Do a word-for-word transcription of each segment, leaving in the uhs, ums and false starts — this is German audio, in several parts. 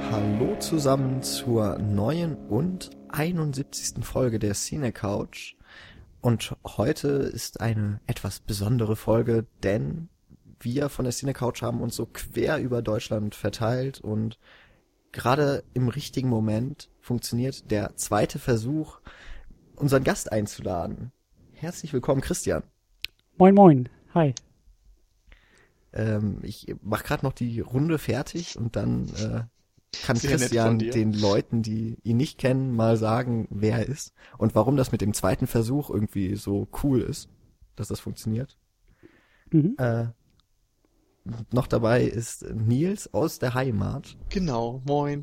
Hallo zusammen zur neuen und einundsiebzigsten Folge der Cine Couch. Und heute ist eine etwas besondere Folge, denn wir von der Cine Couch haben uns so quer über Deutschland verteilt und gerade im richtigen Moment funktioniert der zweite Versuch, unseren Gast einzuladen. Herzlich willkommen, Christian. Moin, moin. Hi. Ähm, ich mache gerade noch die Runde fertig und dann äh, kann Sehr Christian den Leuten, die ihn nicht kennen, mal sagen, wer er ist und warum das mit dem zweiten Versuch irgendwie so cool ist, dass das funktioniert. Mhm. Äh, noch dabei ist Nils aus der Heimat. Genau, moin.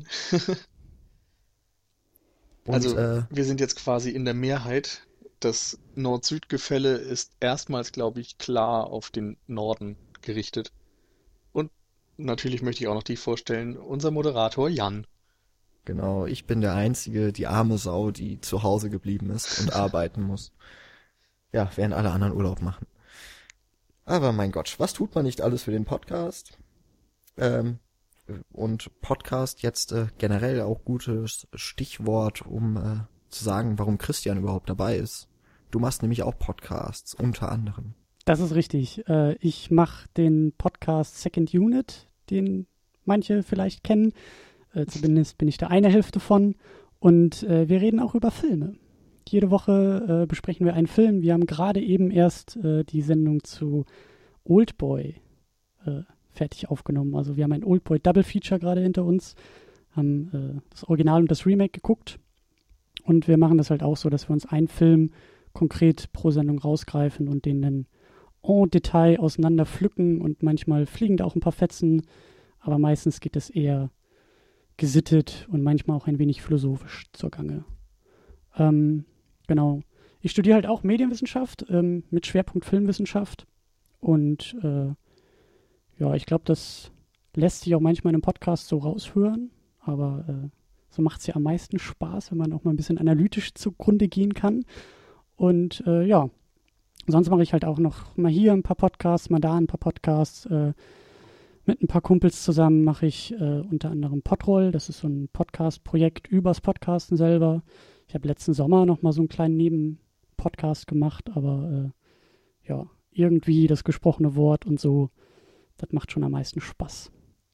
Und, also äh, wir sind jetzt quasi in der Mehrheit. Das Nord-Süd-Gefälle ist erstmals, glaube ich, klar auf den Norden gerichtet. Und natürlich möchte ich auch noch dich vorstellen, unser Moderator Jan. Genau, ich bin der einzige, die arme Sau, die zu Hause geblieben ist und arbeiten muss. Ja, während alle anderen Urlaub machen. Aber mein Gott, was tut man nicht alles für den Podcast? Ähm, und Podcast jetzt äh, generell auch gutes Stichwort, um äh, zu sagen, warum Christian überhaupt dabei ist. Du machst nämlich auch Podcasts, unter anderem. Das ist richtig. Äh, ich mache den Podcast Second Unit, den manche vielleicht kennen. Äh, zumindest bin ich da eine Hälfte von. Und äh, wir reden auch über Filme. Jede Woche äh, besprechen wir einen Film. Wir haben gerade eben erst äh, die Sendung zu Oldboy äh, fertig aufgenommen. Also wir haben ein Oldboy Double Feature gerade hinter uns, haben äh, das Original und das Remake geguckt. Und wir machen das halt auch so, dass wir uns einen Film konkret pro Sendung rausgreifen und den dann en Detail auseinander pflücken. Und manchmal fliegen da auch ein paar Fetzen, aber meistens geht das eher gesittet und manchmal auch ein wenig philosophisch zur Gange. Ähm, genau. Ich studiere halt auch Medienwissenschaft ähm, mit Schwerpunkt Filmwissenschaft. Und äh, ja, ich glaube, das lässt sich auch manchmal in einem Podcast so raushören. Aber äh, so macht es ja am meisten Spaß, wenn man auch mal ein bisschen analytisch zugrunde gehen kann. Und äh, ja, sonst mache ich halt auch noch mal hier ein paar Podcasts, mal da ein paar Podcasts. Äh, mit ein paar Kumpels zusammen mache ich äh, unter anderem Podroll. Das ist so ein Podcast-Projekt übers Podcasten selber. Ich habe letzten Sommer noch mal so einen kleinen Nebenpodcast gemacht, aber äh, ja, irgendwie das gesprochene Wort und so, das macht schon am meisten Spaß.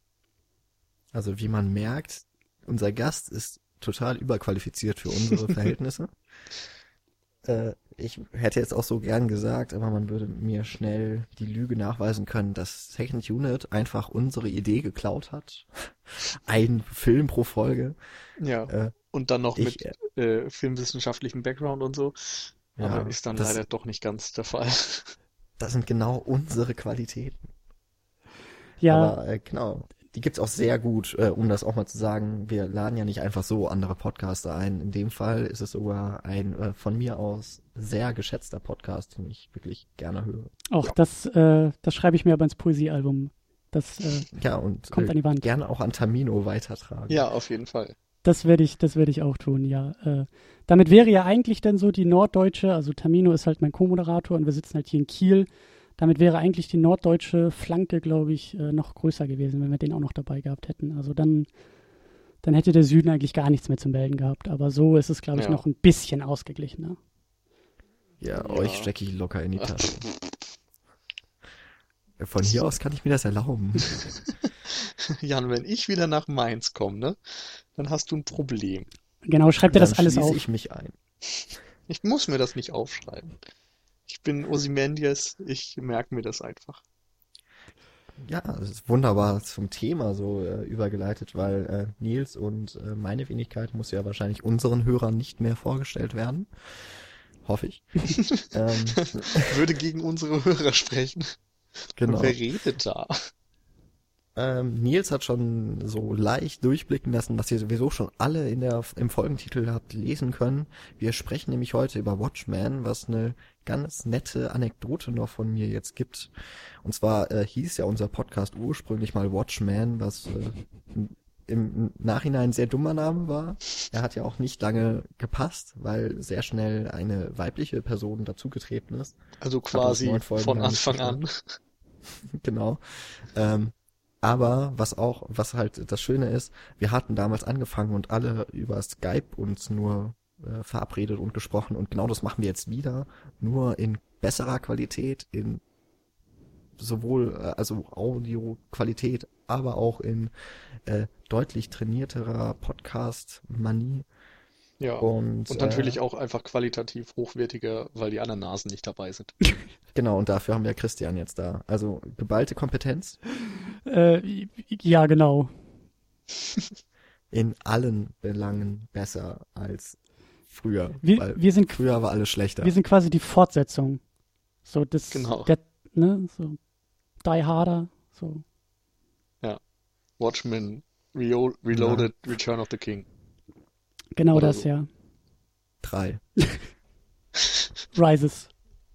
Also wie man merkt, unser Gast ist total überqualifiziert für unsere Verhältnisse. äh, ich hätte jetzt auch so gern gesagt, aber man würde mir schnell die Lüge nachweisen können, dass Second Unit einfach unsere Idee geklaut hat. Ein Film pro Folge. Ja, Äh, und dann noch ich, mit äh, filmwissenschaftlichem Background und so. Ja, Aber ist dann das- leider doch nicht ganz der Fall. Das sind genau unsere Qualitäten. Ja, Aber äh, genau, die gibt's auch sehr gut, äh, um das auch mal zu sagen. Wir laden ja nicht einfach so andere Podcaster ein. In dem Fall ist es sogar ein äh, von mir aus sehr geschätzter Podcast, den ich wirklich gerne höre. auch das, äh, das schreibe ich mir aber ins Poesiealbum. Das, äh, Ja, und Kommt an die Wand. gerne auch an Tamino weitertragen. Ja, auf jeden Fall. das werde ich, das werde ich auch tun, ja. Äh, damit wäre ja eigentlich dann so die norddeutsche, also Tamino ist halt mein Co-Moderator und wir sitzen halt hier in Kiel. Damit wäre eigentlich die norddeutsche Flanke, glaube ich, äh, noch größer gewesen, wenn wir den auch noch dabei gehabt hätten. Also dann, dann hätte der Süden eigentlich gar nichts mehr zu melden gehabt. Aber so ist es, glaube ich, Ja. noch ein bisschen ausgeglichener. Ja, Ja. euch stecke ich locker in die Tasche. Von hier aus kann ich mir das erlauben. Jan, wenn ich wieder nach Mainz komme, ne, dann hast du ein Problem. Genau, schreibt ihr das Dann alles schließe auf. ich mich ein. Ich muss mir das nicht aufschreiben. Ich bin Ozymandias, ich merke mir das einfach. Ja, es ist wunderbar zum Thema so äh, übergeleitet, weil äh, Nils und äh, meine Wenigkeit muss ja wahrscheinlich unseren Hörern nicht mehr vorgestellt werden. Hoffe ich. ähm, Würde gegen unsere Hörer sprechen. genau. Und wer redet da? Ähm, Nils hat schon so leicht durchblicken lassen, dass ihr sowieso schon alle in der im Folgentitel habt lesen können. Wir sprechen nämlich heute über Watchmen, was eine ganz nette Anekdote noch von mir jetzt gibt. Und zwar äh, hieß ja unser Podcast ursprünglich mal Watchmen, was äh, im Nachhinein ein sehr dummer Name war. Er hat ja auch nicht lange gepasst, weil sehr schnell eine weibliche Person dazugetreten ist. Also Hat aus quasi neun Folgen von lang nicht Anfang an. Genau. Ähm, Aber was auch, was halt das Schöne ist, wir hatten damals angefangen und alle über Skype uns nur äh, verabredet und gesprochen und genau das machen wir jetzt wieder, nur in besserer Qualität, in sowohl äh, also Audioqualität, aber auch in äh, deutlich trainierterer Podcast-Manie. Ja, Und, und natürlich äh, auch einfach qualitativ hochwertiger, weil die anderen Nasen nicht dabei sind. Genau, und dafür haben wir Christian jetzt da. Also geballte Kompetenz. Äh, ja, genau. In allen Belangen besser als früher. Wir, weil wir sind, früher war alles schlechter. Wir sind quasi die Fortsetzung. So das, genau. Der, ne, so Die Harder, so. Ja, Watchmen, Reo- Reloaded, ja. Return of the King. Genau Oder das, so. ja. Drei. Rises.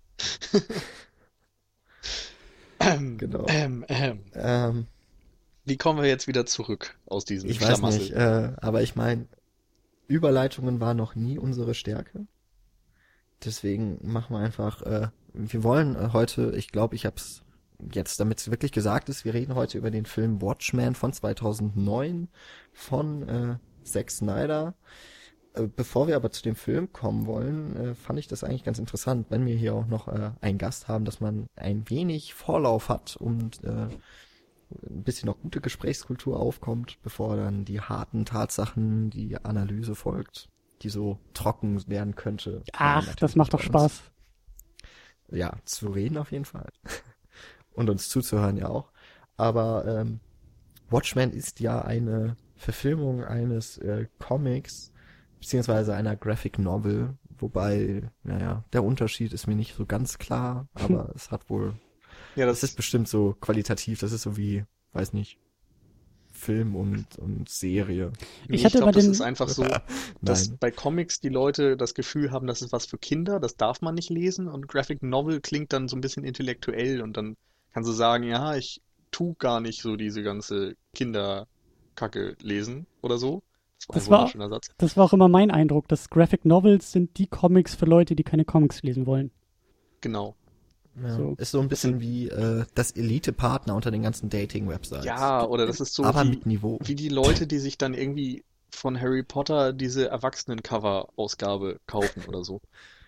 ähm, genau. Ähm, ähm. Ähm, Wie kommen wir jetzt wieder zurück aus diesem Ich Schlamassel? weiß nicht, äh, aber ich meine, Überleitungen war noch nie unsere Stärke. Deswegen machen wir einfach, äh, wir wollen äh, heute, ich glaube, ich habe es jetzt, damit es wirklich gesagt ist, wir reden heute über den Film Watchmen von zweitausendneun von äh, Zack Snyder. Äh, bevor wir aber zu dem Film kommen wollen, äh, fand ich das eigentlich ganz interessant, wenn wir hier auch noch äh, einen Gast haben, dass man ein wenig Vorlauf hat und äh, ein bisschen noch gute Gesprächskultur aufkommt, bevor dann die harten Tatsachen, die Analyse folgt, die so trocken werden könnte. Ach, das macht doch Spaß. Ja, zu reden auf jeden Fall. Und uns zuzuhören ja auch. Aber ähm, Watchmen ist ja eine Verfilmung eines äh, Comics, beziehungsweise einer Graphic Novel, wobei, naja, der Unterschied ist mir nicht so ganz klar, aber es hat wohl, ja, das es ist bestimmt so qualitativ, das ist so wie, weiß nicht, Film und, und Serie. Ich hatte glaube, bei das den- ist einfach so, dass Nein. bei Comics die Leute das Gefühl haben, das ist was für Kinder, das darf man nicht lesen, und Graphic Novel klingt dann so ein bisschen intellektuell und dann kannst du sagen, ja, ich tu gar nicht so diese ganze Kinderkacke lesen oder so. Das war Das ein war- wunderschöner Satz. Das war auch immer mein Eindruck, dass Graphic Novels sind die Comics für Leute, die keine Comics lesen wollen. Genau. Ja, So. ist so ein bisschen wie äh, das Elite-Partner unter den ganzen Dating-Websites. Ja, oder das ist so aber wie, mit Niveau. wie die Leute, die sich dann irgendwie von Harry Potter diese Erwachsenen-Cover-Ausgabe kaufen oder so.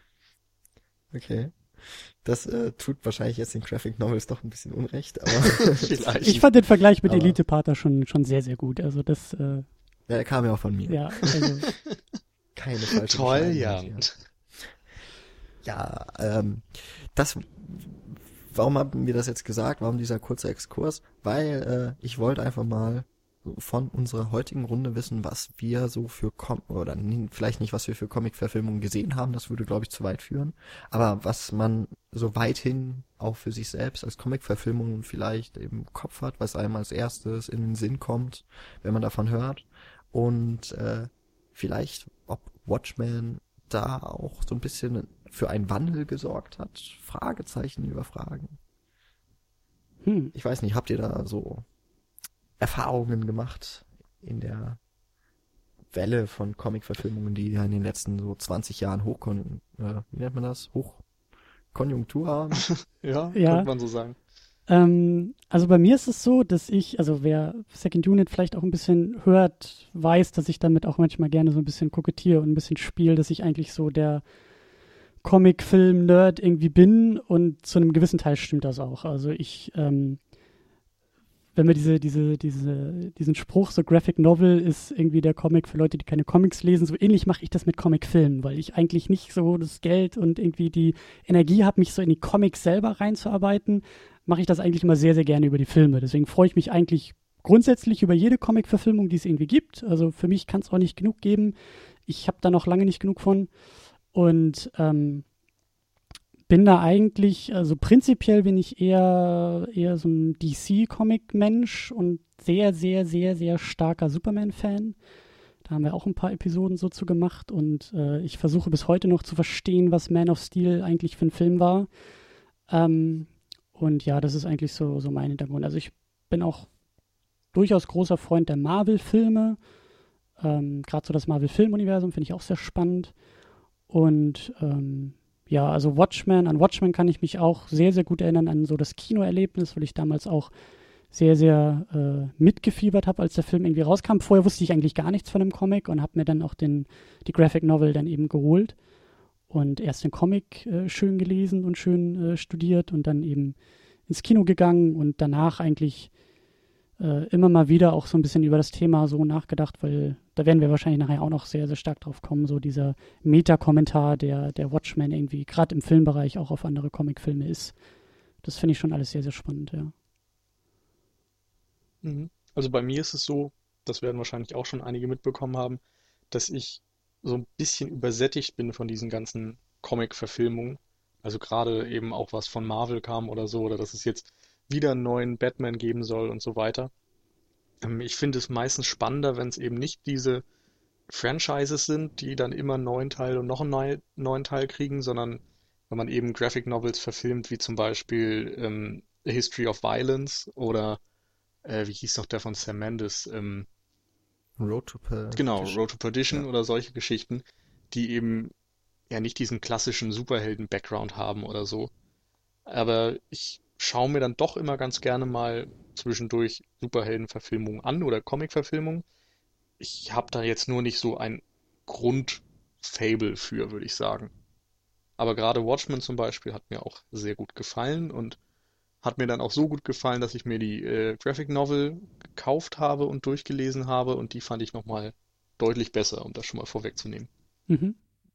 Okay. Das äh, tut wahrscheinlich jetzt den Graphic Novels doch ein bisschen unrecht, aber Vielleicht. Ich fand den Vergleich mit Aber- Elite-Partner schon, schon sehr, sehr gut. Also das, äh, ja, der kam ja auch von mir. ja, also, Keine falsche Toll, Bescheidenheit Jan. hier. Ja, ähm, das, warum haben wir das jetzt gesagt? Warum dieser kurze Exkurs? Weil äh, ich wollte einfach mal von unserer heutigen Runde wissen, was wir so für Com oder n- vielleicht nicht, was wir für Comic-Verfilmungen gesehen haben, das würde, glaube ich, zu weit führen, aber was man so weithin auch für sich selbst als Comic-Verfilmung vielleicht im Kopf hat, was einem als erstes in den Sinn kommt, wenn man davon hört, und äh, vielleicht, ob Watchmen da auch so ein bisschen für einen Wandel gesorgt hat, Fragezeichen über Fragen. hm. Ich weiß nicht, habt ihr da so Erfahrungen gemacht in der Welle von Comic-Verfilmungen, die ja in den letzten so zwanzig Jahren Hochkon äh, wie nennt man das? Hochkonjunktur haben? Ja, Ja. könnte man so sagen. Ähm, also bei mir ist es so, dass ich, also wer Second Unit vielleicht auch ein bisschen hört, weiß, dass ich damit auch manchmal gerne so ein bisschen kokettiere und ein bisschen spiele, dass ich eigentlich so der Comic-Film-Nerd irgendwie bin, und zu einem gewissen Teil stimmt das auch. Also ich, ähm, wenn wir diese, diese, diese, diesen Spruch, so Graphic Novel ist irgendwie der Comic für Leute, die keine Comics lesen, so ähnlich mache ich das mit Comic-Filmen, weil ich eigentlich nicht so das Geld und irgendwie die Energie habe, mich so in die Comics selber reinzuarbeiten, mache ich das eigentlich immer sehr, sehr gerne über die Filme. Deswegen freue ich mich eigentlich grundsätzlich über jede Comic-Verfilmung, die es irgendwie gibt. Also für mich kann es auch nicht genug geben. Ich habe da noch lange nicht genug von. Und ähm, bin da eigentlich, also prinzipiell bin ich eher, eher so ein D C-Comic-Mensch und sehr, sehr, sehr, sehr starker Superman-Fan. Da haben wir auch ein paar Episoden so zu gemacht, und äh, ich versuche bis heute noch zu verstehen, was Man of Steel eigentlich für ein Film war. Ähm, und ja, das ist eigentlich so, so mein Hintergrund. Also ich bin auch durchaus großer Freund der Marvel-Filme. Ähm, Gerade so das Marvel-Film-Universum finde ich auch sehr spannend. Und ähm, ja, also Watchmen, an Watchmen kann ich mich auch sehr, sehr gut erinnern, an so das Kinoerlebnis, weil ich damals auch sehr, sehr äh, mitgefiebert habe, als der Film irgendwie rauskam. Vorher wusste ich eigentlich gar nichts von dem Comic und habe mir dann auch den, die Graphic Novel dann eben geholt und erst den Comic äh, schön gelesen und schön äh, studiert und dann eben ins Kino gegangen und danach eigentlich äh, immer mal wieder auch so ein bisschen über das Thema so nachgedacht, weil da werden wir wahrscheinlich nachher auch noch sehr, sehr stark drauf kommen, so dieser Meta-Kommentar, der, der Watchmen irgendwie gerade im Filmbereich auch auf andere Comicfilme ist. Das finde ich schon alles sehr, sehr spannend, ja. Mhm. Also bei mir ist es so, das werden wahrscheinlich auch schon einige mitbekommen haben, dass ich so ein bisschen übersättigt bin von diesen ganzen Comic-Verfilmungen. Also gerade eben auch was von Marvel kam oder so, oder dass es jetzt wieder einen neuen Batman geben soll und so weiter. Ähm, Ich finde es meistens spannender, wenn es eben nicht diese Franchises sind, die dann immer einen neuen Teil und noch einen neu, neuen Teil kriegen, sondern wenn man eben Graphic Novels verfilmt, wie zum Beispiel ähm, A History of Violence oder äh, wie hieß noch der von Sam Mendes? Ähm, Road to genau, Perdition. Road to Perdition Ja. oder solche Geschichten, die eben ja nicht diesen klassischen Superhelden-Background haben oder so. Aber ich schaue mir dann doch immer ganz gerne mal zwischendurch Superhelden-Verfilmungen an oder Comic-Verfilmungen. Ich habe da jetzt nur nicht so ein Grundfable für, würde ich sagen. Aber gerade Watchmen zum Beispiel hat mir auch sehr gut gefallen und hat mir dann auch so gut gefallen, dass ich mir die äh, Graphic Novel gekauft habe und durchgelesen habe und die fand ich nochmal deutlich besser, um das schon mal vorwegzunehmen. Mhm.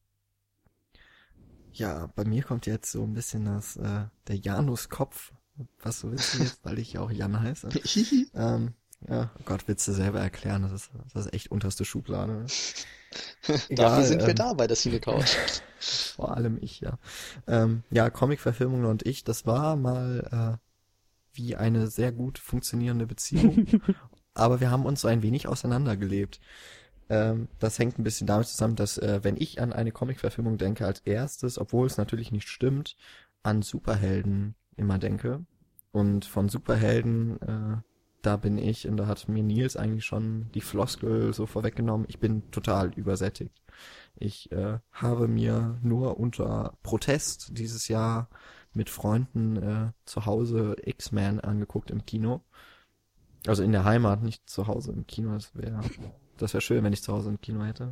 Ja, bei mir kommt jetzt so ein bisschen das, äh, der Janus-Kopf, was so witzig ist, weil ich ja auch Jan heiße. Ähm, ja, oh Gott, Witze selber erklären, das ist, das ist echt unterste Schublade. Dafür Egal, sind wir ähm, da bei der Cine Couch. vor allem ich, ja. Ähm, ja, Comic-Verfilmungen und ich, das war mal äh, wie eine sehr gut funktionierende Beziehung, aber wir haben uns so ein wenig auseinandergelebt. Ähm, das hängt ein bisschen damit zusammen, dass äh, wenn ich an eine Comic-Verfilmung denke, als erstes, obwohl es natürlich nicht stimmt, an Superhelden immer denke. Und von Superhelden, äh, da bin ich, und da hat mir Nils eigentlich schon die Floskel so vorweggenommen, ich bin total übersättigt. Ich äh, habe mir nur unter Protest dieses Jahr mit Freunden äh, zu Hause X-Men angeguckt im Kino. Also in der Heimat, nicht zu Hause im Kino. Das wäre das wäre schön, wenn ich zu Hause im Kino hätte.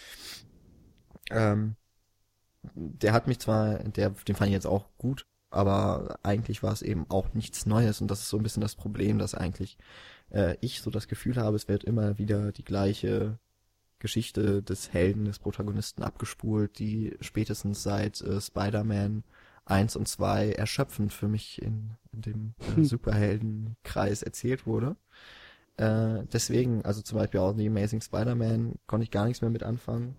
Ähm, der hat mich zwar, der, den fand ich jetzt auch gut, aber eigentlich war es eben auch nichts Neues und das ist so ein bisschen das Problem, dass eigentlich äh, ich so das Gefühl habe, es wird immer wieder die gleiche Geschichte des Helden, des Protagonisten abgespult, die spätestens seit äh, Spider-Man eins und zwei erschöpfend für mich in, in dem äh, Hm. Superheldenkreis erzählt wurde. Äh, deswegen, also zum Beispiel auch The Amazing Spider-Man, konnte ich gar nichts mehr mit anfangen.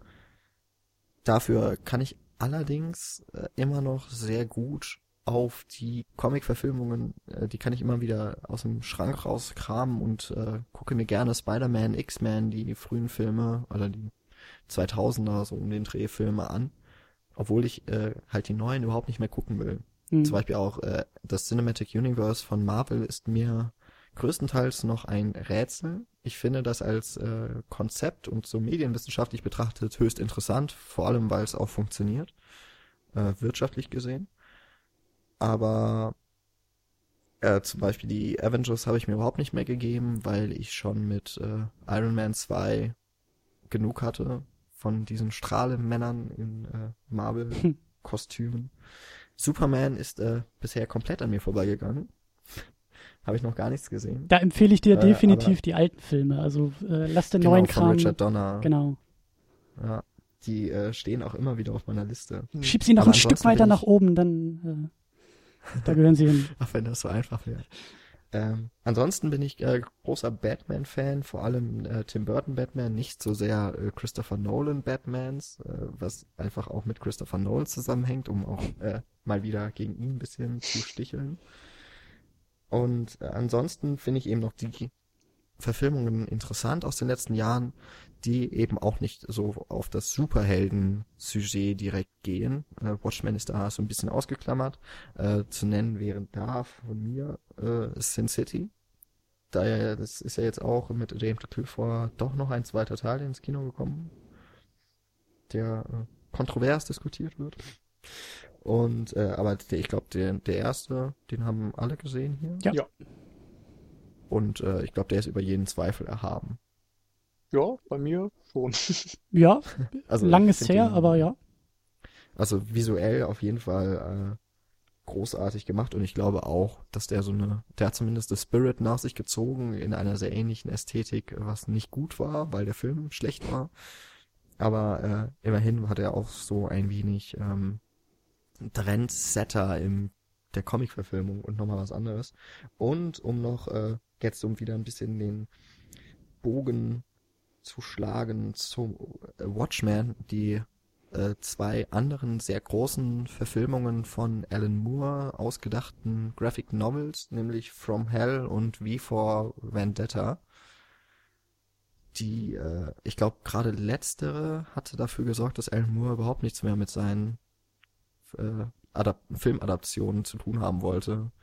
Dafür kann ich allerdings äh, immer noch sehr gut auf die Comic-Verfilmungen, äh, die kann ich immer wieder aus dem Schrank rauskramen und äh, gucke mir gerne Spider-Man, X-Men, die frühen Filme oder die zweitausender, so um den Dreh Filme an, obwohl ich äh, halt die neuen überhaupt nicht mehr gucken will. Hm. Zum Beispiel auch äh, das Cinematic Universe von Marvel ist mir größtenteils noch ein Rätsel. Ich finde das als äh, Konzept und so medienwissenschaftlich betrachtet höchst interessant, vor allem weil es auch funktioniert, äh, wirtschaftlich gesehen. Aber äh, zum Beispiel die Avengers habe ich mir überhaupt nicht mehr gegeben, weil ich schon mit äh, Iron Man zwei genug hatte von diesen Strahlemännern in äh, Marvel-Kostümen. Superman ist äh, bisher komplett an mir vorbeigegangen. Habe ich noch gar nichts gesehen. Da empfehle ich dir Äh, definitiv aber- die alten Filme. Also äh, lass den Genau, neuen von Kram. Richard Donner. Genau. Ja, die äh, stehen auch immer wieder auf meiner Liste. Hm. Schieb sie noch Aber ein Stück ansonsten weiter bin nach ich- oben, dann äh, da gehören sie hin. Ach, wenn das so einfach wäre. Ähm, ansonsten bin ich äh, großer Batman-Fan, vor allem äh, Tim Burton Batman, nicht so sehr äh, Christopher Nolan Batmans, äh, was einfach auch mit Christopher Nolan zusammenhängt, um auch äh, mal wieder gegen ihn ein bisschen zu sticheln. Und äh, ansonsten finde ich eben noch die Verfilmungen interessant aus den letzten Jahren, die eben auch nicht so auf das Superhelden-Sujet direkt gehen. Äh, Watchmen ist da so ein bisschen ausgeklammert. Äh, zu nennen wären da von mir äh, Sin City. Da ja, das ist ja jetzt auch mit James Clifford doch noch ein zweiter Teil ins Kino gekommen, der äh, kontrovers diskutiert wird. Und äh, aber der, ich glaube, der, der erste, den haben alle gesehen hier. Ja. Ja. Und äh, ich glaube, der ist über jeden Zweifel erhaben. Ja, bei mir schon. Ja, Also lang ich ist find her, ihn, aber ja. Also visuell auf jeden Fall äh, großartig gemacht und ich glaube auch, dass der so eine, der hat zumindest das Spirit nach sich gezogen in einer sehr ähnlichen Ästhetik, was nicht gut war, weil der Film schlecht war. Aber äh, immerhin hat er auch so ein wenig ähm, Trendsetter im der Comic-Verfilmung und nochmal was anderes. Und um noch äh, jetzt um wieder ein bisschen den Bogen zu schlagen zum äh, Watchmen, die äh, zwei anderen sehr großen Verfilmungen von Alan Moore ausgedachten Graphic Novels, nämlich From Hell und V for Vendetta. Die, äh, ich glaube, gerade letztere hatte dafür gesorgt, dass Alan Moore überhaupt nichts mehr mit seinen äh, Adap- Filmadaptionen zu tun haben wollte.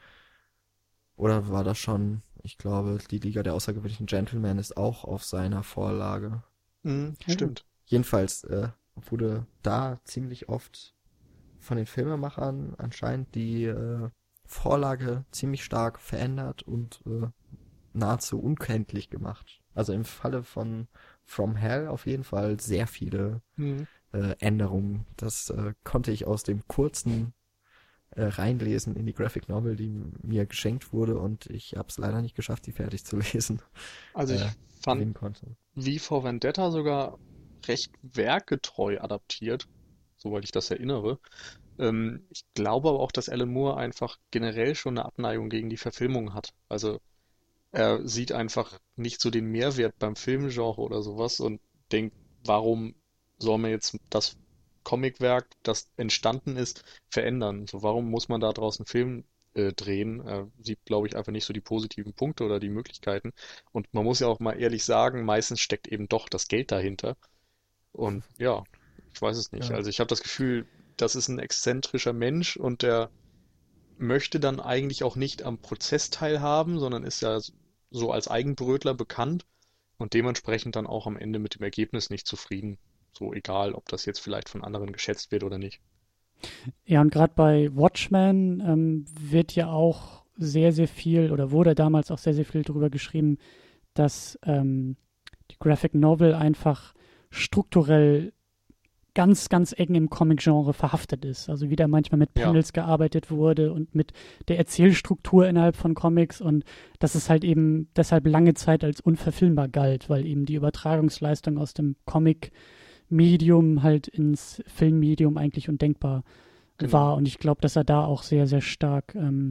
Oder war das schon, ich glaube, die Liga der außergewöhnlichen Gentlemen ist auch auf seiner Vorlage. Mhm, stimmt. Jedenfalls äh, wurde da ziemlich oft von den Filmemachern anscheinend die äh, Vorlage ziemlich stark verändert und äh, nahezu unkenntlich gemacht. Also im Falle von From Hell auf jeden Fall sehr viele Mhm. äh, Änderungen. Das äh, konnte ich aus dem kurzen äh, reinlesen in die Graphic Novel, die mir geschenkt wurde und ich habe es leider nicht geschafft, die fertig zu lesen. Also ich äh, fand gewinnen konnte. V for Vendetta sogar recht werkgetreu adaptiert, soweit ich das erinnere. Ähm, ich glaube aber auch, dass Alan Moore einfach generell schon eine Abneigung gegen die Verfilmung hat. Also er sieht einfach nicht so den Mehrwert beim Filmgenre oder sowas und denkt, warum soll man jetzt das Comicwerk, das entstanden ist, verändern? So, warum muss man da draußen einen Film äh, drehen? Er sieht, glaube ich, einfach nicht so die positiven Punkte oder die Möglichkeiten. Und man muss ja auch mal ehrlich sagen, meistens steckt eben doch das Geld dahinter. Und ja, ich weiß es nicht. Ja. Also ich habe das Gefühl, das ist ein exzentrischer Mensch und der möchte dann eigentlich auch nicht am Prozess teilhaben, sondern ist ja so als Eigenbrötler bekannt und dementsprechend dann auch am Ende mit dem Ergebnis nicht zufrieden. So egal, ob das jetzt vielleicht von anderen geschätzt wird oder nicht. Ja, und gerade bei Watchmen ähm, wird ja auch sehr, sehr viel oder wurde damals auch sehr, sehr viel darüber geschrieben, dass ähm, die Graphic Novel einfach strukturell ganz, ganz eng im Comic-Genre verhaftet ist. Also wie da manchmal mit Ja. Panels gearbeitet wurde und mit der Erzählstruktur innerhalb von Comics und dass es halt eben deshalb lange Zeit als unverfilmbar galt, weil eben die Übertragungsleistung aus dem Comic-Medium halt ins Filmmedium eigentlich undenkbar Genau. war. Und ich glaube, dass er da auch sehr, sehr stark, ähm,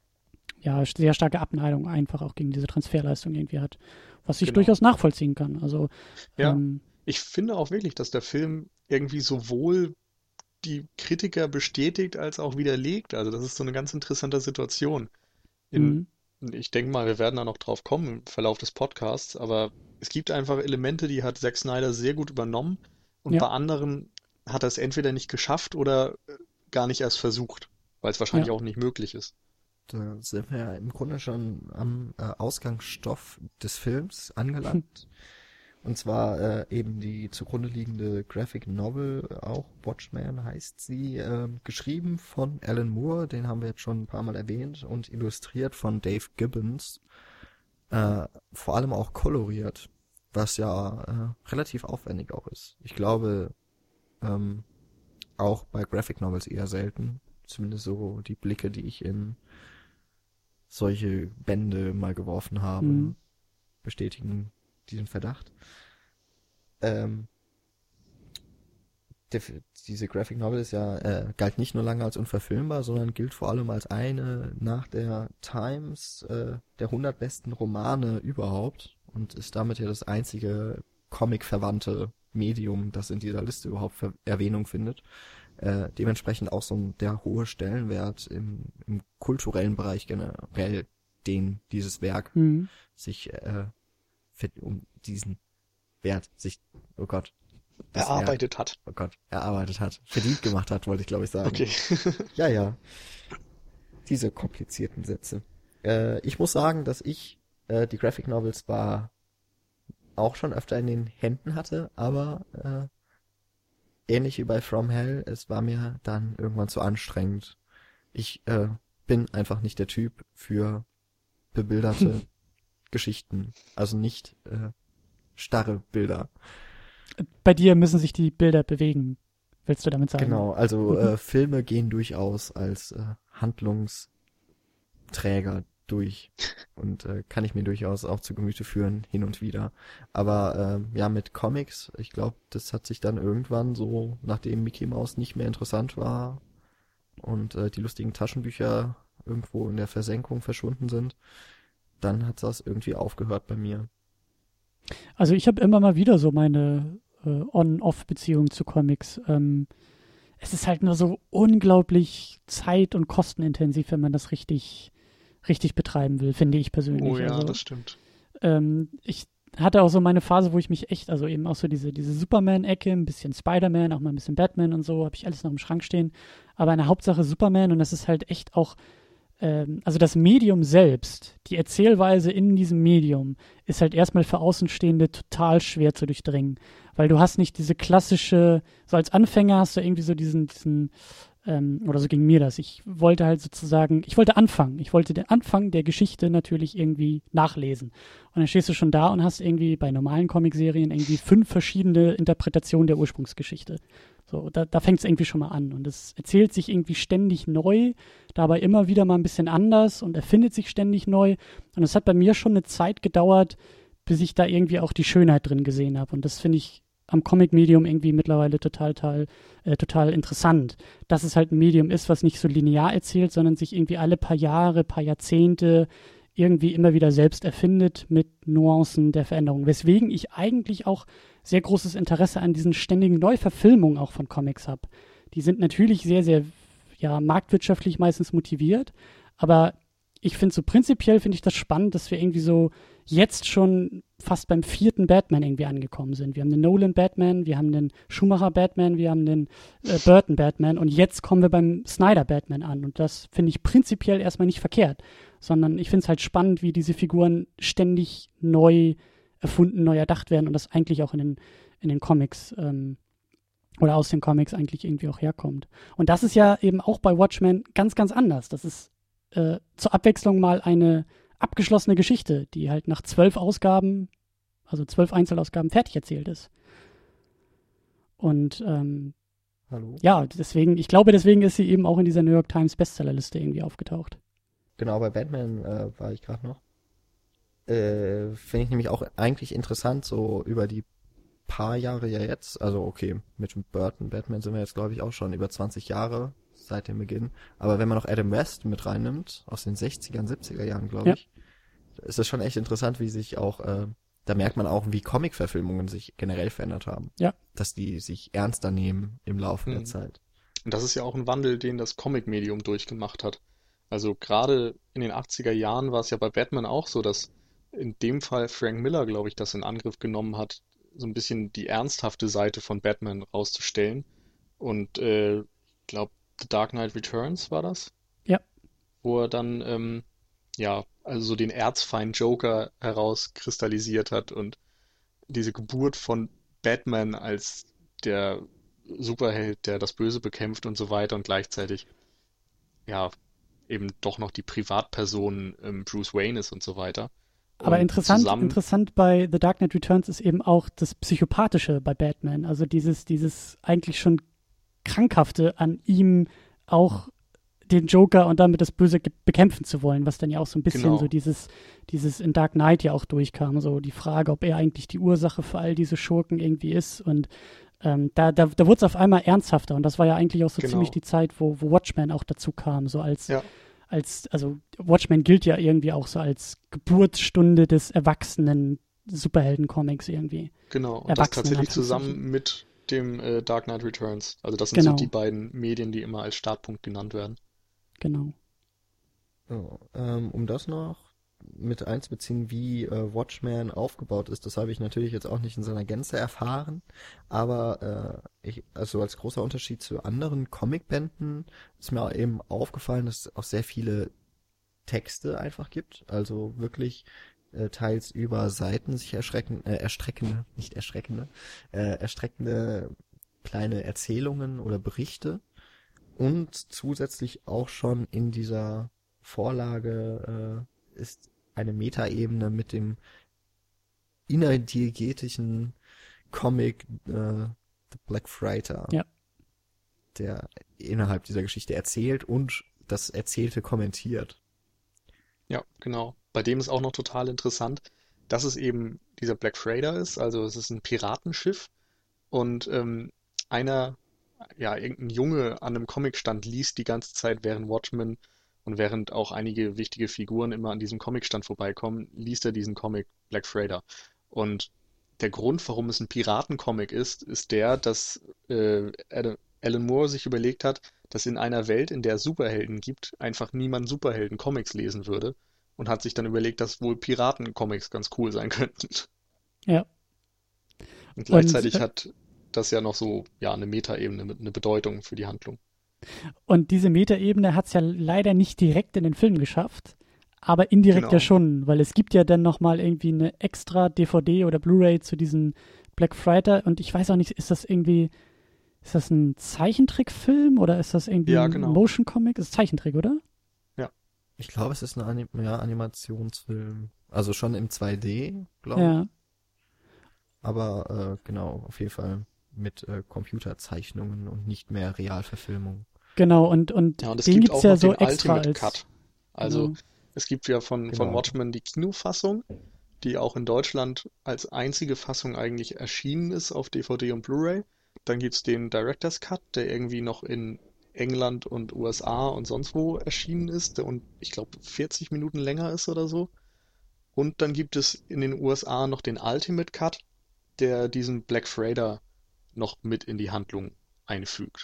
ja, sehr starke Abneigung einfach auch gegen diese Transferleistung irgendwie hat, was ich Genau. durchaus nachvollziehen kann. Also Ja, ähm, ich finde auch wirklich, dass der Film irgendwie sowohl die Kritiker bestätigt als auch widerlegt. Also das ist so eine ganz interessante Situation. In, mh, ich denke mal, wir werden da noch drauf kommen im Verlauf des Podcasts, aber es gibt einfach Elemente, die hat Zack Snyder sehr gut übernommen und Ja. bei anderen hat er es entweder nicht geschafft oder äh, gar nicht erst versucht, weil es wahrscheinlich Ja. auch nicht möglich ist. Da sind wir ja im Grunde schon am äh, Ausgangsstoff des Films angelangt. Und zwar äh, eben die zugrunde liegende Graphic Novel, auch Watchmen heißt sie, äh, geschrieben von Alan Moore, den haben wir jetzt schon ein paar Mal erwähnt, und illustriert von Dave Gibbons. Äh, vor allem auch koloriert, was ja äh, relativ aufwendig auch ist. Ich glaube, ähm, auch bei Graphic Novels eher selten. Zumindest so die Blicke, die ich in solche Bände mal geworfen habe, Mhm. bestätigen diesen Verdacht. Ähm, der, diese Graphic Novel ist ja, äh, galt nicht nur lange als unverfilmbar, sondern gilt vor allem als eine nach der Times äh, der hundert besten Romane überhaupt und ist damit ja das einzige Comic-verwandte Medium, das in dieser Liste überhaupt Ver Erwähnung findet. Äh, dementsprechend auch so ein der hohe Stellenwert im, im kulturellen Bereich generell, den dieses Werk Mhm. sich äh, für, um diesen Wert sich, oh Gott, das Erarbeitet hat. Werk, oh Gott, erarbeitet hat, verdient gemacht hat, wollte ich glaube ich sagen. Okay. Ja, ja, diese komplizierten Sätze. Äh, ich muss sagen, dass ich äh, die Graphic Novels zwar auch schon öfter in den Händen hatte, aber äh, ähnlich wie bei From Hell, es war mir dann irgendwann zu anstrengend. Ich äh, bin einfach nicht der Typ für bebilderte Geschichten, also nicht äh, starre Bilder. Bei dir müssen sich die Bilder bewegen, willst du damit sagen? Genau, also Mhm. äh, Filme gehen durchaus als äh, Handlungsträger durch und äh, kann ich mir durchaus auch zu Gemüte führen, hin und wieder. Aber äh, ja, mit Comics, ich glaube, das hat sich dann irgendwann so, nachdem Mickey Mouse nicht mehr interessant war und äh, die lustigen Taschenbücher irgendwo in der Versenkung verschwunden sind, dann hat das irgendwie aufgehört bei mir. Also ich habe immer mal wieder so meine äh, On-Off-Beziehung zu Comics. Ähm, es ist halt nur so unglaublich zeit- und kostenintensiv, wenn man das richtig, richtig betreiben will, finde ich persönlich. Oh ja, also, das stimmt. ähm, ich hatte auch so meine Phase, wo ich mich echt, also eben auch so diese, diese Superman-Ecke, ein bisschen Spider-Man, auch mal ein bisschen Batman und so, habe ich alles noch im Schrank stehen. Aber in der Hauptsache Superman und das ist halt echt auch, ähm, also das Medium selbst, die Erzählweise in diesem Medium ist halt erstmal für Außenstehende total schwer zu durchdringen. Weil du hast nicht diese klassische, so als Anfänger hast du irgendwie so diesen, diesen, ähm, oder so ging mir das. Ich wollte halt sozusagen, ich wollte anfangen. Ich wollte den Anfang der Geschichte natürlich irgendwie nachlesen. Und dann stehst du schon da und hast irgendwie bei normalen Comicserien irgendwie fünf verschiedene Interpretationen der Ursprungsgeschichte. So, da, da fängt es irgendwie schon mal an. Und es erzählt sich irgendwie ständig neu, dabei immer wieder mal ein bisschen anders und erfindet sich ständig neu. Und es hat bei mir schon eine Zeit gedauert, bis ich da irgendwie auch die Schönheit drin gesehen habe. Und das finde ich am Comic-Medium irgendwie mittlerweile total, total, äh, total interessant. Dass es halt ein Medium ist, was nicht so linear erzählt, sondern sich irgendwie alle paar Jahre, paar Jahrzehnte irgendwie immer wieder selbst erfindet mit Nuancen der Veränderung. Weswegen ich eigentlich auch sehr großes Interesse an diesen ständigen Neuverfilmungen auch von Comics habe. Die sind natürlich sehr, sehr ja, marktwirtschaftlich meistens motiviert, aber ich finde so prinzipiell finde ich das spannend, dass wir irgendwie so jetzt schon fast beim vierten Batman irgendwie angekommen sind. Wir haben den Nolan Batman, wir haben den Schumacher Batman, wir haben den äh, Burton Batman und jetzt kommen wir beim Snyder Batman an und das finde ich prinzipiell erstmal nicht verkehrt, sondern ich finde es halt spannend, wie diese Figuren ständig neu erfunden, neu erdacht werden und das eigentlich auch in den, in den Comics ähm, oder aus den Comics eigentlich irgendwie auch herkommt. Und das ist ja eben auch bei Watchmen ganz, ganz anders. Das ist äh, zur Abwechslung mal eine abgeschlossene Geschichte, die halt nach zwölf Ausgaben, also zwölf Einzelausgaben fertig erzählt ist. Und ähm, Hallo? ja, deswegen, ich glaube, deswegen ist sie eben auch in dieser New York Times Bestsellerliste irgendwie aufgetaucht. Genau, bei Batman äh, war ich gerade noch. Äh, finde ich nämlich auch eigentlich interessant, so über die paar Jahre ja jetzt, also okay, mit Burton, Batman sind wir jetzt glaube ich auch schon über zwanzig Jahre seit dem Beginn, aber wenn man noch Adam West mit reinnimmt, aus den sechziger, siebziger Jahren glaube Ja. ich, ist das schon echt interessant, wie sich auch, äh, da merkt man auch, wie Comic-Verfilmungen sich generell verändert haben. Ja. Dass die sich ernster nehmen im Laufe der Mhm. Zeit. Und das ist ja auch ein Wandel, den das Comic-Medium durchgemacht hat. Also gerade in den achtziger Jahren war es ja bei Batman auch so, dass in dem Fall Frank Miller, glaube ich, das in Angriff genommen hat, so ein bisschen die ernsthafte Seite von Batman rauszustellen. Und äh, ich glaube, The Dark Knight Returns war das, Ja. wo er dann ähm, ja, also so den Erzfeind Joker herauskristallisiert hat und diese Geburt von Batman als der Superheld, der das Böse bekämpft und so weiter und gleichzeitig ja eben doch noch die Privatperson ähm, Bruce Wayne ist und so weiter. Aber Und interessant, zusammen, interessant bei The Dark Knight Returns ist eben auch das Psychopathische bei Batman. Also dieses, dieses eigentlich schon Krankhafte an ihm auch den Joker und damit das Böse ge- bekämpfen zu wollen, was dann ja auch so ein bisschen Genau. so dieses, dieses in Dark Knight ja auch durchkam. So die Frage, ob er eigentlich die Ursache für all diese Schurken irgendwie ist. Und ähm, da, da, da wurde es auf einmal ernsthafter. Und das war ja eigentlich auch so Genau. ziemlich die Zeit, wo, wo Watchmen auch dazu kam, so als ja, als, also Watchmen gilt ja irgendwie auch so als Geburtsstunde des erwachsenen Superhelden-Comics irgendwie. genau. Und das Erwachsenen, tatsächlich Anführungszeichen. zusammen mit dem äh, Dark Knight Returns. Also das sind Genau. so die beiden Medien, die immer als Startpunkt genannt werden. Genau. So, ähm, um das noch mit einzubeziehen, wie äh, Watchmen aufgebaut ist, das habe ich natürlich jetzt auch nicht in seiner Gänze erfahren, aber äh, ich, also als großer Unterschied zu anderen Comicbänden ist mir eben aufgefallen, dass es auch sehr viele Texte einfach gibt, also wirklich äh, teils über Seiten sich erschrecken, äh, erstreckende, nicht erschreckende, äh, erstreckende kleine Erzählungen oder Berichte und zusätzlich auch schon in dieser Vorlage äh, ist eine Metaebene mit dem innerdiegetischen Comic äh, The Black Freighter, Ja. der innerhalb dieser Geschichte erzählt und das Erzählte kommentiert. Ja, genau. Bei dem ist auch noch total interessant, dass es eben dieser Black Freighter ist, also es ist ein Piratenschiff und ähm, einer, ja, irgendein Junge an einem Comicstand liest die ganze Zeit, während Watchmen und während auch einige wichtige Figuren immer an diesem Comicstand vorbeikommen, liest er diesen Comic Black Freighter. Und der Grund, warum es ein Piratencomic ist, ist der, dass äh, Adam- Alan Moore sich überlegt hat, dass in einer Welt, in der es Superhelden gibt, einfach niemand Superhelden-Comics lesen würde und hat sich dann überlegt, dass wohl Piraten-Comics ganz cool sein könnten. Ja. Und gleichzeitig Und, äh, hat das ja noch so, ja, eine Metaebene mit eine Bedeutung für die Handlung. Und diese Metaebene hat es ja leider nicht direkt in den Film geschafft, aber indirekt Genau. ja schon, weil es gibt ja dann nochmal irgendwie eine extra D V D oder Blu-ray zu diesem Black Friday und ich weiß auch nicht, ist das irgendwie, ist das ein Zeichentrickfilm oder ist das irgendwie Ja, ein genau. Motion Comic? Das ist Zeichentrick, oder? Ich glaube, es ist ein Anim ja, Animationsfilm. Also schon im zwei D, glaube ich. Ja. Aber äh, genau, auf jeden Fall mit äh, Computerzeichnungen und nicht mehr Realverfilmung. Genau, und, und, Ja, und es den gibt gibt's auch ja noch so den extra Ultimate als. Cut. Also Genau. es gibt ja von, von Genau. Watchmen die Kinofassung, die auch in Deutschland als einzige Fassung eigentlich erschienen ist auf D V D und Blu-ray. Dann gibt's den Director's Cut, der irgendwie noch in England und U S A und sonst wo erschienen ist der und ich glaube vierzig Minuten länger ist oder so. Und dann gibt es in den U S A noch den Ultimate Cut, der diesen Black Freighter noch mit in die Handlung einfügt.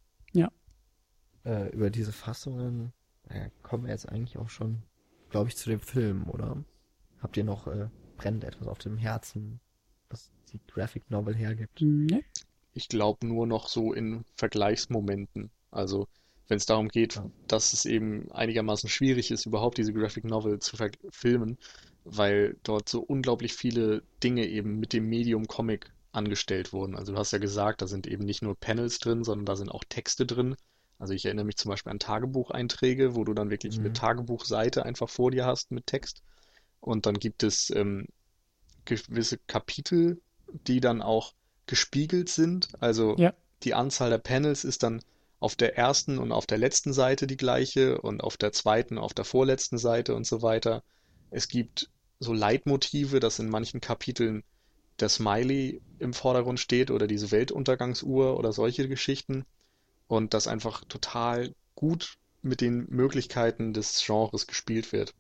Äh, über diese Fassungen äh, kommen wir jetzt eigentlich auch schon, glaube ich, zu dem Film, oder? Habt ihr noch äh, brennend etwas auf dem Herzen, was die Graphic Novel hergibt? Ne? Ich glaube nur noch so in Vergleichsmomenten. Also wenn es darum geht, Ja. dass es eben einigermaßen schwierig ist, überhaupt diese Graphic Novel zu verfilmen, weil dort so unglaublich viele Dinge eben mit dem Medium Comic angestellt wurden. Also du hast ja gesagt, da sind eben nicht nur Panels drin, sondern da sind auch Texte drin. Also ich erinnere mich zum Beispiel an Tagebucheinträge, wo du dann wirklich eine Mhm. Tagebuchseite einfach vor dir hast mit Text. Und dann gibt es ähm, gewisse Kapitel, die dann auch gespiegelt sind. Also Ja. die Anzahl der Panels ist dann auf der ersten und auf der letzten Seite die gleiche und auf der zweiten, auf der vorletzten Seite und so weiter. Es gibt so Leitmotive, dass in manchen Kapiteln der Smiley im Vordergrund steht oder diese Weltuntergangsuhr oder solche Geschichten und das einfach total gut mit den Möglichkeiten des Genres gespielt wird.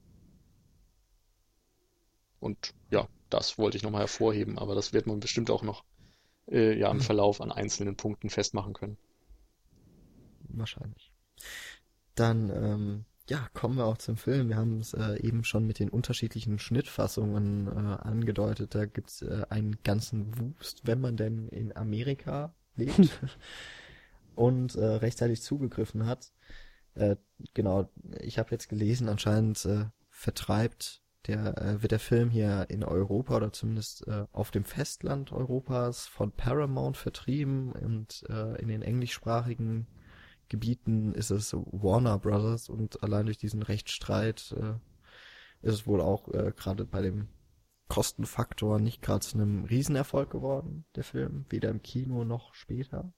Und ja, das wollte ich nochmal hervorheben, aber das wird man bestimmt auch noch äh, ja, im Verlauf an einzelnen Punkten festmachen können. Wahrscheinlich. Dann, ähm, ja, kommen wir auch zum Film. Wir haben es äh, eben schon mit den unterschiedlichen Schnittfassungen äh, angedeutet. Da gibt's äh, einen ganzen Wust, wenn man denn in Amerika lebt und äh, rechtzeitig zugegriffen hat. Äh, genau, ich habe jetzt gelesen, anscheinend äh, vertreibt der, äh, wird der Film hier in Europa oder zumindest äh, auf dem Festland Europas von Paramount vertrieben und äh, in den englischsprachigen Gebieten ist es Warner Brothers und allein durch diesen Rechtsstreit äh, ist es wohl auch äh, gerade bei dem Kostenfaktor nicht gerade zu einem Riesenerfolg geworden, der Film, weder im Kino noch später.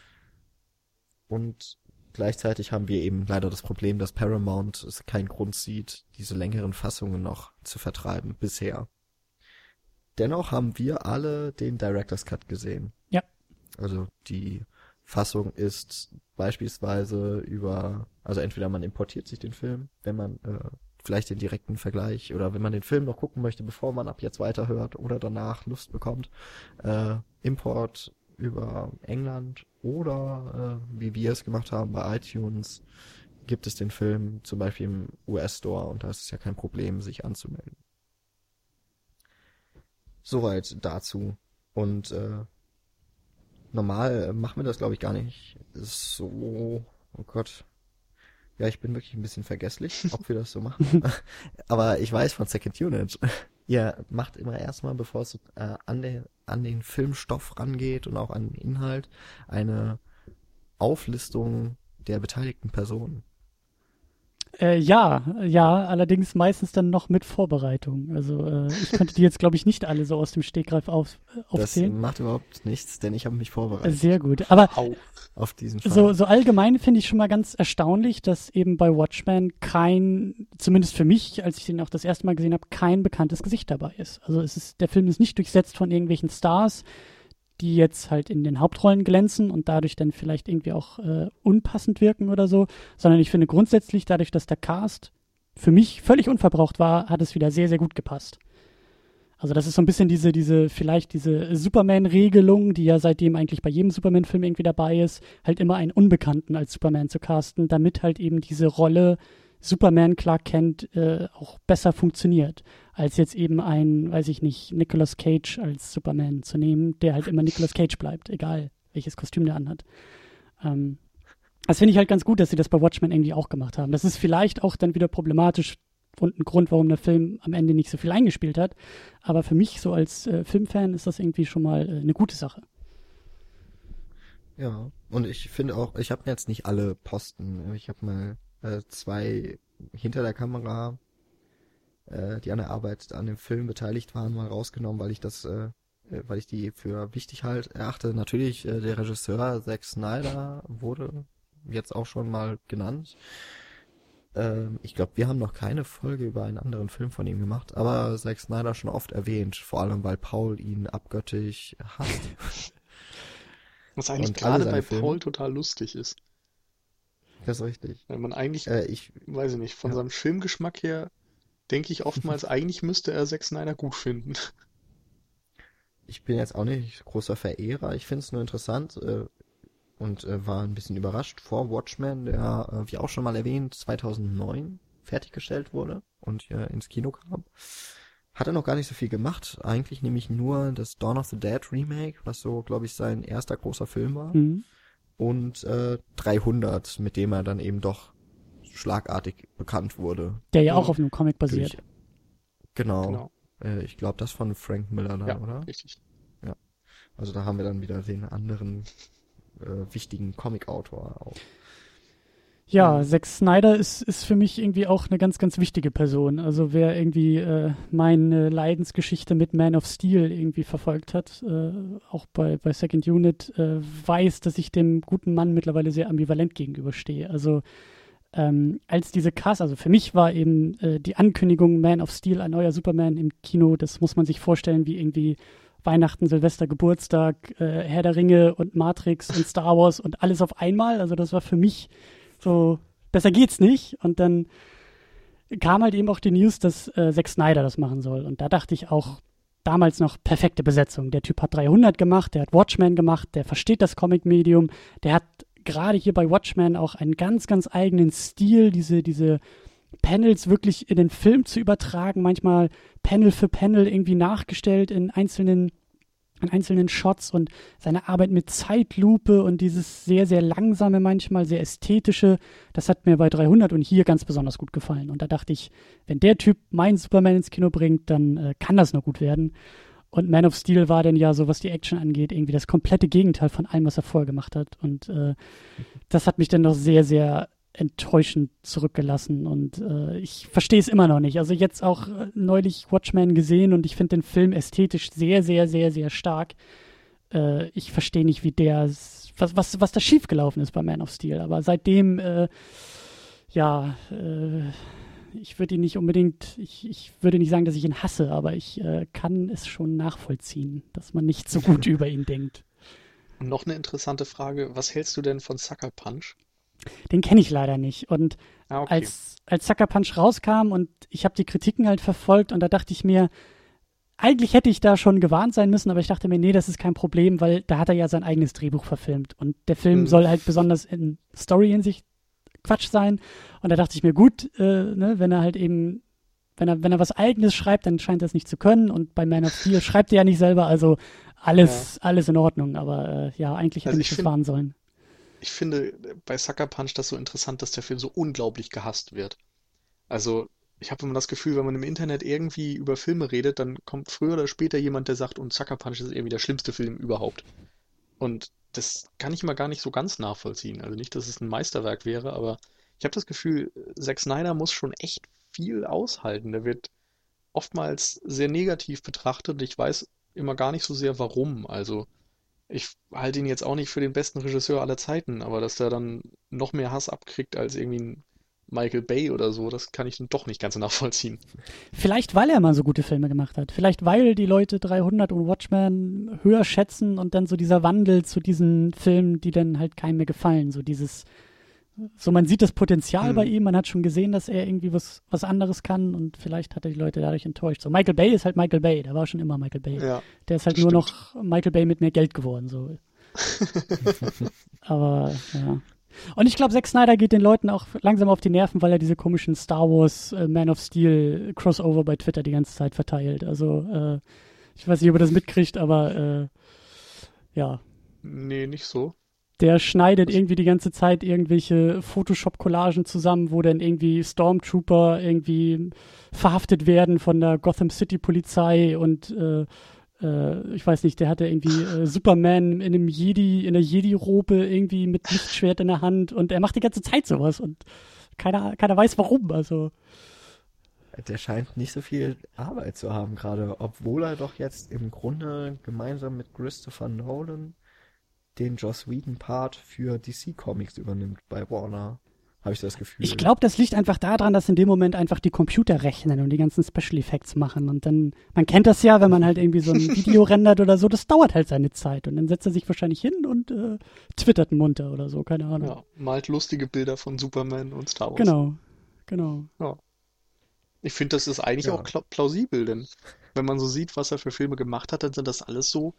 Und gleichzeitig haben wir eben leider das Problem, dass Paramount es keinen Grund sieht, diese längeren Fassungen noch zu vertreiben bisher. Dennoch haben wir alle den Director's Cut gesehen. Ja. Also die Fassung ist beispielsweise über, also entweder man importiert sich den Film, wenn man äh, vielleicht den direkten Vergleich oder wenn man den Film noch gucken möchte, bevor man ab jetzt weiterhört oder danach Lust bekommt, äh, Import über England oder äh, wie wir es gemacht haben bei iTunes, gibt es den Film zum Beispiel im U S-Store und da ist es ja kein Problem, sich anzumelden. Soweit dazu. Und äh, normal machen wir das, glaube ich, gar nicht so. Oh Gott. Ja, ich bin wirklich ein bisschen vergesslich, ob wir das so machen. Aber ich weiß von Second Unit, ihr macht immer erstmal, bevor es äh, an, der, an den Filmstoff rangeht und auch an den Inhalt, eine Auflistung der beteiligten Personen. Äh, ja, ja, allerdings meistens dann noch mit Vorbereitung. Also äh, ich könnte die jetzt, glaube ich, nicht alle so aus dem Stegreif auf, äh, aufzählen. Das macht überhaupt nichts, denn ich habe mich vorbereitet. Sehr gut. Aber Au. Auf diesen Fall. so, so allgemein finde ich schon mal ganz erstaunlich, dass eben bei Watchmen kein, zumindest für mich, als ich den auch das erste Mal gesehen habe, kein bekanntes Gesicht dabei ist. Also es ist, der Film ist nicht durchsetzt von irgendwelchen Stars, die jetzt halt in den Hauptrollen glänzen und dadurch dann vielleicht irgendwie auch äh, unpassend wirken oder so, sondern ich finde grundsätzlich, dadurch, dass der Cast für mich völlig unverbraucht war, hat es wieder sehr, sehr gut gepasst. Also das ist so ein bisschen diese, diese, vielleicht diese Superman-Regelung, die ja seitdem eigentlich bei jedem Superman-Film irgendwie dabei ist, halt immer einen Unbekannten als Superman zu casten, damit halt eben diese Rolle Superman Clark Kent äh, auch besser funktioniert, als jetzt eben ein, weiß ich nicht, Nicolas Cage als Superman zu nehmen, der halt immer Nicolas Cage bleibt, egal welches Kostüm der anhat. Ähm, das finde ich halt ganz gut, dass sie das bei Watchmen irgendwie auch gemacht haben. Das ist vielleicht auch dann wieder problematisch und ein Grund, warum der Film am Ende nicht so viel eingespielt hat, aber für mich so als äh, Filmfan ist das irgendwie schon mal äh, eine gute Sache. Ja, und ich finde auch, ich habe mir jetzt nicht alle Posten, ich habe mal äh, zwei hinter der Kamera, äh, die an der Arbeit an dem Film beteiligt waren, mal rausgenommen, weil ich das, äh, weil ich die für wichtig halt erachte. Natürlich, äh, der Regisseur Zack Snyder wurde jetzt auch schon mal genannt. Ähm, ich glaube, wir haben noch keine Folge über einen anderen Film von ihm gemacht, aber Zack Snyder schon oft erwähnt, vor allem weil Paul ihn abgöttisch hasst. Was eigentlich Und gerade alle seine bei Filme. Paul total lustig ist. Das ist richtig. Weil man eigentlich, Äh, ich, weiß ich nicht, von ja. seinem Filmgeschmack her denke ich oftmals, eigentlich müsste er Zack Snyder gut finden. Ich bin jetzt auch nicht großer Verehrer, ich finde es nur interessant äh, und äh, war ein bisschen überrascht vor Watchmen, der, äh, wie auch schon mal erwähnt, zweitausendneun fertiggestellt wurde und äh, ins Kino kam. Hat er noch gar nicht so viel gemacht, eigentlich nämlich nur das Dawn of the Dead Remake, was so, glaube ich, sein erster großer Film war. Mhm. Und äh, dreihundert, mit dem er dann eben doch schlagartig bekannt wurde. Der ja Mhm. auch auf einem Comic basiert. Durch, genau. Genau. Äh, ich glaube, das von Frank Miller dann, Ja, oder? richtig. Also da haben wir dann wieder den anderen äh, wichtigen Comic-Autor auch. Ja, Mhm. Zack Snyder ist, ist für mich irgendwie auch eine ganz, ganz wichtige Person. Also wer irgendwie äh, meine Leidensgeschichte mit Man of Steel irgendwie verfolgt hat, äh, auch bei, bei Second Unit, äh, weiß, dass ich dem guten Mann mittlerweile sehr ambivalent gegenüberstehe. Also ähm, als diese Cast, also für mich war eben äh, die Ankündigung Man of Steel, ein neuer Superman im Kino, das muss man sich vorstellen wie irgendwie Weihnachten, Silvester, Geburtstag, äh, Herr der Ringe und Matrix und Star Wars und alles auf einmal. Also das war für mich so, besser geht's nicht. Und dann kam halt eben auch die News, dass äh, Zack Snyder das machen soll. Und da dachte ich auch, damals noch perfekte Besetzung. Der Typ hat dreihundert gemacht, der hat Watchmen gemacht, der versteht das Comic-Medium, der hat gerade hier bei Watchmen auch einen ganz, ganz eigenen Stil, diese, diese Panels wirklich in den Film zu übertragen, manchmal Panel für Panel irgendwie nachgestellt in einzelnen in einzelnen Shots und seine Arbeit mit Zeitlupe und dieses sehr, sehr langsame, manchmal sehr ästhetische, das hat mir bei dreihundert und hier ganz besonders gut gefallen. Und da dachte ich, wenn der Typ meinen Superman ins Kino bringt, dann äh, kann das nur gut werden. Und Man of Steel war dann ja so, was die Action angeht, irgendwie das komplette Gegenteil von allem, was er vorher gemacht hat. Und äh, das hat mich dann noch sehr, sehr enttäuschend zurückgelassen und äh, ich verstehe es immer noch nicht. Also jetzt auch äh, neulich Watchmen gesehen und ich finde den Film ästhetisch sehr, sehr, sehr, sehr stark. Äh, ich verstehe nicht, wie der, was, was, was da schiefgelaufen ist bei Man of Steel, aber seitdem, äh, ja, äh, ich würde ihn nicht unbedingt, ich, ich würde nicht sagen, dass ich ihn hasse, aber ich äh, kann es schon nachvollziehen, dass man nicht so gut über ihn denkt. Und noch eine interessante Frage, was hältst du denn von Sucker Punch? Den kenne ich leider nicht. Und Ah, okay. als, als Sucker Punch rauskam und ich habe die Kritiken halt verfolgt und da dachte ich mir, eigentlich hätte ich da schon gewarnt sein müssen, aber ich dachte mir, nee, das ist kein Problem, weil da hat er ja sein eigenes Drehbuch verfilmt und der Film Mhm. soll halt besonders in Story-Hinsicht Quatsch sein. Und da dachte ich mir, gut, äh, ne, wenn er halt eben, wenn er, wenn er was Eigenes schreibt, dann scheint er es nicht zu können und bei Man of Steel schreibt er ja nicht selber, also alles, alles in Ordnung, aber äh, ja, eigentlich hätte Also mich ich das find- warnen sollen. Ich finde bei Sucker Punch das so interessant, dass der Film so unglaublich gehasst wird. Also, ich habe immer das Gefühl, wenn man im Internet irgendwie über Filme redet, dann kommt früher oder später jemand, der sagt, und Sucker Punch ist irgendwie der schlimmste Film überhaupt. Und das kann ich mal gar nicht so ganz nachvollziehen. Also nicht, dass es ein Meisterwerk wäre, aber ich habe das Gefühl, Zack Snyder muss schon echt viel aushalten. Der wird oftmals sehr negativ betrachtet. Ich weiß immer gar nicht so sehr warum. Also ich halte ihn jetzt auch nicht für den besten Regisseur aller Zeiten, aber dass der dann noch mehr Hass abkriegt als irgendwie ein Michael Bay oder so, das kann ich dann doch nicht ganz so nachvollziehen. Vielleicht, weil er mal so gute Filme gemacht hat. Vielleicht, weil die Leute dreihundert und Watchmen höher schätzen und dann so dieser Wandel zu diesen Filmen, die dann halt keinem mehr gefallen. So dieses, so man sieht das Potenzial Hm. bei ihm, man hat schon gesehen, dass er irgendwie was, was anderes kann und vielleicht hat er die Leute dadurch enttäuscht. So Michael Bay ist halt Michael Bay, der war schon immer Michael Bay. Ja, Der ist halt das nur stimmt. noch Michael Bay mit mehr Geld geworden. So. Aber ja. Und ich glaube, Zack Snyder geht den Leuten auch langsam auf die Nerven, weil er diese komischen Star Wars äh, Man of Steel Crossover bei Twitter die ganze Zeit verteilt. Also äh, ich weiß nicht, ob er das mitkriegt, aber äh, ja, Nee, nicht so. der schneidet Das, irgendwie die ganze Zeit irgendwelche Photoshop-Collagen zusammen, wo dann irgendwie Stormtrooper irgendwie verhaftet werden von der Gotham City Polizei und äh, äh, ich weiß nicht, der hatte irgendwie äh, Superman in einem Jedi, in einer Jedi-Robe irgendwie mit Lichtschwert in der Hand und er macht die ganze Zeit sowas und keiner, keiner weiß warum. Also Der scheint nicht so viel Arbeit zu haben gerade, obwohl er doch jetzt im Grunde gemeinsam mit Christopher Nolan den Joss Whedon-Part für D C Comics übernimmt bei Warner. Habe ich das ich Gefühl. glaube, das liegt einfach daran, dass in dem Moment einfach die Computer rechnen und die ganzen Special Effects machen. Und dann, man kennt das ja, wenn man halt irgendwie so ein Video rendert oder so, das dauert halt seine Zeit. Und dann setzt er sich wahrscheinlich hin und äh, twittert munter oder so, keine Ahnung. ja, malt lustige Bilder von Superman und Star Wars. Genau, genau. Ja. Ich finde, das ist eigentlich auch Ja. kla- plausibel, denn wenn man so sieht, was er für Filme gemacht hat, dann sind das alles so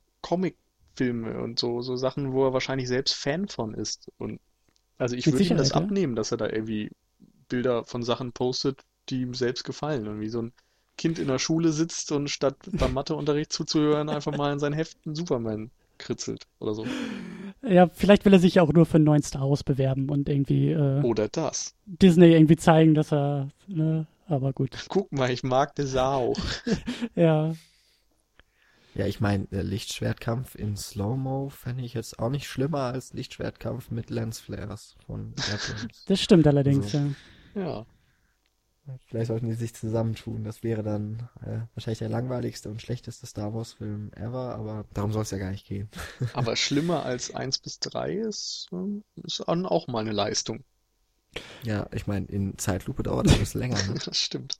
Comic-Filme und so, so Sachen, wo er wahrscheinlich selbst Fan von ist. Und also ich Mit würde ihm das Sicherheit, ja. abnehmen, dass er da irgendwie Bilder von Sachen postet, die ihm selbst gefallen. Und wie so ein Kind in der Schule sitzt und statt beim Matheunterricht zuzuhören, einfach mal in sein Heft einen Superman kritzelt oder so. Ja, vielleicht will er sich ja auch nur für einen neuen Star Wars bewerben und irgendwie äh, Oder das. Disney irgendwie zeigen, dass er, ne, aber gut. Guck mal, ich mag das auch. Ja, Ja, ich meine, der Lichtschwertkampf in Slow-Mo fände ich jetzt auch nicht schlimmer als Lichtschwertkampf mit Lensflares von Abrams. das stimmt allerdings, Also, ja. Ja. vielleicht sollten die sich zusammentun. Das wäre dann äh, wahrscheinlich der langweiligste und schlechteste Star Wars-Film ever, aber darum soll es ja gar nicht gehen. Aber schlimmer als eins bis drei ist, ähm, ist dann auch mal eine Leistung. Ja, ich meine, in Zeitlupe dauert alles länger, ne? Das stimmt.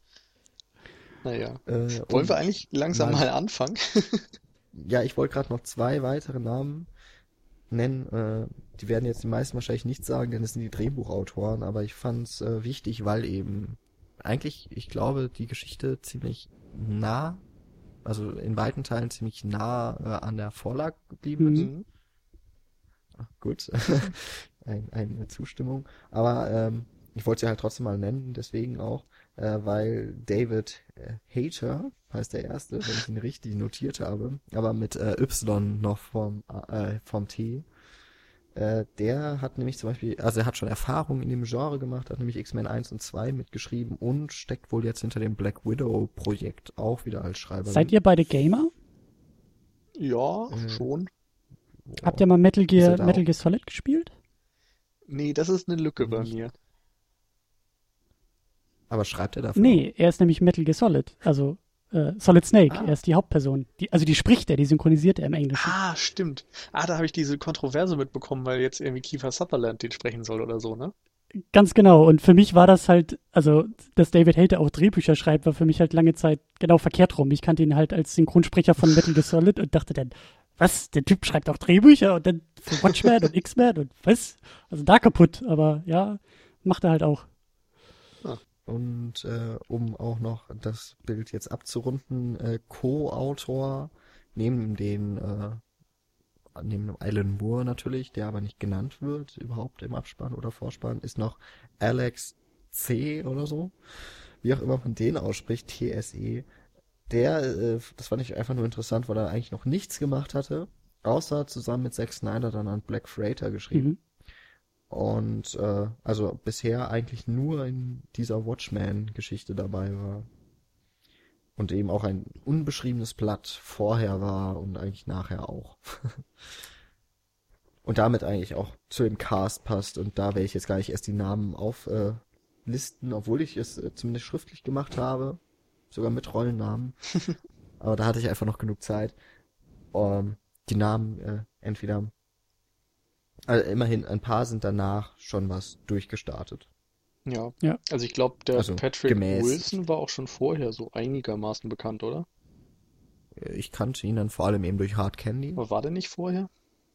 Naja. Äh, Wollen wir um eigentlich langsam mal, mal anfangen? ja, ich wollte gerade noch zwei weitere Namen nennen. Äh, die werden jetzt die meisten wahrscheinlich nicht sagen, denn es sind die Drehbuchautoren, aber ich fand es äh, wichtig, weil eben eigentlich, ich glaube, die Geschichte ziemlich nah, also in weiten Teilen ziemlich nah äh, an der Vorlage geblieben ist. Mhm. Mhm. Ach, gut, ein, eine Zustimmung. Aber ähm, ich wollte sie halt trotzdem mal nennen, deswegen auch, äh, weil David äh, Hayter heißt der erste, wenn ich ihn richtig notiert habe, aber mit äh, Y noch vom, äh, vom T. Äh, der hat nämlich zum Beispiel, also er hat schon Erfahrung in dem Genre gemacht, hat nämlich X-Men eins und zwei mitgeschrieben und steckt wohl jetzt hinter dem Black Widow-Projekt auch wieder als Schreiber. Seid ihr beide Gamer? Ja, Äh, schon. Habt ihr mal Metal Ist er Gear, da Metal auch? Gear Solid gespielt? Nee, das ist eine Lücke bei Nicht. mir. Aber schreibt er dafür auch? Nee, er ist nämlich Metal Gear Solid, also äh, Solid Snake, er Ah, ist die Hauptperson. Die, also die spricht er, die synchronisiert er im Englischen. Ah, stimmt. Ah, da habe ich diese Kontroverse mitbekommen, weil jetzt irgendwie Kiefer Sutherland den sprechen soll oder so, ne? Ganz genau. Und für mich war das halt, also, dass David Hayter auch Drehbücher schreibt, war für mich halt lange Zeit genau verkehrt rum. Ich kannte ihn halt als Synchronsprecher von Metal Gear Solid und dachte dann, was? Der Typ schreibt auch Drehbücher und dann für Watchmen und X-Men und was? Also da kaputt. Aber ja, macht er halt auch. Ah, und äh, um auch noch das Bild jetzt abzurunden, äh, Co-Autor neben den äh, neben Alan Moore natürlich, der aber nicht genannt wird überhaupt im Abspann oder Vorspann, ist noch Alex C. oder so, wie auch immer man den ausspricht, T S E. Der, äh, das fand ich einfach nur interessant, weil er eigentlich noch nichts gemacht hatte, außer zusammen mit Zack Snyder dann an Black Freighter geschrieben. Mhm. Und äh, also bisher eigentlich nur in dieser Watchmen-Geschichte dabei war. Und eben auch ein unbeschriebenes Blatt vorher war und eigentlich nachher auch. und damit eigentlich auch zu dem Cast passt. Und da werde ich jetzt gar nicht erst die Namen auflisten, äh, listen, obwohl ich es äh, zumindest schriftlich gemacht habe, sogar mit Rollennamen. Aber da hatte ich einfach noch genug Zeit. Um, die Namen äh, entweder, also immerhin ein paar sind danach schon was durchgestartet. Ja, Ja. also ich glaube, der Also Patrick gemäß- Wilson war auch schon vorher so einigermaßen bekannt, oder? Ich kannte ihn dann vor allem eben durch Hard Candy. Aber war der nicht vorher?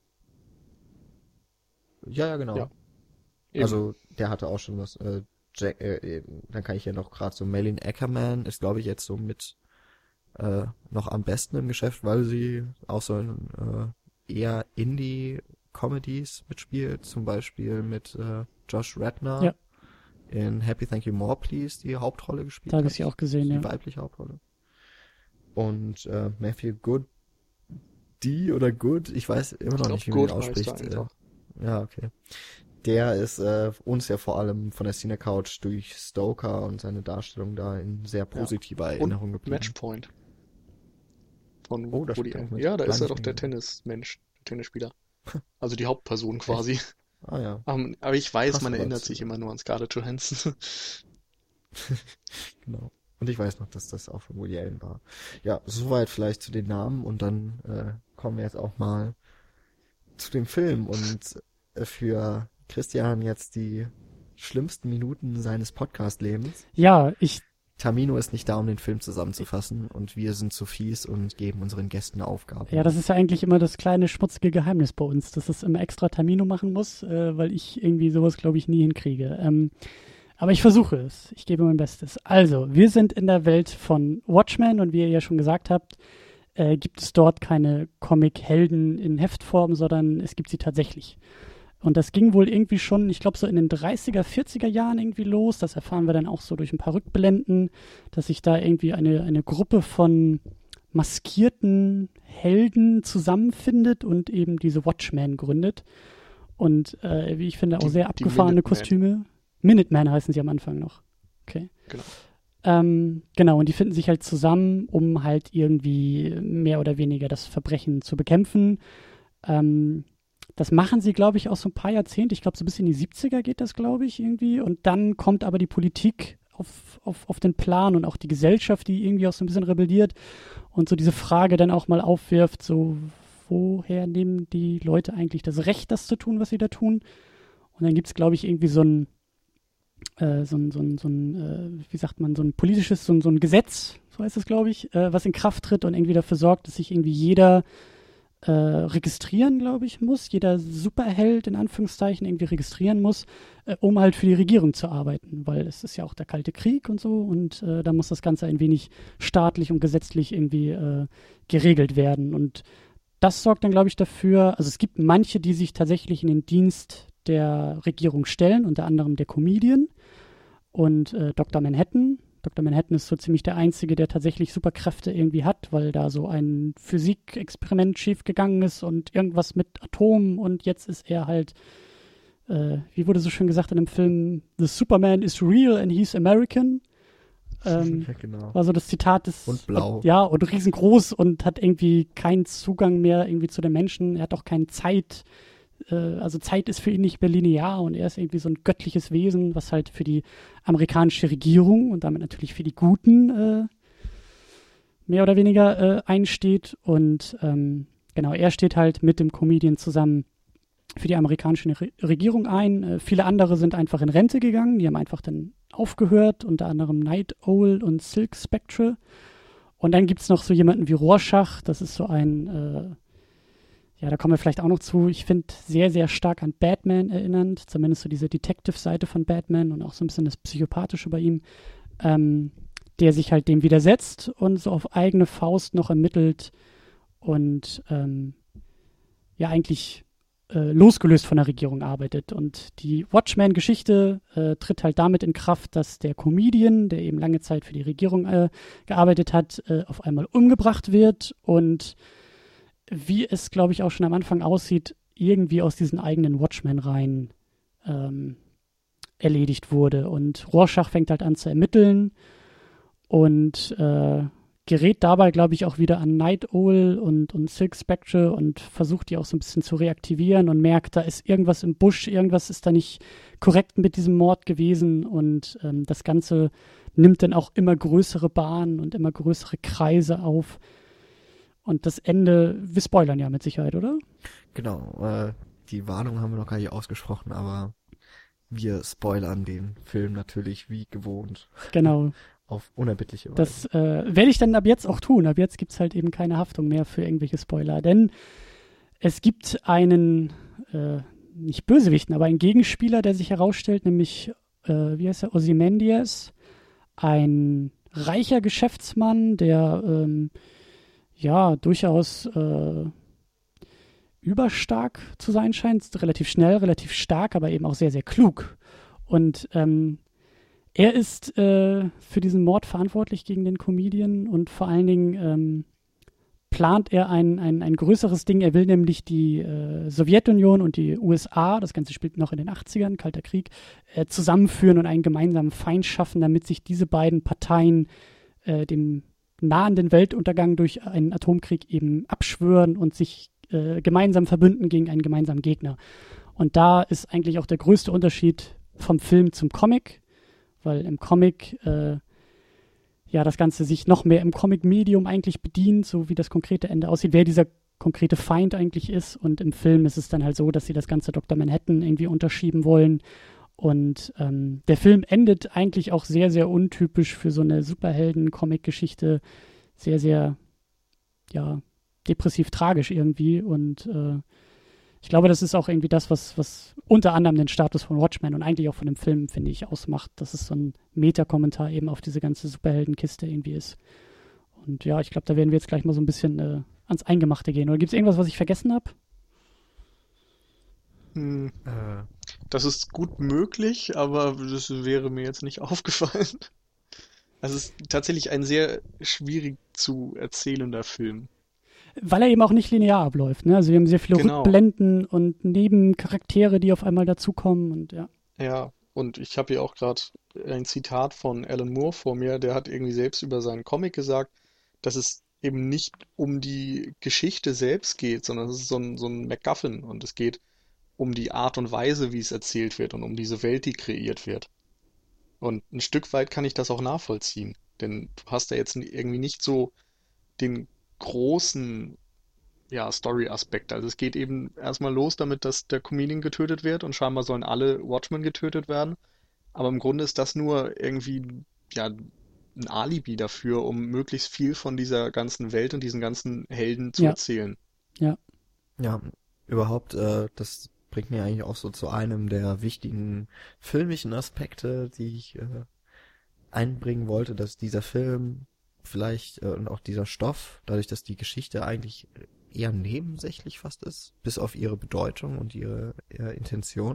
Ja, ja, genau. Ja. Eben. Also der hatte auch schon was. Äh, Jack, äh, dann kann ich ja noch gerade so Malin Ackerman ist, glaube ich, jetzt so mit äh, noch am besten im Geschäft, weil sie auch so in äh, eher Indie-Comedies mitspielt, zum Beispiel mit äh, Josh Radnor Ja. in Happy Thank You More Please die Hauptrolle gespielt Da habe hat. ich sie auch gesehen, Die ja. weibliche Hauptrolle. Und äh, Matthew Good, die oder Good, ich weiß immer Ich noch glaub, nicht, wie man ihn Good heißt ausspricht. er einfach. Äh, ja, okay. Der ist äh, uns ja vor allem von der Cine Couch durch Stoker und seine Darstellung da in sehr positiver Erinnerung Und geblieben. Matchpoint. Von Oh, da Woody spielt er auch Allen. mit. Ja, da ist Lange er doch nicht der mehr. Tennismensch, der Tennisspieler. Also die Hauptperson quasi. Ah ja, Ähm, Aber ich weiß, Passt man aber erinnert zu- sich immer nur an Scarlett Johansson. genau. Und ich weiß noch, dass das auch von Woody Allen war. Ja, soweit vielleicht zu den Namen und dann äh, kommen wir jetzt auch mal zu dem Film und äh, für Christian jetzt die schlimmsten Minuten seines Podcast-Lebens. Ja, ich, Tamino ist nicht da, um den Film zusammenzufassen und wir sind zu fies und geben unseren Gästen Aufgaben. ja, das ist ja eigentlich immer das kleine schmutzige Geheimnis bei uns, dass es immer extra Tamino machen muss, äh, weil ich irgendwie sowas, glaube ich, nie hinkriege. Ähm, aber ich versuche es. Ich gebe mein Bestes. Also, wir sind in der Welt von Watchmen und wie ihr ja schon gesagt habt, äh, gibt es dort keine Comic-Helden in Heftform, sondern es gibt sie tatsächlich. Und das ging wohl irgendwie schon, ich glaube, so in den dreißiger, vierziger Jahren irgendwie los. Das erfahren wir dann auch so durch ein paar Rückblenden, dass sich da irgendwie eine, eine Gruppe von maskierten Helden zusammenfindet und eben diese Watchmen gründet. Und äh, wie ich finde, auch Die- sehr die abgefahrene Minutemen. Kostüme. Minutemen heißen sie am Anfang noch. Okay. Genau. Ähm, genau, und die finden sich halt zusammen, um halt irgendwie mehr oder weniger das Verbrechen zu bekämpfen. Ähm, das machen sie, glaube ich, auch so ein paar Jahrzehnte. Ich glaube, so bis in die siebziger geht das, glaube ich, irgendwie. Und dann kommt aber die Politik auf, auf, auf den Plan und auch die Gesellschaft, die irgendwie auch so ein bisschen rebelliert und so diese Frage dann auch mal aufwirft, so, woher nehmen die Leute eigentlich das Recht, das zu tun, was sie da tun? Und dann gibt es, glaube ich, irgendwie so ein Äh, so ein, so ein, so ein äh, wie sagt man, so ein politisches, so ein, so ein Gesetz, so heißt es, glaube ich, äh, was in Kraft tritt und irgendwie dafür sorgt, dass sich irgendwie jeder äh, registrieren, glaube ich, muss, jeder Superheld in Anführungszeichen irgendwie registrieren muss, äh, um halt für die Regierung zu arbeiten, weil es ist ja auch der Kalte Krieg und so und äh, da muss das Ganze ein wenig staatlich und gesetzlich irgendwie äh, geregelt werden und das sorgt dann, glaube ich, dafür, also es gibt manche, die sich tatsächlich in den Dienst der Regierung stellen, unter anderem der Comedian und äh, Doktor Manhattan. Doktor Manhattan ist so ziemlich der Einzige, der tatsächlich Superkräfte irgendwie hat, weil da so ein Physikexperiment schief gegangen ist und irgendwas mit Atomen und jetzt ist er halt, äh, wie wurde so schön gesagt in dem Film, The Superman is real and he's American. Ähm, Ja, genau. war so das Zitat des Und blau. Und, ja, und riesengroß und hat irgendwie keinen Zugang mehr irgendwie zu den Menschen. Er hat auch keine Zeit. Äh, also Zeit ist für ihn nicht mehr linear und er ist irgendwie so ein göttliches Wesen, was halt für die amerikanische Regierung und damit natürlich für die Guten äh, mehr oder weniger äh, einsteht. Und ähm, genau, er steht halt mit dem Comedian zusammen für die amerikanische Re- Regierung ein. Äh, viele andere sind einfach in Rente gegangen. Die haben einfach dann aufgehört, unter anderem Night Owl und Silk Spectre. Und dann gibt es noch so jemanden wie Rorschach. Das ist so ein, äh, ja, da kommen wir vielleicht auch noch zu. Ich finde sehr, sehr stark an Batman erinnernd. Zumindest so diese Detective-Seite von Batman und auch so ein bisschen das Psychopathische bei ihm. Ähm, der sich halt dem widersetzt und so auf eigene Faust noch ermittelt und ähm, ja, eigentlich losgelöst von der Regierung arbeitet. Und die Watchmen-Geschichte äh, tritt halt damit in Kraft, dass der Comedian, der eben lange Zeit für die Regierung äh, gearbeitet hat, äh, auf einmal umgebracht wird und wie es, glaube ich, auch schon am Anfang aussieht, irgendwie aus diesen eigenen Watchmen-Reihen ähm, erledigt wurde. Und Rorschach fängt halt an zu ermitteln und äh, gerät dabei, glaube ich, auch wieder an Night Owl und, und Silk Spectre und versucht die auch so ein bisschen zu reaktivieren und merkt, da ist irgendwas im Busch, irgendwas ist da nicht korrekt mit diesem Mord gewesen und ähm, das Ganze nimmt dann auch immer größere Bahnen und immer größere Kreise auf. Und das Ende, wir spoilern ja mit Sicherheit, oder? Genau, äh, die Warnung haben wir noch gar nicht ausgesprochen, aber wir spoilern den Film natürlich wie gewohnt. Genau. Auf unerbittliche Weise. Das äh, werde ich dann ab jetzt auch tun. Ab jetzt gibt es halt eben keine Haftung mehr für irgendwelche Spoiler. Denn es gibt einen, äh, nicht Bösewichten, aber einen Gegenspieler, der sich herausstellt, nämlich, äh, wie heißt er, Ozymandias, ein reicher Geschäftsmann, der ähm, ja durchaus äh, überstark zu sein scheint, relativ schnell, relativ stark, aber eben auch sehr, sehr klug. Und ähm, er ist äh, für diesen Mord verantwortlich gegen den Comedian und vor allen Dingen ähm, plant er ein, ein, ein größeres Ding. Er will nämlich die äh, Sowjetunion und die U S A, das Ganze spielt noch in den achtzigern, Kalter Krieg, äh, zusammenführen und einen gemeinsamen Feind schaffen, damit sich diese beiden Parteien äh, dem nahenden Weltuntergang durch einen Atomkrieg eben abschwören und sich äh, gemeinsam verbünden gegen einen gemeinsamen Gegner. Und da ist eigentlich auch der größte Unterschied vom Film zum Comic, weil im Comic äh, ja das Ganze sich noch mehr im Comic-Medium eigentlich bedient, so wie das konkrete Ende aussieht, wer dieser konkrete Feind eigentlich ist. Und im Film ist es dann halt so, dass sie das ganze Doktor Manhattan irgendwie unterschieben wollen. Und ähm, der Film endet eigentlich auch sehr, sehr untypisch für so eine Superhelden-Comic-Geschichte. Sehr, sehr, ja, depressiv-tragisch irgendwie. Und äh, ich glaube, das ist auch irgendwie das, was, was unter anderem den Status von Watchmen und eigentlich auch von dem Film, finde ich, ausmacht, dass es so ein Meta-Kommentar eben auf diese ganze Superheldenkiste irgendwie ist. Und ja, ich glaube, da werden wir jetzt gleich mal so ein bisschen äh, ans Eingemachte gehen. Oder gibt es irgendwas, was ich vergessen habe? Hm, Äh, das ist gut möglich, aber das wäre mir jetzt nicht aufgefallen. Also es ist tatsächlich ein sehr schwierig zu erzählender Film. Weil er eben auch nicht linear abläuft. Ne? Also wir haben sehr viele Genau. Rückblenden und Nebencharaktere, die auf einmal dazukommen. Und ja. Ja, und ich habe hier auch gerade ein Zitat von Alan Moore vor mir, der hat irgendwie selbst über seinen Comic gesagt, dass es eben nicht um die Geschichte selbst geht, sondern es ist so ein, so ein MacGuffin und es geht um die Art und Weise, wie es erzählt wird und um diese Welt, die kreiert wird. Und ein Stück weit kann ich das auch nachvollziehen, denn du hast da jetzt irgendwie nicht so den großen, ja, Story-Aspekt. Also es geht eben erstmal los damit, dass der Comedian getötet wird und scheinbar sollen alle Watchmen getötet werden. Aber im Grunde ist das nur irgendwie, ja, ein Alibi dafür, um möglichst viel von dieser ganzen Welt und diesen ganzen Helden zu Ja. erzählen. Ja. ja, überhaupt, äh, das bringt mir eigentlich auch so zu einem der wichtigen filmischen Aspekte, die ich äh, einbringen wollte, dass dieser Film vielleicht äh, und auch dieser Stoff, dadurch, dass die Geschichte eigentlich eher nebensächlich fast ist, bis auf ihre Bedeutung und ihre, ihre Intention,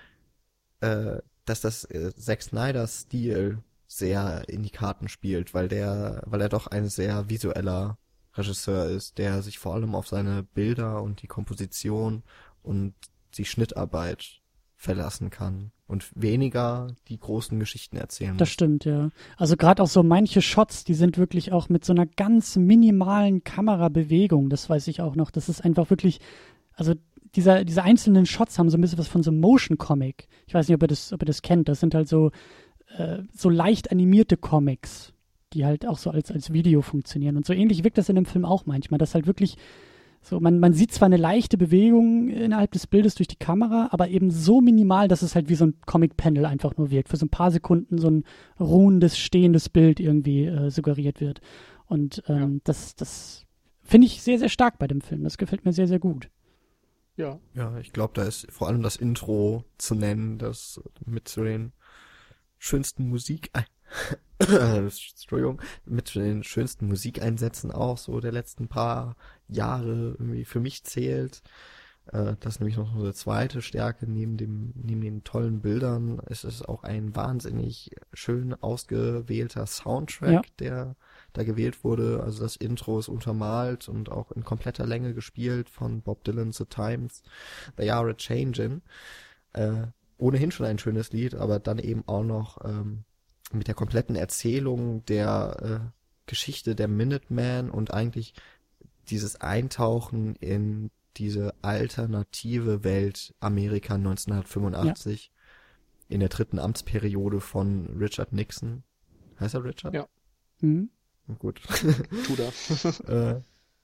äh, dass das äh, Zack Snyders Stil sehr in die Karten spielt, weil der, weil er doch ein sehr visueller Regisseur ist, der sich vor allem auf seine Bilder und die Komposition und die Schnittarbeit verlassen kann und weniger die großen Geschichten erzählen Das muss. stimmt, ja. Also gerade auch so manche Shots, die sind wirklich auch mit so einer ganz minimalen Kamerabewegung, das weiß ich auch noch. Das ist einfach wirklich, also dieser, diese einzelnen Shots haben so ein bisschen was von so einem Motion-Comic. Ich weiß nicht, ob ihr das, ob ihr das kennt. Das sind halt so, äh, so leicht animierte Comics, die halt auch so als, als Video funktionieren. Und so ähnlich wirkt das in dem Film auch manchmal, dass halt wirklich so, man, man sieht zwar eine leichte Bewegung innerhalb des Bildes durch die Kamera, aber eben so minimal, dass es halt wie so ein Comic-Panel einfach nur wirkt. Für so ein paar Sekunden so ein ruhendes, stehendes Bild irgendwie äh, suggeriert wird. Und ähm, Ja. das, das finde ich sehr, sehr stark bei dem Film. Das gefällt mir sehr, sehr gut. Ja, Ja, ich glaube, da ist vor allem das Intro zu nennen, das mit zu den schönsten Musik, Entschuldigung, mit den schönsten Musikeinsätzen auch so der letzten paar Jahre irgendwie für mich zählt. Äh, das ist nämlich noch so eine zweite Stärke neben dem, neben den tollen Bildern. Es ist auch ein wahnsinnig schön ausgewählter Soundtrack, Ja. der da gewählt wurde. Also das Intro ist untermalt und auch in kompletter Länge gespielt von Bob Dylan, The Times, They Are a Changin'. Äh, ohnehin schon ein schönes Lied, aber dann eben auch noch ähm, mit der kompletten Erzählung der Geschichte der Minutemen und eigentlich dieses Eintauchen in diese alternative Welt Amerika neunzehnhundertfünfundachtzig ja. in der dritten Amtsperiode von Richard Nixon. Heißt er Richard? Ja. Mhm. Gut. Tut er. äh,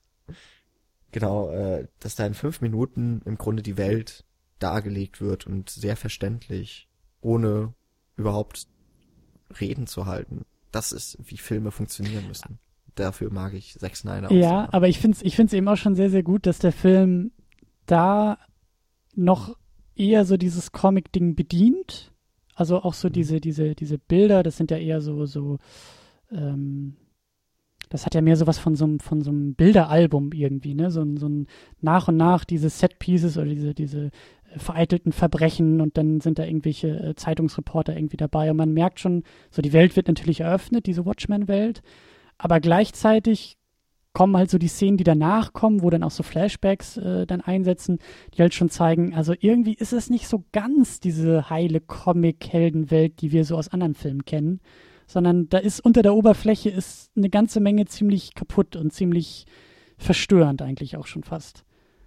genau, äh, dass da in fünf Minuten im Grunde die Welt dargelegt wird und sehr verständlich, ohne überhaupt Reden zu halten. Das ist, wie Filme funktionieren müssen. Dafür mag ich Zack Snyder auch. Ja, sehr. aber ich finde es ich find's eben auch schon sehr, sehr gut, dass der Film da noch eher so dieses Comic-Ding bedient. Also auch so mhm. diese, diese, diese Bilder, das sind ja eher so, so, ähm, das hat ja mehr sowas von so einem, von so einem Bilderalbum irgendwie, ne? So ein, so ein nach und nach diese Set-Pieces oder diese, diese vereitelten Verbrechen und dann sind da irgendwelche äh, Zeitungsreporter irgendwie dabei und man merkt schon, so die Welt wird natürlich eröffnet, diese Watchmen-Welt, aber gleichzeitig kommen halt so die Szenen, die danach kommen, wo dann auch so Flashbacks äh, dann einsetzen, die halt schon zeigen, also irgendwie ist es nicht so ganz diese heile Comic-Heldenwelt, die wir so aus anderen Filmen kennen, sondern da ist unter der Oberfläche ist eine ganze Menge ziemlich kaputt und ziemlich verstörend eigentlich auch schon fast.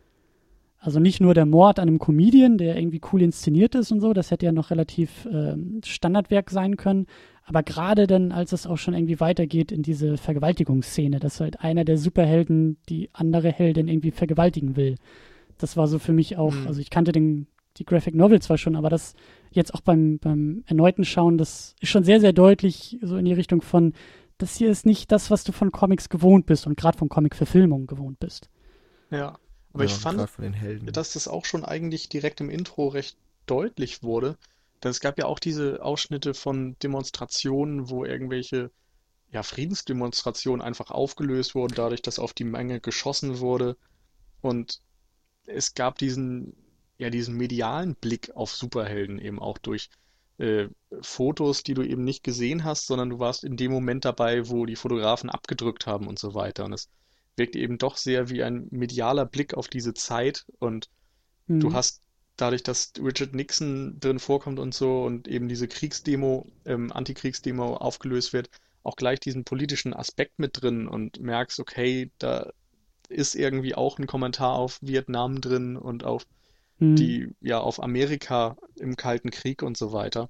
Also nicht nur der Mord an einem Comedian, der irgendwie cool inszeniert ist und so, das hätte ja noch relativ äh, Standardwerk sein können, aber gerade dann, als es auch schon irgendwie weitergeht in diese Vergewaltigungsszene, dass halt einer der Superhelden die andere Heldin irgendwie vergewaltigen will. Das war so für mich auch, mhm. also ich kannte den, die Graphic Novel zwar schon, aber das jetzt auch beim, beim erneuten Schauen, das ist schon sehr, sehr deutlich so in die Richtung von, das hier ist nicht das, was du von Comics gewohnt bist und gerade von Comic-Verfilmungen gewohnt bist. Ja. Aber ja, ich fand, von den Helden. dass das auch schon eigentlich direkt im Intro recht deutlich wurde. Denn es gab ja auch diese Ausschnitte von Demonstrationen, wo irgendwelche ja, Friedensdemonstrationen einfach aufgelöst wurden, dadurch, dass auf die Menge geschossen wurde. Und es gab diesen, ja, diesen medialen Blick auf Superhelden eben auch durch äh, Fotos, die du eben nicht gesehen hast, sondern du warst in dem Moment dabei, wo die Fotografen abgedrückt haben und so weiter. Und es wirkt eben doch sehr wie ein medialer Blick auf diese Zeit und mhm. du hast dadurch, dass Richard Nixon drin vorkommt und so und eben diese Kriegsdemo, ähm, Antikriegsdemo aufgelöst wird, auch gleich diesen politischen Aspekt mit drin und merkst, okay, da ist irgendwie auch ein Kommentar auf Vietnam drin und auf mhm. die, ja, auf Amerika im Kalten Krieg und so weiter.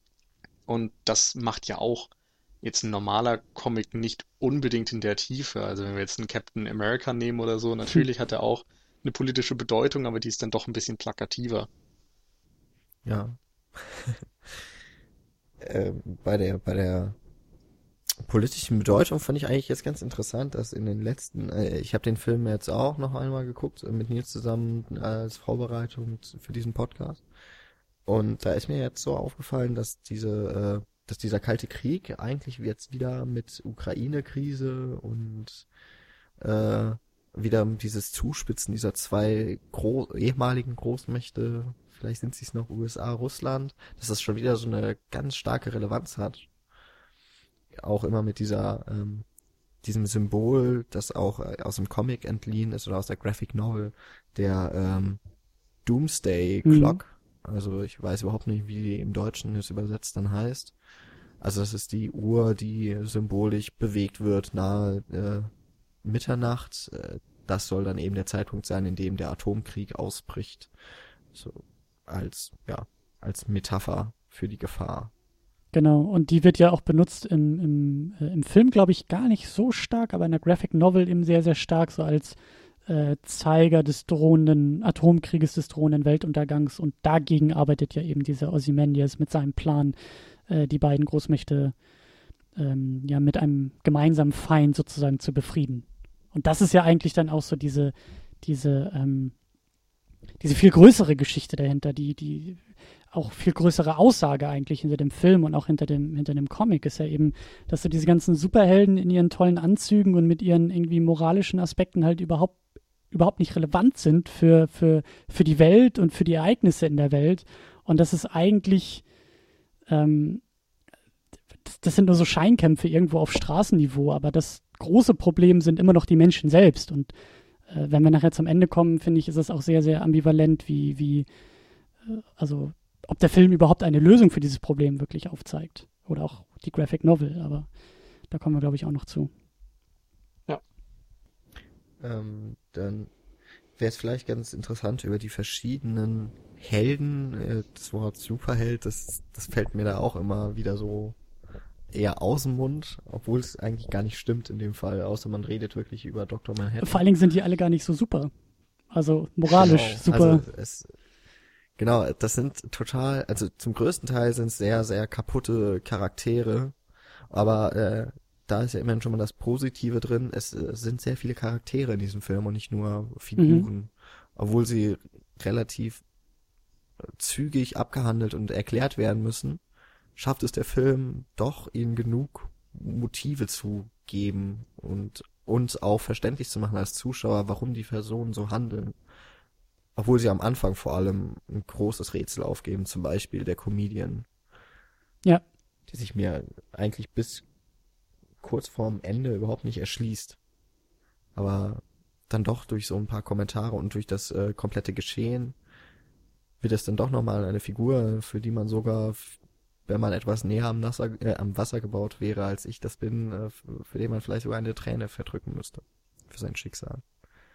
Und das macht ja auch jetzt ein normaler Comic nicht unbedingt in der Tiefe. Also wenn wir jetzt einen Captain America nehmen oder so, natürlich hat er auch eine politische Bedeutung, aber die ist dann doch ein bisschen plakativer. Ja. äh, bei der, bei der politischen Bedeutung fand ich eigentlich jetzt ganz interessant, dass in den letzten, äh, ich habe den Film jetzt auch noch einmal geguckt, äh, mit Nils zusammen äh, als Vorbereitung für diesen Podcast. Und da ist mir jetzt so aufgefallen, dass diese, äh, dass dieser Kalte Krieg eigentlich jetzt wieder mit Ukraine-Krise und äh, wieder dieses Zuspitzen dieser zwei Gro- ehemaligen Großmächte, vielleicht sind sie es noch U S A, Russland, dass das schon wieder so eine ganz starke Relevanz hat. Auch immer mit dieser ähm, diesem Symbol, das auch aus dem Comic entliehen ist oder aus der Graphic Novel, der ähm, Doomsday Clock. Mhm. Also ich weiß überhaupt nicht, wie die im Deutschen es übersetzt dann heißt. Also das ist die Uhr, die symbolisch bewegt wird nahe äh, Mitternacht. Äh, das soll dann eben der Zeitpunkt sein, in dem der Atomkrieg ausbricht. So als, ja, als Metapher für die Gefahr. Genau, und die wird ja auch benutzt im, im, äh, im Film, glaube ich, gar nicht so stark, aber in der Graphic Novel eben sehr, sehr stark, so als äh, Zeiger des drohenden Atomkrieges, des drohenden Weltuntergangs. Und dagegen arbeitet ja eben dieser Ozymandias mit seinem Plan, äh, die beiden Großmächte ähm, ja mit einem gemeinsamen Feind sozusagen zu befrieden. Und das ist ja eigentlich dann auch so diese, diese, ähm, diese viel größere Geschichte dahinter, die, die auch viel größere Aussage eigentlich hinter dem Film und auch hinter dem, hinter dem Comic ist ja eben, dass so diese ganzen Superhelden in ihren tollen Anzügen und mit ihren irgendwie moralischen Aspekten halt überhaupt, überhaupt nicht relevant sind für, für, für die Welt und für die Ereignisse in der Welt. Und das ist eigentlich, ähm, das, das sind nur so Scheinkämpfe irgendwo auf Straßenniveau, aber das große Problem sind immer noch die Menschen selbst. Und äh, wenn wir nachher zum Ende kommen, finde ich, ist es auch sehr, sehr ambivalent, wie, wie, äh, also ob der Film überhaupt eine Lösung für dieses Problem wirklich aufzeigt. Oder auch die Graphic Novel, aber da kommen wir, glaube ich, auch noch zu. ähm, dann wäre es vielleicht ganz interessant, über die verschiedenen Helden, äh, das Wort Superheld, das, das fällt mir da auch immer wieder so eher aus dem Mund, obwohl es eigentlich gar nicht stimmt in dem Fall, außer man redet wirklich über Doktor Manhattan. Vor allen Dingen sind die alle gar nicht so super. Also moralisch Genau, super. also es, genau, das sind total, also zum größten Teil sind es sehr, sehr kaputte Charaktere, aber äh, da ist ja immerhin schon mal das Positive drin, es äh, sind sehr viele Charaktere in diesem Film und nicht nur Figuren, Mhm. obwohl sie relativ zügig abgehandelt und erklärt werden müssen, schafft es der Film doch, ihnen genug Motive zu geben und uns auch verständlich zu machen als Zuschauer, warum die Personen so handeln. Obwohl sie am Anfang vor allem ein großes Rätsel aufgeben, zum Beispiel der Comedian, Ja. die sich mir eigentlich bis kurz vorm Ende überhaupt nicht erschließt. Aber dann doch durch so ein paar Kommentare und durch das äh, komplette Geschehen wird es dann doch nochmal eine Figur, für die man sogar, wenn man etwas näher am, Nasser, äh, am Wasser gebaut wäre, als ich das bin, äh, für den man vielleicht sogar eine Träne verdrücken müsste. Für sein Schicksal.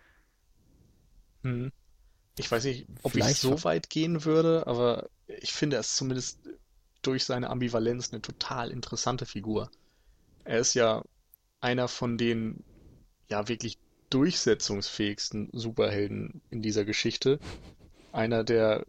Hm. Ich weiß nicht, ob ich Vielleicht so ver- weit gehen würde, aber ich finde er ist zumindest durch seine Ambivalenz eine total interessante Figur. Er ist ja einer von den ja wirklich durchsetzungsfähigsten Superhelden in dieser Geschichte. Einer, der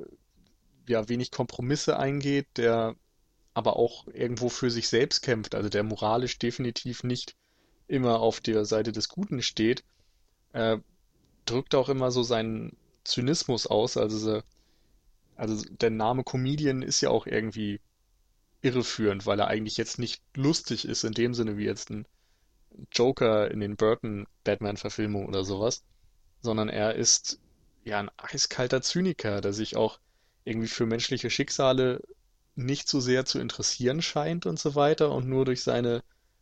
ja wenig Kompromisse eingeht, der aber auch irgendwo für sich selbst kämpft, also der moralisch definitiv nicht immer auf der Seite des Guten steht, äh, drückt auch immer so seinen Zynismus aus. Also, so- also der Name Comedian ist ja auch irgendwie irreführend, weil er eigentlich jetzt nicht lustig ist in dem Sinne wie jetzt ein Joker in den Burton-Batman-Verfilmungen oder sowas, sondern er ist ja ein eiskalter Zyniker, der sich auch irgendwie für menschliche Schicksale nicht so sehr zu interessieren scheint und so weiter und nur durch seine,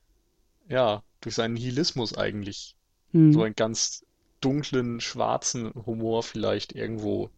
ja, durch seinen Nihilismus eigentlich so Mhm. einen ganz dunklen, schwarzen Humor vielleicht irgendwo,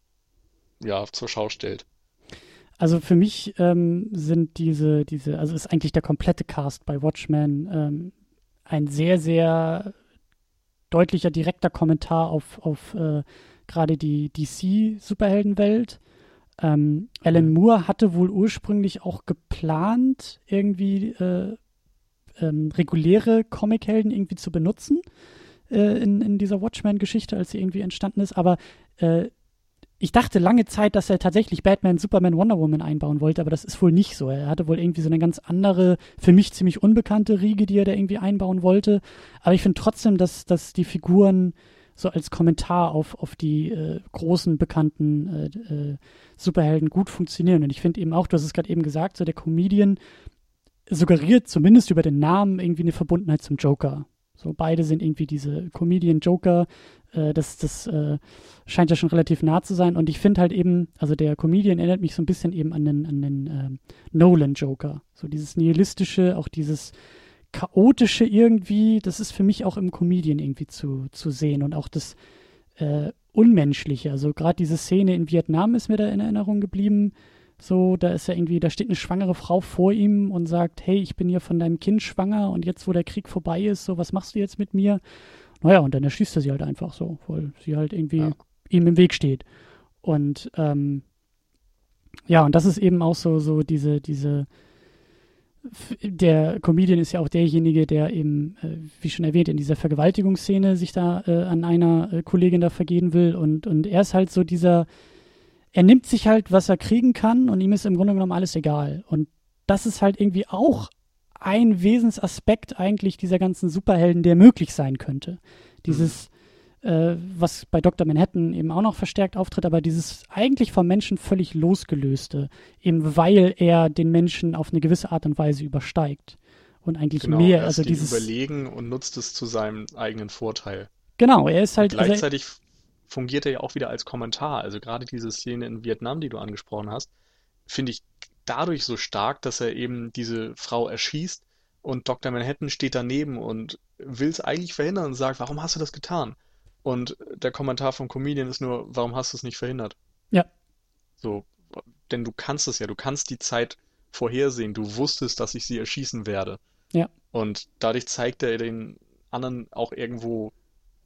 ja, zur Schau stellt. Also für mich ähm, sind diese, diese, also ist eigentlich der komplette Cast bei Watchmen ähm, ein sehr, sehr deutlicher, direkter Kommentar auf, auf äh, gerade die D C-Superheldenwelt. Ähm, Alan Mhm. Moore hatte wohl ursprünglich auch geplant, irgendwie äh, ähm, reguläre Comichelden irgendwie zu benutzen äh, in, in dieser Watchmen-Geschichte, als sie irgendwie entstanden ist. Aber äh, ich dachte lange Zeit, dass er tatsächlich Batman, Superman, Wonder Woman einbauen wollte, aber das ist wohl nicht so. Er hatte wohl irgendwie so eine ganz andere, für mich ziemlich unbekannte Riege, die er da irgendwie einbauen wollte. Aber ich finde trotzdem, dass, dass die Figuren so als Kommentar auf, auf die äh, großen, bekannten äh, äh, Superhelden gut funktionieren. Und ich finde eben auch, du hast es gerade eben gesagt, so der Comedian suggeriert zumindest über den Namen irgendwie eine Verbundenheit zum Joker. So beide sind irgendwie diese Comedian-Joker. Äh, das das äh, scheint ja schon relativ nah zu sein. Und ich finde halt eben, also der Comedian erinnert mich so ein bisschen eben an den, an den ähm, Nolan-Joker. So dieses nihilistische, auch dieses chaotische irgendwie, das ist für mich auch im Comedian irgendwie zu, zu sehen. Und auch das äh, Unmenschliche. Also gerade diese Szene in Vietnam ist mir da in Erinnerung geblieben. So, da ist ja irgendwie, da steht eine schwangere Frau vor ihm und sagt, hey, ich bin hier von deinem Kind schwanger und jetzt, wo der Krieg vorbei ist, so, was machst du jetzt mit mir? Naja, und dann erschießt er sie halt einfach so, weil sie halt irgendwie Ja. ihm im Weg steht. Und ähm, ja, und das ist eben auch so, so diese, diese, der Comedian ist ja auch derjenige, der eben, äh, wie schon erwähnt, in dieser Vergewaltigungsszene sich da äh, an einer äh, Kollegin da vergehen will und, und er ist halt so dieser, er nimmt sich halt, was er kriegen kann und ihm ist im Grunde genommen alles egal. Und das ist halt irgendwie auch ein Wesensaspekt eigentlich dieser ganzen Superhelden, der möglich sein könnte. Mhm. Dieses, äh, was bei Doktor Manhattan eben auch noch verstärkt auftritt, aber dieses eigentlich vom Menschen völlig losgelöste, eben weil er den Menschen auf eine gewisse Art und Weise übersteigt. Und eigentlich Genau, mehr, er also ist dem dieses, überlegen und nutzt es zu seinem eigenen Vorteil. genau, er ist Und halt, also gleichzeitig fungiert er ja auch wieder als Kommentar. Also gerade diese Szene in Vietnam, die du angesprochen hast, finde ich dadurch so stark, dass er eben diese Frau erschießt und Doktor Manhattan steht daneben und will es eigentlich verhindern und sagt, warum hast du das getan? Und der Kommentar vom Comedian ist nur, warum hast du es nicht verhindert? ja, So, denn du kannst es ja, du kannst die Zeit vorhersehen, du wusstest, dass ich sie erschießen werde. ja, Und dadurch zeigt er den anderen auch irgendwo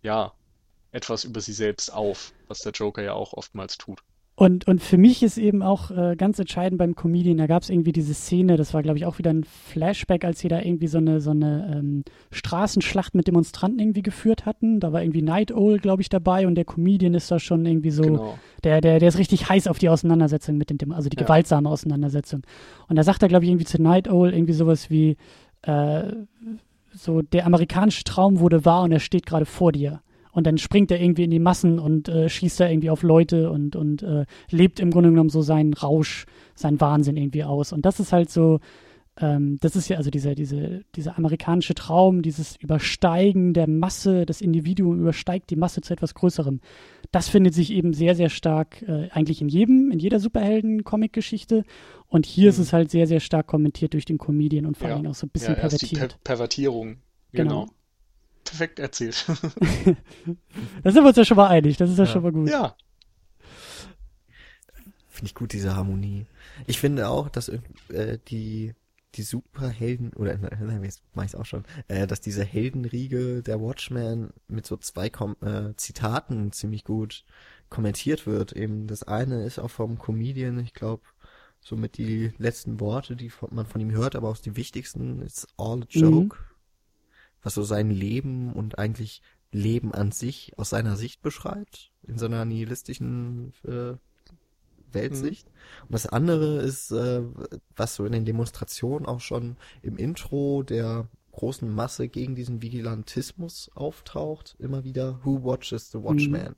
ja, etwas über sie selbst auf, was der Joker ja auch oftmals tut. Und, und für mich ist eben auch äh, ganz entscheidend beim Comedian, da gab es irgendwie diese Szene, das war glaube ich auch wieder ein Flashback, als sie da irgendwie so eine, so eine ähm, Straßenschlacht mit Demonstranten irgendwie geführt hatten. Da war irgendwie Night Owl, glaube ich, dabei und der Comedian ist da schon irgendwie so, Genau. der, der, der ist richtig heiß auf die Auseinandersetzung mit den Dem also die Ja. gewaltsame Auseinandersetzung. Und da sagt er, glaube ich, irgendwie zu Night Owl irgendwie sowas wie, äh, so der amerikanische Traum wurde wahr und er steht gerade vor dir. Und dann springt er irgendwie in die Massen und äh, schießt da irgendwie auf Leute und, und äh, lebt im Grunde genommen so seinen Rausch, seinen Wahnsinn irgendwie aus. Und das ist halt so, ähm, das ist ja also dieser, diese, dieser amerikanische Traum, dieses Übersteigen der Masse, das Individuum übersteigt die Masse zu etwas Größerem. Das findet sich eben sehr, sehr stark äh, eigentlich in jedem, in jeder Superhelden-Comic-Geschichte. Und hier ist Mhm. es halt sehr, sehr stark kommentiert durch den Comedian und vor Ja. allem auch so ein bisschen Ja, erst die pervertiert. per Pervertierung. Genau. Genau. Perfekt erzählt. Da sind wir uns ja schon mal einig, das ist ja, Ja. schon mal gut. Ja. Finde ich gut, diese Harmonie. Ich finde auch, dass äh, die die Superhelden, oder nein, jetzt mach ich's auch schon, äh, dass diese Heldenriege der Watchmen mit so zwei Kom äh, Zitaten ziemlich gut kommentiert wird. Eben das eine ist auch vom Comedian, ich glaube, somit die letzten Worte, die von, man von ihm hört, aber auch die wichtigsten, ist all a joke, was so sein Leben und eigentlich Leben an sich aus seiner Sicht beschreibt, in so einer nihilistischen äh, Weltsicht. Und das andere ist, äh, was so in den Demonstrationen auch schon im Intro der großen Masse gegen diesen Vigilantismus auftaucht, immer wieder, who watches the Watchman?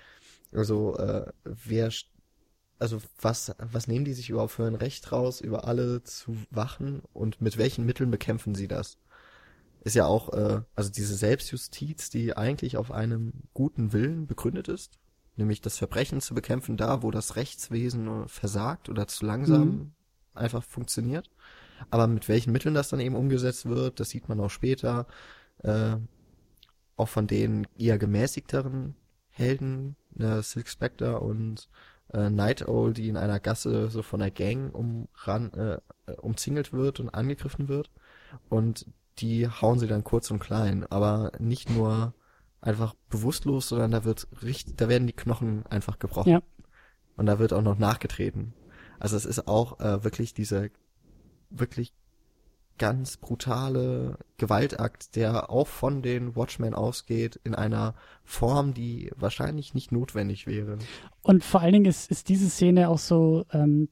Also, äh, wer, st- also was, was nehmen die sich überhaupt für ein Recht raus, über alle zu wachen und mit welchen Mitteln bekämpfen sie das? Ist ja auch, äh, also diese Selbstjustiz, die eigentlich auf einem guten Willen begründet ist, nämlich das Verbrechen zu bekämpfen, da wo das Rechtswesen versagt oder zu langsam Mhm. einfach funktioniert. Aber mit welchen Mitteln das dann eben umgesetzt wird, das sieht man auch später, äh, auch von den eher gemäßigteren Helden, äh, Silk Spectre und äh, Night Owl, die in einer Gasse so von der Gang umran, äh, äh, umzingelt wird und angegriffen wird. Und die hauen sie dann kurz und klein, aber nicht nur einfach bewusstlos, sondern da wird richtig, da werden die Knochen einfach gebrochen. Ja. Und da wird auch noch nachgetreten. Also es ist auch äh, wirklich dieser wirklich ganz brutale Gewaltakt, der auch von den Watchmen ausgeht, in einer Form, die wahrscheinlich nicht notwendig wäre. Und vor allen Dingen ist, ist diese Szene auch so, ähm,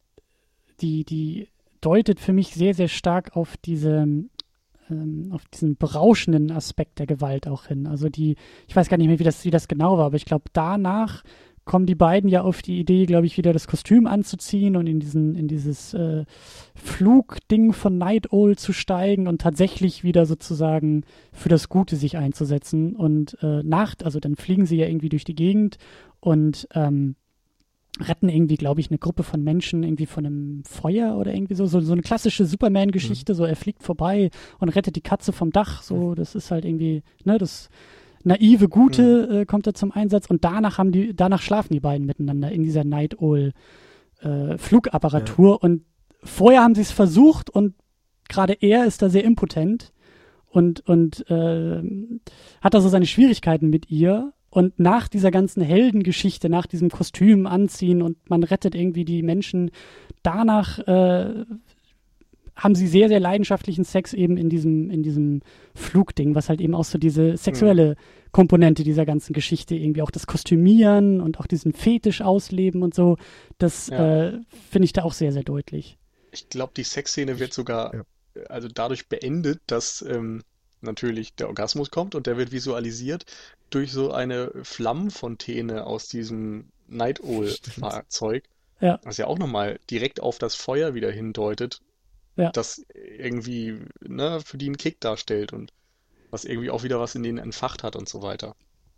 die, die deutet für mich sehr, sehr stark auf diese, ähm, auf diesen berauschenden Aspekt der Gewalt auch hin. Also die, ich weiß gar nicht mehr, wie das, wie das genau war, aber ich glaube, danach kommen die beiden ja auf die Idee, glaube ich, wieder das Kostüm anzuziehen und in diesen, in dieses äh, Flugding von Night Owl zu steigen und tatsächlich wieder sozusagen für das Gute sich einzusetzen. Und äh, nach, also dann fliegen sie ja irgendwie durch die Gegend und ähm, retten irgendwie, glaube ich, eine Gruppe von Menschen irgendwie von einem Feuer oder irgendwie so. So, so eine klassische Superman-Geschichte, so er fliegt vorbei und rettet die Katze vom Dach. So, das ist halt irgendwie, ne, das naive Gute äh, kommt da zum Einsatz und danach haben die, danach schlafen die beiden miteinander in dieser Night Owl äh, Flugapparatur Ja. und vorher haben sie es versucht und gerade er ist da sehr impotent und, und äh, hat da so seine Schwierigkeiten mit ihr. Und nach dieser ganzen Heldengeschichte, nach diesem Kostüm anziehen und man rettet irgendwie die Menschen, danach äh, haben sie sehr, sehr leidenschaftlichen Sex eben in diesem, in diesem Flugding, was halt eben auch so diese sexuelle Komponente dieser ganzen Geschichte, irgendwie auch das Kostümieren und auch diesen Fetisch ausleben und so, das Ja. äh, finde ich da auch sehr, sehr deutlich. Ich glaube, die Sexszene wird sogar Ja. äh, also dadurch beendet, dass ähm, natürlich der Orgasmus kommt und der wird visualisiert durch so eine Flammenfontäne aus diesem Night Owl-Fahrzeug, Ja, was ja auch nochmal direkt auf das Feuer wieder hindeutet, Ja. das irgendwie ne, für die einen Kick darstellt und was irgendwie auch wieder was in denen entfacht hat und so weiter.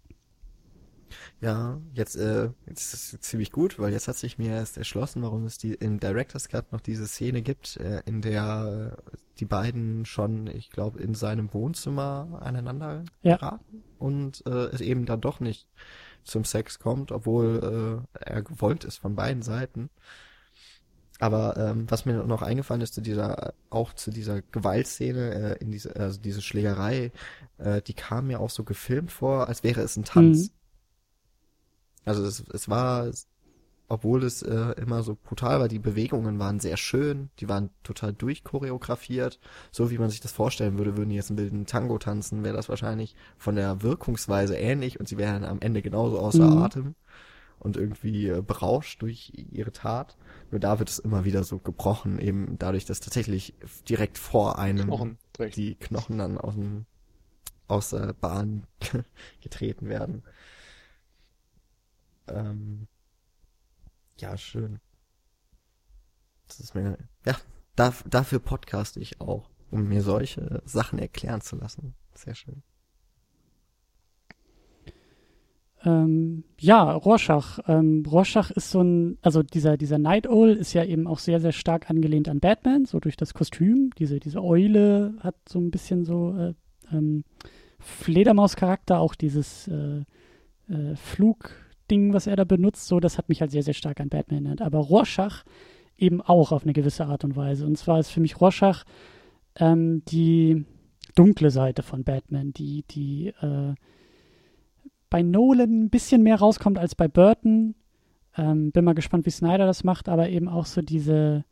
Ja, jetzt, äh, jetzt ist es ziemlich gut, weil jetzt hat sich mir erst erschlossen, warum es die im Director's Cut noch diese Szene gibt, äh, in der äh, die beiden schon, ich glaube, in seinem Wohnzimmer aneinander Ja. geraten und äh, es eben dann doch nicht zum Sex kommt, obwohl äh, er gewollt ist von beiden Seiten. Aber ähm, was mir noch eingefallen ist zu dieser, auch zu dieser Gewaltszene, äh, in diese, also diese Schlägerei, äh, die kam mir auch so gefilmt vor, als wäre es ein Tanz. Mhm. Also es, es war, obwohl es äh, immer so brutal war, die Bewegungen waren sehr schön, die waren total durchchoreografiert, so wie man sich das vorstellen würde, würden die jetzt ein bisschen Tango tanzen, wäre das wahrscheinlich von der Wirkungsweise ähnlich und sie wären am Ende genauso außer Mhm. Atem und irgendwie äh, berauscht durch ihre Tat. Nur da wird es immer wieder so gebrochen, eben dadurch, dass tatsächlich direkt vor einem Knochen brechen. die Knochen dann aus dem aus der Bahn getreten werden. Ähm, ja, schön. Das ist mir, ja, da, dafür podcaste ich auch, um mir solche Sachen erklären zu lassen. Sehr schön. Ähm, ja, Rorschach. Ähm, Rorschach ist so ein, also dieser, dieser Night Owl ist ja eben auch sehr, sehr stark angelehnt an Batman, so durch das Kostüm. Diese, diese Eule hat so ein bisschen so äh, ähm, Fledermaus-Charakter, auch dieses äh, äh, Flugding, was er da benutzt, so, das hat mich halt sehr, sehr stark an Batman erinnert. Aber Rorschach eben auch auf eine gewisse Art und Weise. Und zwar ist für mich Rorschach ähm, die dunkle Seite von Batman, die, die äh, bei Nolan ein bisschen mehr rauskommt als bei Burton. Ähm, bin mal gespannt, wie Snyder das macht, aber eben auch so diese,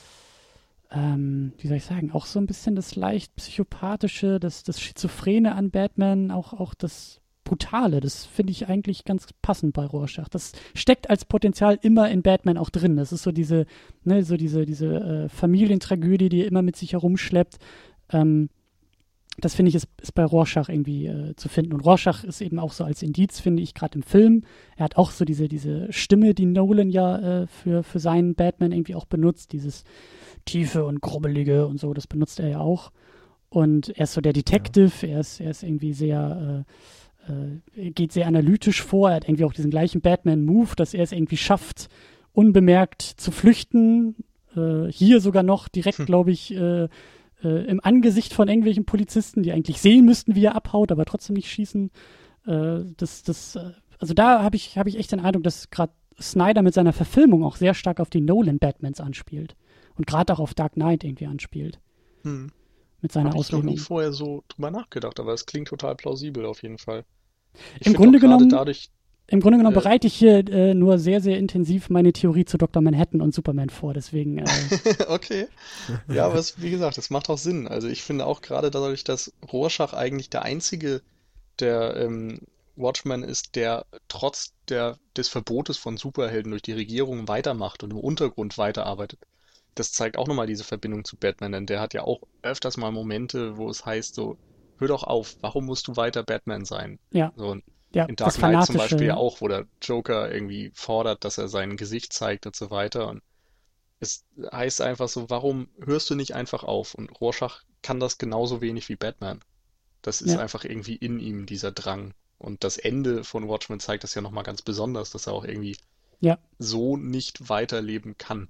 ähm, wie soll ich sagen, auch so ein bisschen das leicht psychopathische, das, das Schizophrene an Batman, auch, auch das Brutale, das finde ich eigentlich ganz passend bei Rorschach. Das steckt als Potenzial immer in Batman auch drin. Das ist so diese, ne, so diese, diese äh, Familientragödie, die er immer mit sich herumschleppt. Ähm, das finde ich, ist, ist bei Rorschach irgendwie äh, zu finden. Und Rorschach ist eben auch so als Indiz, finde ich, gerade im Film. Er hat auch so diese, diese Stimme, die Nolan ja äh, für, für seinen Batman irgendwie auch benutzt. Dieses Tiefe und Grubbelige und so, das benutzt er ja auch. Und er ist so der Detective, ja. er, ist, er ist irgendwie sehr, äh, äh, er geht sehr analytisch vor. Er hat irgendwie auch diesen gleichen Batman-Move, dass er es irgendwie schafft, unbemerkt zu flüchten. Äh, hier sogar noch direkt, hm. glaube ich, äh, Äh, im Angesicht von irgendwelchen Polizisten, die eigentlich sehen müssten, wie er abhaut, aber trotzdem nicht schießen. Äh, das, das, äh, also da habe ich, hab ich echt den Eindruck, dass gerade Snyder mit seiner Verfilmung auch sehr stark auf die Nolan-Batmans anspielt. Und gerade auch auf Dark Knight irgendwie anspielt. Hm. Mit seiner Habe ich noch Auslegung. nie vorher so drüber nachgedacht, aber es klingt total plausibel auf jeden Fall. Ich Im find Grunde auch gerade genommen, dadurch, im Grunde genommen äh, bereite ich hier äh, nur sehr, sehr intensiv meine Theorie zu Doktor Manhattan und Superman vor. Deswegen, äh, okay. Ja, aber es, wie gesagt, das macht auch Sinn. Also ich finde auch gerade dadurch, dass Rorschach eigentlich der einzige der ähm, Watchmen ist, der trotz der, des Verbotes von Superhelden durch die Regierung weitermacht und im Untergrund weiterarbeitet. Das zeigt auch nochmal diese Verbindung zu Batman, denn der hat ja auch öfters mal Momente, wo es heißt so, hör doch auf, warum musst du weiter Batman sein? ja, So, und ja, in das Dark Knight zum Fanatische. Beispiel ja auch, wo der Joker irgendwie fordert, dass er sein Gesicht zeigt und so weiter. Und es heißt einfach so, warum hörst du nicht einfach auf? Und Rorschach kann das genauso wenig wie Batman. Das ist Ja. einfach irgendwie in ihm, dieser Drang. Und das Ende von Watchmen zeigt das ja nochmal ganz besonders, dass er auch irgendwie Ja. so nicht weiterleben kann.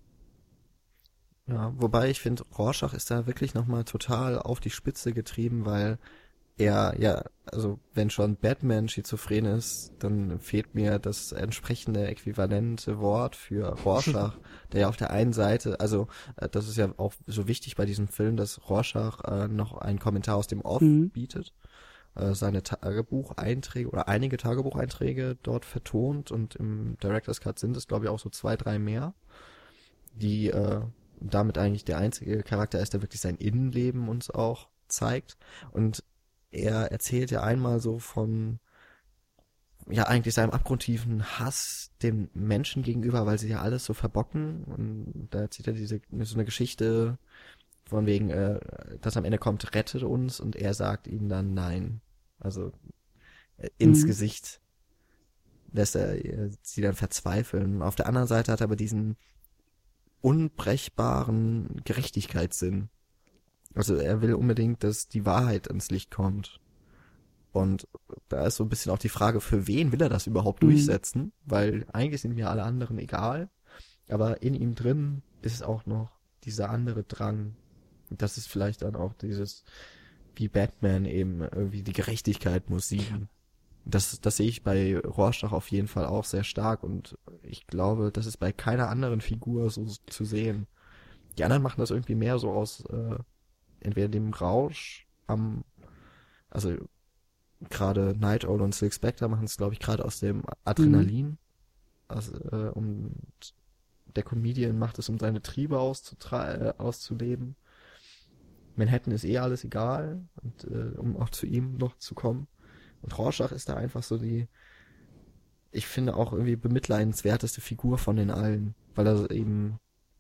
Ja, wobei ich finde, Rorschach ist da wirklich nochmal total auf die Spitze getrieben, weil er, ja, also wenn schon Batman schizophren ist, dann fehlt mir das entsprechende äquivalente Wort für Rorschach, der ja auf der einen Seite, also äh, das ist ja auch so wichtig bei diesem Film, dass Rorschach äh, noch einen Kommentar aus dem Off Mhm. bietet, äh, seine Tagebucheinträge oder einige Tagebucheinträge dort vertont und im Director's Cut sind es, glaube ich, auch so zwei, drei mehr, die äh, damit eigentlich der einzige Charakter ist, der wirklich sein Innenleben uns auch zeigt. Und er erzählt ja einmal so von, ja, eigentlich seinem abgrundtiefen Hass den Menschen gegenüber, weil sie ja alles so verbocken. Und da erzählt er diese, so eine Geschichte von wegen, äh, dass am Ende kommt, rettet uns, und er sagt ihnen dann nein. Also äh, ins Mhm. Gesicht lässt er äh, sie dann verzweifeln. Auf der anderen Seite hat er aber diesen unbrechbaren Gerechtigkeitssinn. Also er will unbedingt, dass die Wahrheit ans Licht kommt. Und da ist so ein bisschen auch die Frage, für wen will er das überhaupt Mhm. durchsetzen? Weil eigentlich sind mir alle anderen egal. Aber in ihm drin ist auch noch dieser andere Drang. Und das ist vielleicht dann auch dieses, wie Batman eben, irgendwie die Gerechtigkeit muss siegen. Das, das sehe ich bei Rorschach auf jeden Fall auch sehr stark und ich glaube, das ist bei keiner anderen Figur so zu sehen. Die anderen machen das irgendwie mehr so aus äh, entweder dem Rausch am, also gerade Night Owl und Silk Spectre machen es, glaube ich, gerade aus dem Adrenalin. Mhm. Also, äh, um der Comedian macht es, um seine Triebe auszutra- äh, auszuleben. Manhattan ist eh alles egal, und äh, um auch zu ihm noch zu kommen. Und Rorschach ist da einfach so die, ich finde auch irgendwie bemitleidenswerteste Figur von den allen, weil er eben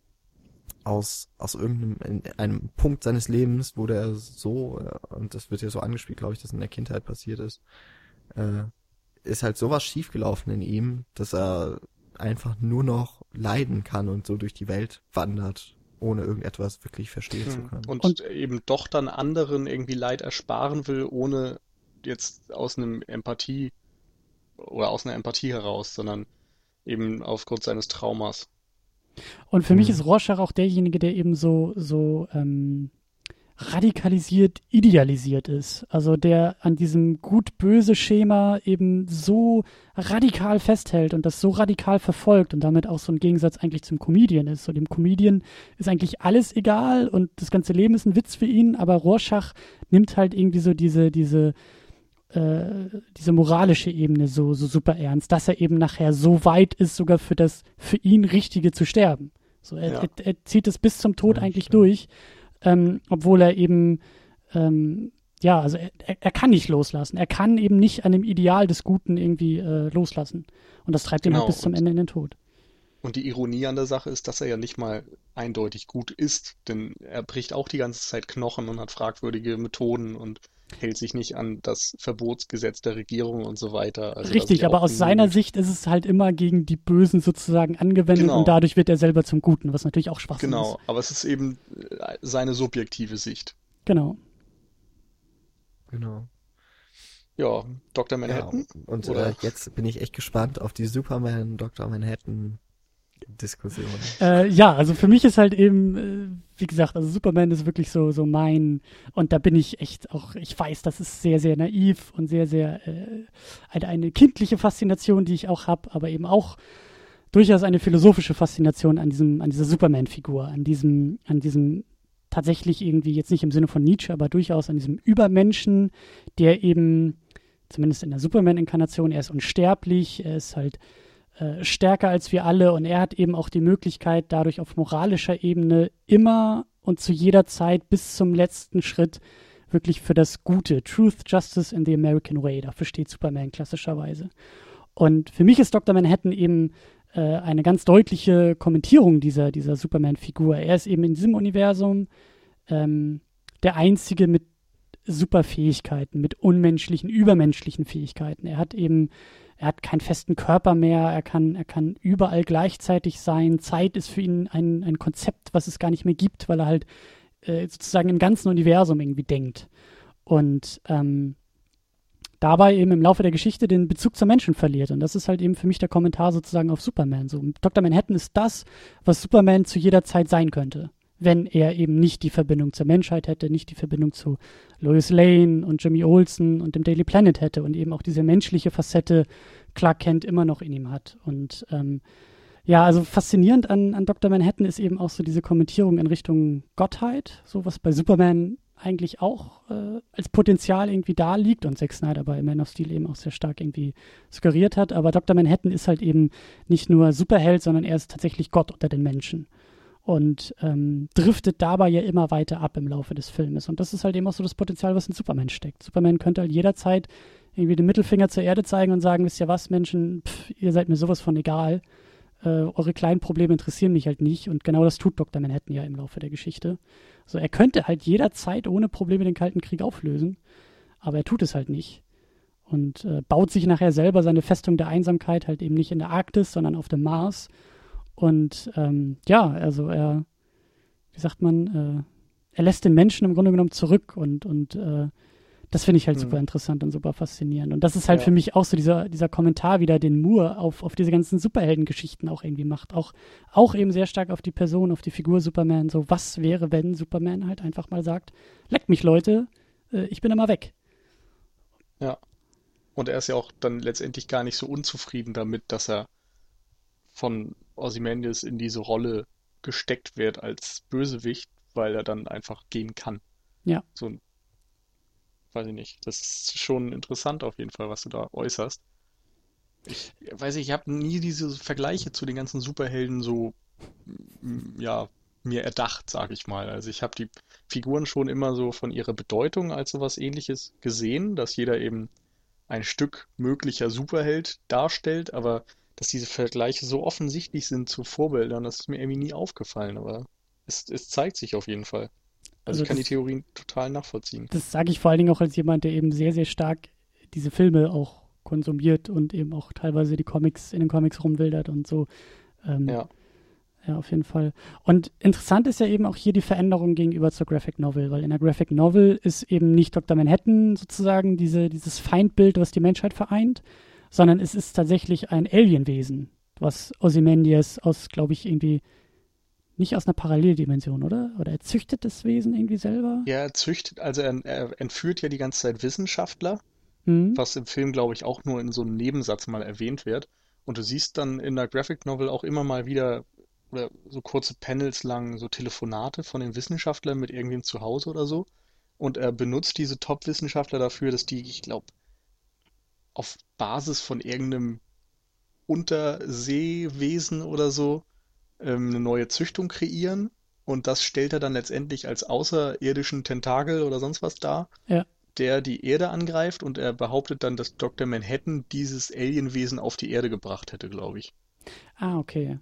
aus aus irgendeinem in einem Punkt seines Lebens, wo der so, und das wird ja so angespielt, glaube ich, dass in der Kindheit passiert ist, äh, ist halt sowas schiefgelaufen in ihm, dass er einfach nur noch leiden kann und so durch die Welt wandert, ohne irgendetwas wirklich verstehen hm. zu können. Und, und eben doch dann anderen irgendwie Leid ersparen will, ohne jetzt aus einem Empathie oder aus einer Empathie heraus, sondern eben aufgrund seines Traumas. Und für mhm. mich ist Rorschach auch derjenige, der eben so, so ähm, radikalisiert, idealisiert ist. Also der an diesem gut-böse Schema eben so radikal festhält und das so radikal verfolgt und damit auch so ein Gegensatz eigentlich zum Comedian ist. So dem Comedian ist eigentlich alles egal und das ganze Leben ist ein Witz für ihn, aber Rorschach nimmt halt irgendwie so diese, diese diese moralische Ebene so, so super ernst, dass er eben nachher so weit ist, sogar für das für ihn Richtige zu sterben. So, er, ja. er, er zieht es bis zum Tod ja, eigentlich stimmt. durch, ähm, obwohl er eben, ähm, ja, also er, er kann nicht loslassen. Er kann eben nicht an dem Ideal des Guten irgendwie äh, loslassen. Und das treibt ihn genau. halt bis zum Ende in den Tod. Und die Ironie an der Sache ist, dass er ja nicht mal eindeutig gut ist, denn er bricht auch die ganze Zeit Knochen und hat fragwürdige Methoden und hält sich nicht an das Verbotsgesetz der Regierung und so weiter. Also richtig, aber aus seiner Sicht ist es halt immer gegen die Bösen sozusagen angewendet genau. und dadurch wird er selber zum Guten, was natürlich auch Schwachsinn genau. ist. Genau, aber es ist eben seine subjektive Sicht. Genau. Genau. Ja, Doktor Manhattan. Ja, und äh, jetzt bin ich echt gespannt auf die Superman, Doktor Manhattan Diskussion. Äh, ja, also für mich ist halt eben, äh, wie gesagt, also Superman ist wirklich so so mein, und da bin ich echt auch, ich weiß, das ist sehr, sehr naiv und sehr, sehr äh, eine, eine kindliche Faszination, die ich auch habe, aber eben auch durchaus eine philosophische Faszination an diesem, an dieser Superman-Figur, an diesem, an diesem tatsächlich irgendwie, jetzt nicht im Sinne von Nietzsche, aber durchaus an diesem Übermenschen, der eben, zumindest in der Superman-Inkarnation, er ist unsterblich, er ist halt stärker als wir alle und er hat eben auch die Möglichkeit, dadurch auf moralischer Ebene immer und zu jeder Zeit bis zum letzten Schritt wirklich für das Gute, Truth, Justice in the American Way, dafür steht Superman klassischerweise. Und für mich ist Doktor Manhattan eben äh, eine ganz deutliche Kommentierung dieser, dieser Superman-Figur. Er ist eben in diesem Universum ähm, der Einzige mit Superfähigkeiten, mit unmenschlichen, übermenschlichen Fähigkeiten. Er hat eben Er hat keinen festen Körper mehr, er kann, er kann überall gleichzeitig sein. Zeit ist für ihn ein, ein Konzept, was es gar nicht mehr gibt, weil er halt äh, sozusagen im ganzen Universum irgendwie denkt. Und ähm, dabei eben im Laufe der Geschichte den Bezug zum Menschen verliert. Und das ist halt eben für mich der Kommentar sozusagen auf Superman. So, Doktor Manhattan ist das, was Superman zu jeder Zeit sein könnte, wenn er eben nicht die Verbindung zur Menschheit hätte, nicht die Verbindung zu Lois Lane und Jimmy Olsen und dem Daily Planet hätte und eben auch diese menschliche Facette Clark Kent immer noch in ihm hat. Und ähm, ja, also faszinierend an, an Doktor Manhattan ist eben auch so diese Kommentierung in Richtung Gottheit, so was bei Superman eigentlich auch äh, als Potenzial irgendwie da liegt und Zack Snyder bei Man of Steel eben auch sehr stark irgendwie suggeriert hat. Aber Doktor Manhattan ist halt eben nicht nur Superheld, sondern er ist tatsächlich Gott unter den Menschen. Und ähm, driftet dabei ja immer weiter ab im Laufe des Filmes. Und das ist halt eben auch so das Potenzial, was in Superman steckt. Superman könnte halt jederzeit irgendwie den Mittelfinger zur Erde zeigen und sagen, wisst ihr was, Menschen, pff, ihr seid mir sowas von egal. Äh, eure kleinen Probleme interessieren mich halt nicht. Und genau das tut Doktor Manhattan ja im Laufe der Geschichte. So, er könnte halt jederzeit ohne Probleme den Kalten Krieg auflösen. Aber er tut es halt nicht. Und äh, baut sich nachher selber seine Festung der Einsamkeit halt eben nicht in der Arktis, sondern auf dem Mars. Und ähm, ja, also er, wie sagt man, äh, er lässt den Menschen im Grunde genommen zurück und, und äh, das finde ich halt mhm. super interessant und super faszinierend. Und das ist halt ja. für mich auch so dieser, dieser Kommentar wieder, den Moore auf, auf diese ganzen Superheldengeschichten auch irgendwie macht. Auch, auch eben sehr stark auf die Person, auf die Figur Superman. So, was wäre, wenn Superman halt einfach mal sagt, leckt mich Leute, äh, ich bin immer weg. Ja. Und er ist ja auch dann letztendlich gar nicht so unzufrieden damit, dass er von Ozymandias in diese Rolle gesteckt wird als Bösewicht, weil er dann einfach gehen kann. Ja. So, ein- weiß ich nicht. Das ist schon interessant auf jeden Fall, was du da äußerst. Ich weiß nicht, ich habe nie diese Vergleiche zu den ganzen Superhelden so, mm, ja, mir erdacht, sage ich mal. Also ich habe die Figuren schon immer so von ihrer Bedeutung als sowas Ähnliches gesehen, dass jeder eben ein Stück möglicher Superheld darstellt, aber dass diese Vergleiche so offensichtlich sind zu Vorbildern, das ist mir irgendwie nie aufgefallen, aber es, es zeigt sich auf jeden Fall. Also Also ich kann die das, Theorien total nachvollziehen. das sage ich vor allen Dingen auch als jemand, der eben sehr, sehr stark diese Filme auch konsumiert und eben auch teilweise die Comics in den Comics rumwildert und so. Ähm, Ja, Ja, auf jeden Fall. Und interessant ist ja eben auch hier die Veränderung gegenüber zur Graphic Novel, weil in der Graphic Novel ist eben nicht Doktor Manhattan sozusagen diese, dieses Feindbild, was die Menschheit vereint, sondern es ist tatsächlich ein Alienwesen, was Ozymandias aus, glaube ich, irgendwie nicht aus einer Paralleldimension, oder? Oder er züchtet das Wesen irgendwie selber? ja, er züchtet, also er, er entführt ja die ganze Zeit Wissenschaftler, Hm? was im Film, glaube ich, auch nur in so einem Nebensatz mal erwähnt wird. Und du siehst dann in der Graphic Novel auch immer mal wieder oder so kurze Panels lang so Telefonate von den Wissenschaftlern mit irgendwem zu Hause oder so. Und er benutzt diese Top-Wissenschaftler dafür, dass die, ich glaube, auf Basis von irgendeinem Unterseewesen oder so ähm, eine neue Züchtung kreieren. Und das stellt er dann letztendlich als außerirdischen Tentakel oder sonst was dar, Ja. der die Erde angreift, und er behauptet dann, dass Doktor Manhattan dieses Alienwesen auf die Erde gebracht hätte, glaube ich. Ah, okay.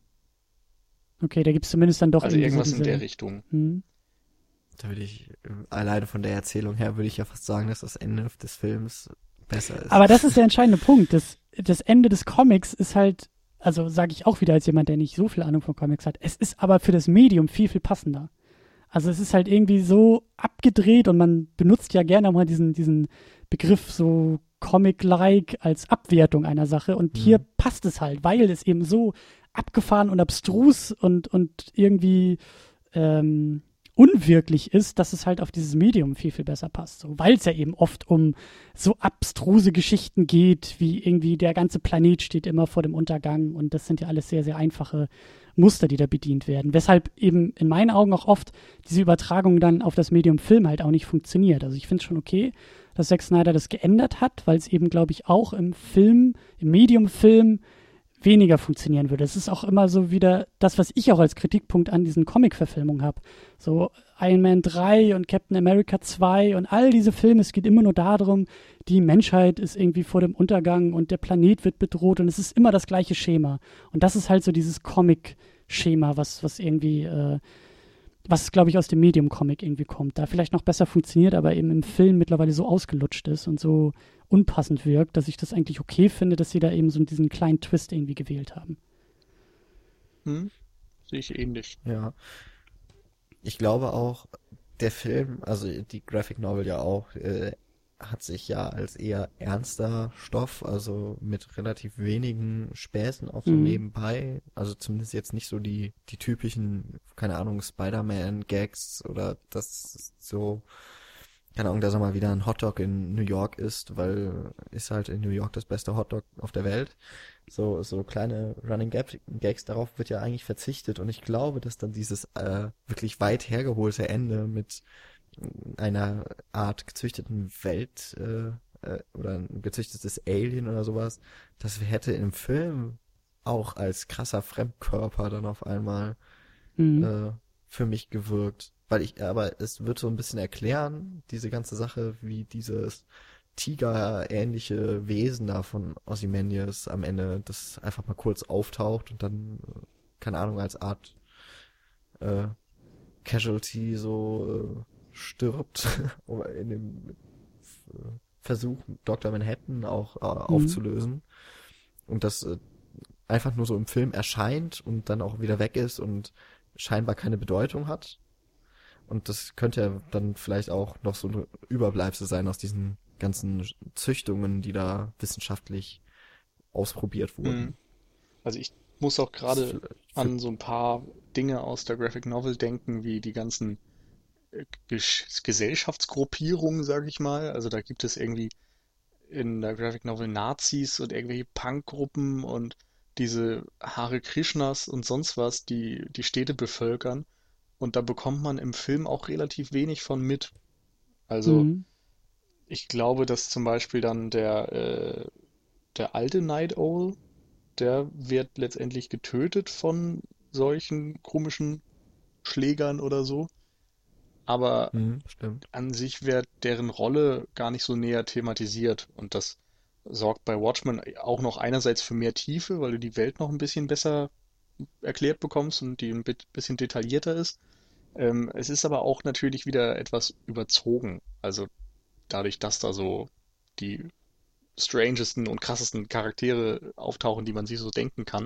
Okay, da gibt es zumindest dann doch Also irgendwie so irgendwas in der diese. Richtung. Hm? Da würde ich, äh, alleine von der Erzählung her, würde ich ja fast sagen, dass das Ende des Films besser ist. Aber das ist der entscheidende Punkt. Das, das Ende des Comics ist halt, also sage ich auch wieder als jemand, der nicht so viel Ahnung von Comics hat, es ist aber für das Medium viel, viel passender. Also es ist halt irgendwie so abgedreht und man benutzt ja gerne mal diesen, diesen Begriff so Comic-like als Abwertung einer Sache und hier Mhm. passt es halt, weil es eben so abgefahren und abstrus und, und irgendwie ähm, unwirklich ist, dass es halt auf dieses Medium viel, viel besser passt. So, weil es ja eben oft um so abstruse Geschichten geht, wie irgendwie der ganze Planet steht immer vor dem Untergang und das sind ja alles sehr, sehr einfache Muster, die da bedient werden. Weshalb eben in meinen Augen auch oft diese Übertragung dann auf das Medium Film halt auch nicht funktioniert. Also ich finde es schon okay, dass Zack Snyder das geändert hat, weil es eben, glaube ich, auch im Film, im Medium Film weniger funktionieren würde. Es ist auch immer so wieder das, was ich auch als Kritikpunkt an diesen Comic-Verfilmungen habe. So Iron Man drei und Captain America zwei und all diese Filme, es geht immer nur darum, die Menschheit ist irgendwie vor dem Untergang und der Planet wird bedroht und es ist immer das gleiche Schema. Und das ist halt so dieses Comic-Schema, was, was irgendwie, äh, was, glaube ich, aus dem Medium-Comic irgendwie kommt. Da vielleicht noch besser funktioniert, aber eben im Film mittlerweile so ausgelutscht ist und so unpassend wirkt, dass ich das eigentlich okay finde, dass sie da eben so diesen kleinen Twist irgendwie gewählt haben. Hm? Sehe ich ähnlich. Ja. Ich glaube auch, der Film, also die Graphic Novel ja auch, äh, hat sich ja als eher ernster Stoff, also mit relativ wenigen Späßen auch so Mhm. nebenbei, also zumindest jetzt nicht so die, die typischen, keine Ahnung, Spider-Man-Gags oder das so, keine Ahnung, dass er mal wieder ein Hotdog in New York isst, weil ist halt in New York das beste Hotdog auf der Welt. So, so kleine Running Gag- Gags, darauf wird ja eigentlich verzichtet und ich glaube, dass dann dieses äh, wirklich weit hergeholte Ende mit einer Art gezüchteten Welt äh, äh, oder ein gezüchtetes Alien oder sowas, das hätte im Film auch als krasser Fremdkörper dann auf einmal Mhm. äh, für mich gewirkt. Weil ich, aber es wird so ein bisschen erklären, diese ganze Sache, wie dieses Tiger-ähnliche Wesen da von Ozymandias am Ende, das einfach mal kurz auftaucht und dann, äh, keine Ahnung, als Art äh, Casualty so äh, stirbt oder in dem äh, Versuch, Doktor Manhattan auch äh, Mhm. aufzulösen. Und das äh, einfach nur so im Film erscheint und dann auch wieder weg ist und scheinbar keine Bedeutung hat. Und das könnte ja dann vielleicht auch noch so ein Überbleibsel sein aus diesen ganzen Züchtungen, die da wissenschaftlich ausprobiert Hm. wurden. Also ich muss auch Das gerade für, für, an so ein paar Dinge aus der Graphic Novel denken, wie die ganzen äh, Gesch- Gesellschaftsgruppierungen, sage ich mal. Also da gibt es irgendwie in der Graphic Novel Nazis und irgendwelche Punkgruppen und diese Hare Krishnas und sonst was, die die Städte bevölkern. Und da bekommt man im Film auch relativ wenig von mit. Also Mhm. ich glaube, dass zum Beispiel dann der, äh, der alte Night Owl, der wird letztendlich getötet von solchen komischen Schlägern oder so. Aber Hm, stimmt. an sich wird deren Rolle gar nicht so näher thematisiert. Und das sorgt bei Watchmen auch noch einerseits für mehr Tiefe, weil du die Welt noch ein bisschen besser erklärt bekommst und die ein bit- bisschen detaillierter ist. Ähm, es ist aber auch natürlich wieder etwas überzogen. Also dadurch, dass da so die strangesten und krassesten Charaktere auftauchen, die man sich so denken kann.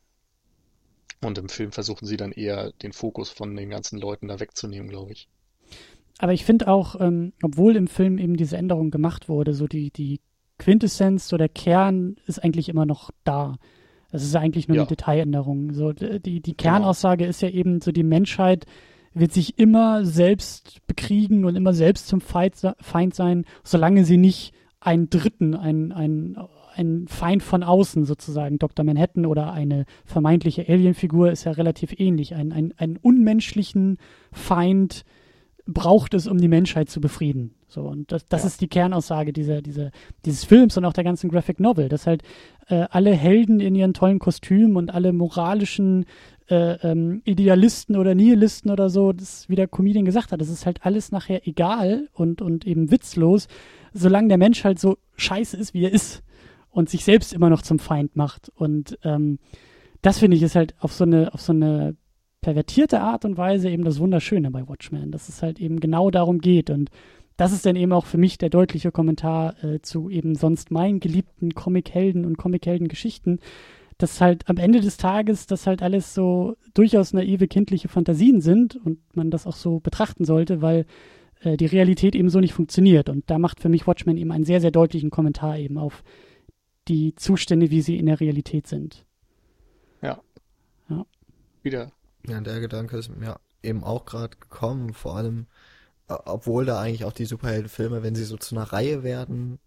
Und im Film versuchen sie dann eher den Fokus von den ganzen Leuten da wegzunehmen, glaube ich. Aber ich finde auch, ähm, obwohl im Film eben diese Änderung gemacht wurde, so die, die Quintessenz, so der Kern ist eigentlich immer noch da. Es ist ja eigentlich nur eine Ja, Detailänderung. So, d- die, die genau. Kernaussage ist ja eben so, die Menschheit wird sich immer selbst bekriegen und immer selbst zum Feind, Feind sein, solange sie nicht einen Dritten, einen, einen, einen Feind von außen sozusagen, Doktor Manhattan oder eine vermeintliche Alienfigur ist ja relativ ähnlich, einen, einen, einen unmenschlichen Feind braucht es, um die Menschheit zu befrieden. So, und das, das Ja, ist die Kernaussage dieser, dieser, dieses Films und auch der ganzen Graphic Novel, dass halt äh, alle Helden in ihren tollen Kostümen und alle moralischen äh, ähm, Idealisten oder Nihilisten oder so, das wie der Comedian gesagt hat, das ist halt alles nachher egal und, und eben witzlos, solange der Mensch halt so scheiße ist, wie er ist und sich selbst immer noch zum Feind macht. Und ähm, das finde ich ist halt auf so eine, auf so eine pervertierte Art und Weise eben das Wunderschöne bei Watchmen, dass es halt eben genau darum geht. Und das ist dann eben auch für mich der deutliche Kommentar äh, zu eben sonst meinen geliebten Comichelden und Comichelden-Geschichten, dass halt am Ende des Tages das halt alles so durchaus naive kindliche Fantasien sind und man das auch so betrachten sollte, weil äh, die Realität eben so nicht funktioniert. Und da macht für mich Watchmen eben einen sehr, sehr deutlichen Kommentar eben auf die Zustände, wie sie in der Realität sind. ja, Ja. wieder. Ja, der Gedanke ist mir eben auch gerade gekommen, vor allem, äh, obwohl da eigentlich auch die Superheldenfilme, wenn sie so zu einer Reihe werden,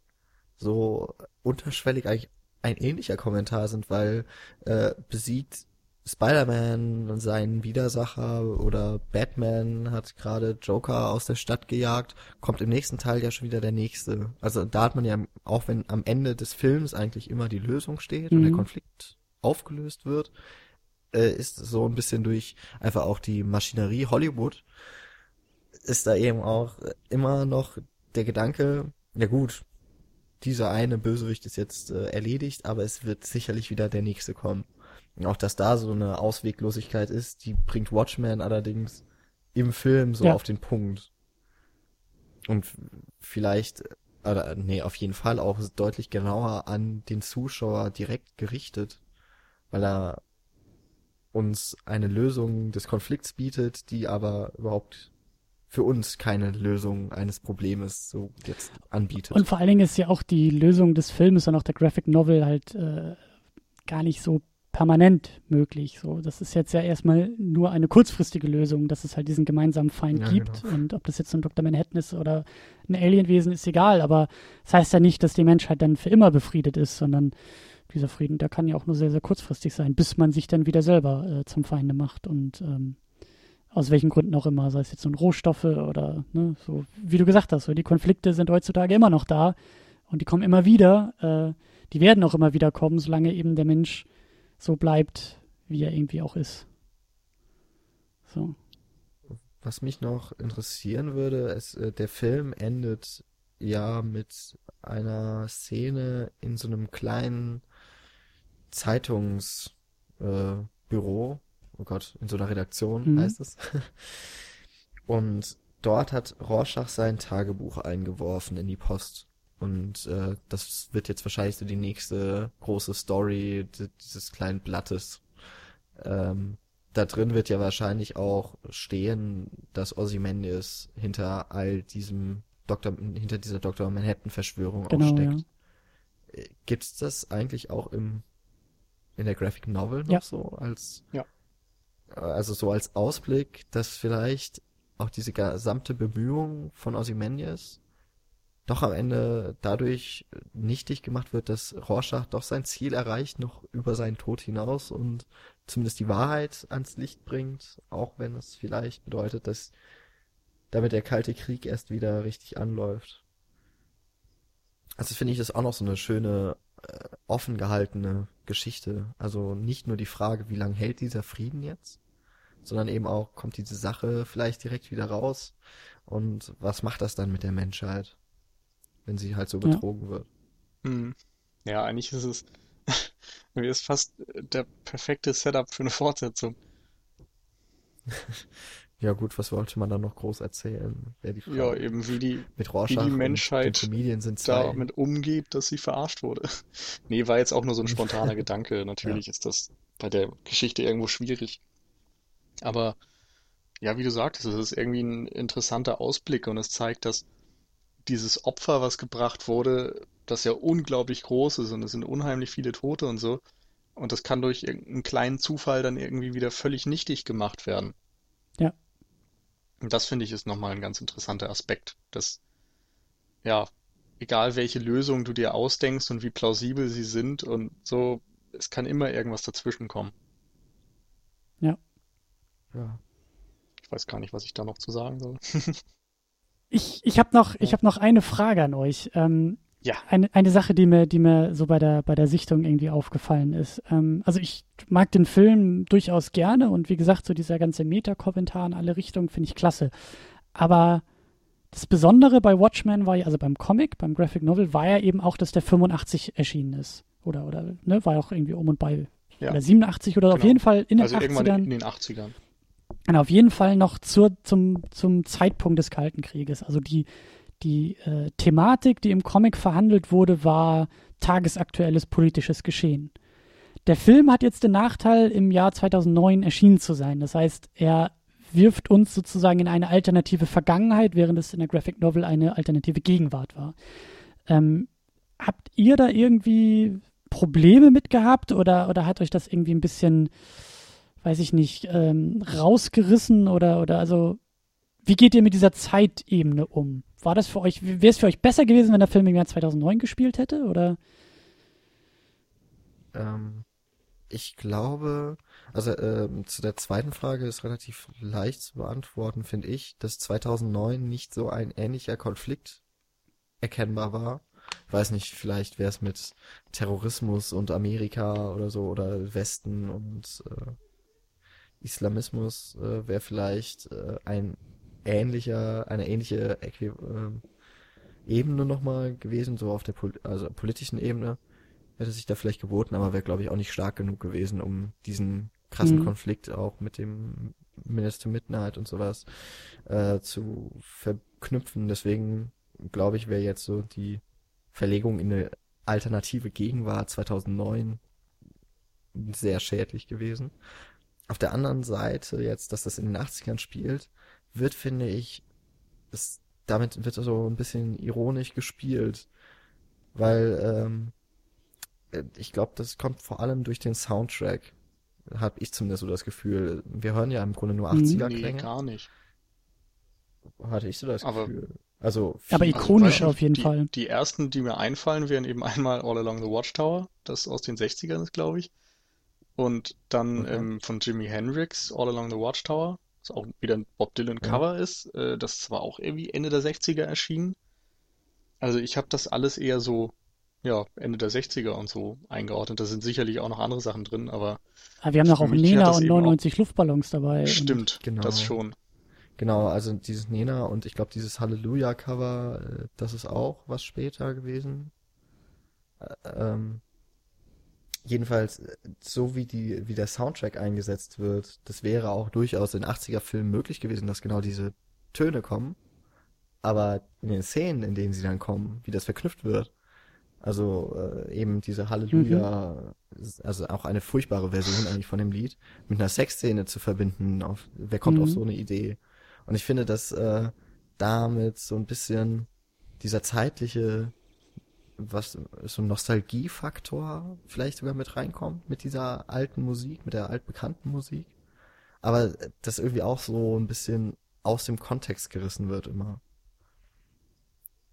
so unterschwellig eigentlich ein ähnlicher Kommentar sind, weil äh, besiegt Spider-Man seinen Widersacher oder Batman hat gerade Joker aus der Stadt gejagt, kommt im nächsten Teil ja schon wieder der nächste. Also da hat man ja, auch wenn am Ende des Films eigentlich immer die Lösung steht und der Mhm. Konflikt aufgelöst wird, äh, ist so ein bisschen durch einfach auch die Maschinerie Hollywood, ist da eben auch äh, immer noch der Gedanke, ja gut, dieser eine Bösewicht ist jetzt äh, erledigt, aber es wird sicherlich wieder der nächste kommen. Und auch, dass da so eine Ausweglosigkeit ist, die bringt Watchmen allerdings im Film so Ja, auf den Punkt. Und vielleicht, oder nee, auf jeden Fall auch deutlich genauer an den Zuschauer direkt gerichtet, weil er uns eine Lösung des Konflikts bietet, die aber überhaupt für uns keine Lösung eines Problems so jetzt und anbietet. vor allen Dingen ist ja auch die Lösung des Films und auch der Graphic Novel halt äh, gar nicht so permanent möglich. So, das ist jetzt ja erstmal nur eine kurzfristige Lösung, dass es halt diesen gemeinsamen Feind Ja, genau. gibt. Und ob das jetzt ein Doktor Manhattan ist oder ein Alienwesen, ist egal. Aber das heißt ja nicht, dass die Menschheit dann für immer befriedet ist, sondern dieser Frieden, der kann ja auch nur sehr, sehr kurzfristig sein, bis man sich dann wieder selber äh, zum Feinde macht. Und ähm, aus welchen Gründen auch immer, sei es jetzt so Rohstoffe oder, ne, so, wie du gesagt hast, so, die Konflikte sind heutzutage immer noch da und die kommen immer wieder. Äh, die werden auch immer wieder kommen, solange eben der Mensch so bleibt, wie er irgendwie auch ist. So. Was mich noch interessieren würde, ist, äh, der Film endet ja mit einer Szene in so einem kleinen Zeitungsbüro, äh, Büro. Oh Gott, in so einer Redaktion Mhm. heißt es. Und dort hat Rorschach sein Tagebuch eingeworfen in die Post. Und äh, das wird jetzt wahrscheinlich so die nächste große Story di- dieses kleinen Blattes. Ähm, da drin wird ja wahrscheinlich auch stehen, dass Ozymandias hinter all diesem Doktor, hinter dieser Doktor Manhattan-Verschwörung auch Genau, ja. steckt. Äh, Gibt's das eigentlich auch im in der Graphic Novel Ja, noch so als Ja, äh, also so als Ausblick, dass vielleicht auch diese gesamte Bemühung von Ozymandias doch am Ende dadurch nichtig gemacht wird, dass Rorschach doch sein Ziel erreicht, noch über seinen Tod hinaus und zumindest die Wahrheit ans Licht bringt, auch wenn es vielleicht bedeutet, dass damit der Kalte Krieg erst wieder richtig anläuft. Also finde ich das auch noch so eine schöne, äh, offen gehaltene Geschichte. Also nicht nur die Frage, wie lange hält dieser Frieden jetzt, sondern eben auch, kommt diese Sache vielleicht direkt wieder raus und was macht das dann mit der Menschheit, wenn sie halt so Ja. betrogen wird. Hm. Ja, eigentlich ist es, mir ist fast der perfekte Setup für eine Fortsetzung. Ja gut, was wollte man da noch groß erzählen, wäre die Ja, Frage. eben wie die, Mit wie die Rorschach und dem Menschheit Comedian sind zwei. damit umgeht, dass sie verarscht wurde. Nee, war jetzt auch nur so ein spontaner Gedanke. Ja. Natürlich ist das bei der Geschichte irgendwo schwierig. Aber ja, wie du sagtest, es ist irgendwie ein interessanter Ausblick und es zeigt, dass dieses Opfer, was gebracht wurde, das ja unglaublich groß ist und es sind unheimlich viele Tote und so. Und das kann durch irgendeinen kleinen Zufall dann irgendwie wieder völlig nichtig gemacht werden. Ja. Und das finde ich ist nochmal ein ganz interessanter Aspekt, dass, ja, egal welche Lösung du dir ausdenkst und wie plausibel sie sind und so, es kann immer irgendwas dazwischen kommen. Ja. Ja. Ich weiß gar nicht, was ich da noch zu sagen soll. Ich, ich habe noch, ich Ja. hab noch eine Frage an euch. Ähm, Ja. eine, eine Sache, die mir, die mir so bei der, bei der Sichtung irgendwie aufgefallen ist. Ähm, also ich mag den Film durchaus gerne und wie gesagt, so dieser ganze Meta-Kommentar in alle Richtungen finde ich klasse. Aber das Besondere bei Watchmen war ja, also beim Comic, beim Graphic Novel, war ja eben auch, dass der fünfundachtzig erschienen ist. Oder, oder, ne, war ja auch irgendwie um und bei, Ja, oder siebenundachtzig oder auf genau. jeden Fall in den Also irgendwann in achtzigern. den achtzigern. Und auf jeden Fall noch zur, zum, zum Zeitpunkt des Kalten Krieges. Also die, die äh, Thematik, die im Comic verhandelt wurde, war tagesaktuelles politisches Geschehen. Der Film hat jetzt den Nachteil, im Jahr zweitausendneun erschienen zu sein. Das heißt, er wirft uns sozusagen in eine alternative Vergangenheit, während es in der Graphic Novel eine alternative Gegenwart war. Ähm, habt ihr da irgendwie Probleme mit gehabt oder, oder hat euch das irgendwie ein bisschen, weiß ich nicht, ähm, rausgerissen oder, oder also, wie geht ihr mit dieser Zeitebene um? War das für euch, wäre es für euch besser gewesen, wenn der Film im Jahr zweitausendneun gespielt hätte, oder? Ähm, ich glaube, also ähm, zu der zweiten Frage ist relativ leicht zu beantworten, finde ich, dass zweitausendneun nicht so ein ähnlicher Konflikt erkennbar war. Ich weiß nicht, vielleicht wäre es mit Terrorismus und Amerika oder so oder Westen und äh, Islamismus äh, wäre vielleicht äh, ein ähnlicher, eine ähnliche Äqui ähm, Ebene nochmal gewesen, so auf der Pol also politischen Ebene hätte sich da vielleicht geboten, aber wäre, glaube ich, auch nicht stark genug gewesen, um diesen krassen Mhm. Konflikt auch mit dem Menace to Midnight und sowas äh, zu verknüpfen. Deswegen glaube ich, wäre jetzt so die Verlegung in eine alternative Gegenwart zweitausendneun sehr schädlich gewesen. Auf der anderen Seite jetzt, dass das in den achtzigern spielt, wird, finde ich, es, damit wird so ein bisschen ironisch gespielt, weil ähm, ich glaube, das kommt vor allem durch den Soundtrack, habe ich zumindest so das Gefühl. Wir hören ja im Grunde nur Mhm. Nee, achtziger-Klänge, gar nicht. hatte ich so das Aber, Gefühl. Also Aber viel, also ikonisch weiß auf nicht, jeden die, Fall. die ersten, die mir einfallen, wären eben einmal All Along the Watchtower, das aus den sechzigern ist, glaube ich. Und dann okay, ähm, von Jimi Hendrix, All Along the Watchtower, das auch wieder ein Bob Dylan ja. Cover ist. Äh, das zwar auch irgendwie Ende der sechziger erschienen. Also ich habe das alles eher so, ja, Ende der sechziger und so eingeordnet. Da sind sicherlich auch noch andere Sachen drin, aber Aber wir haben doch für auch mich hat Nena das und eben auch, neunundneunzig Luftballons dabei. Und stimmt, das Genau. schon. Genau, also dieses Nena und ich glaube dieses Halleluja-Cover, äh, das ist auch was später gewesen. Äh, ähm, jedenfalls, äh, so wie die, wie der Soundtrack eingesetzt wird, das wäre auch durchaus in achtziger-Filmen möglich gewesen, dass genau diese Töne kommen. Aber in den Szenen, in denen sie dann kommen, wie das verknüpft wird, also äh, eben diese mhm. Halleluja, also auch eine furchtbare Version eigentlich von dem Lied, mit einer Sexszene zu verbinden, auf, wer kommt auf so Mhm. eine Idee? Und ich finde, dass äh, damit so ein bisschen dieser zeitliche, was so ein Nostalgiefaktor vielleicht sogar mit reinkommt, mit dieser alten Musik, mit der altbekannten Musik. Aber das irgendwie auch so ein bisschen aus dem Kontext gerissen wird immer.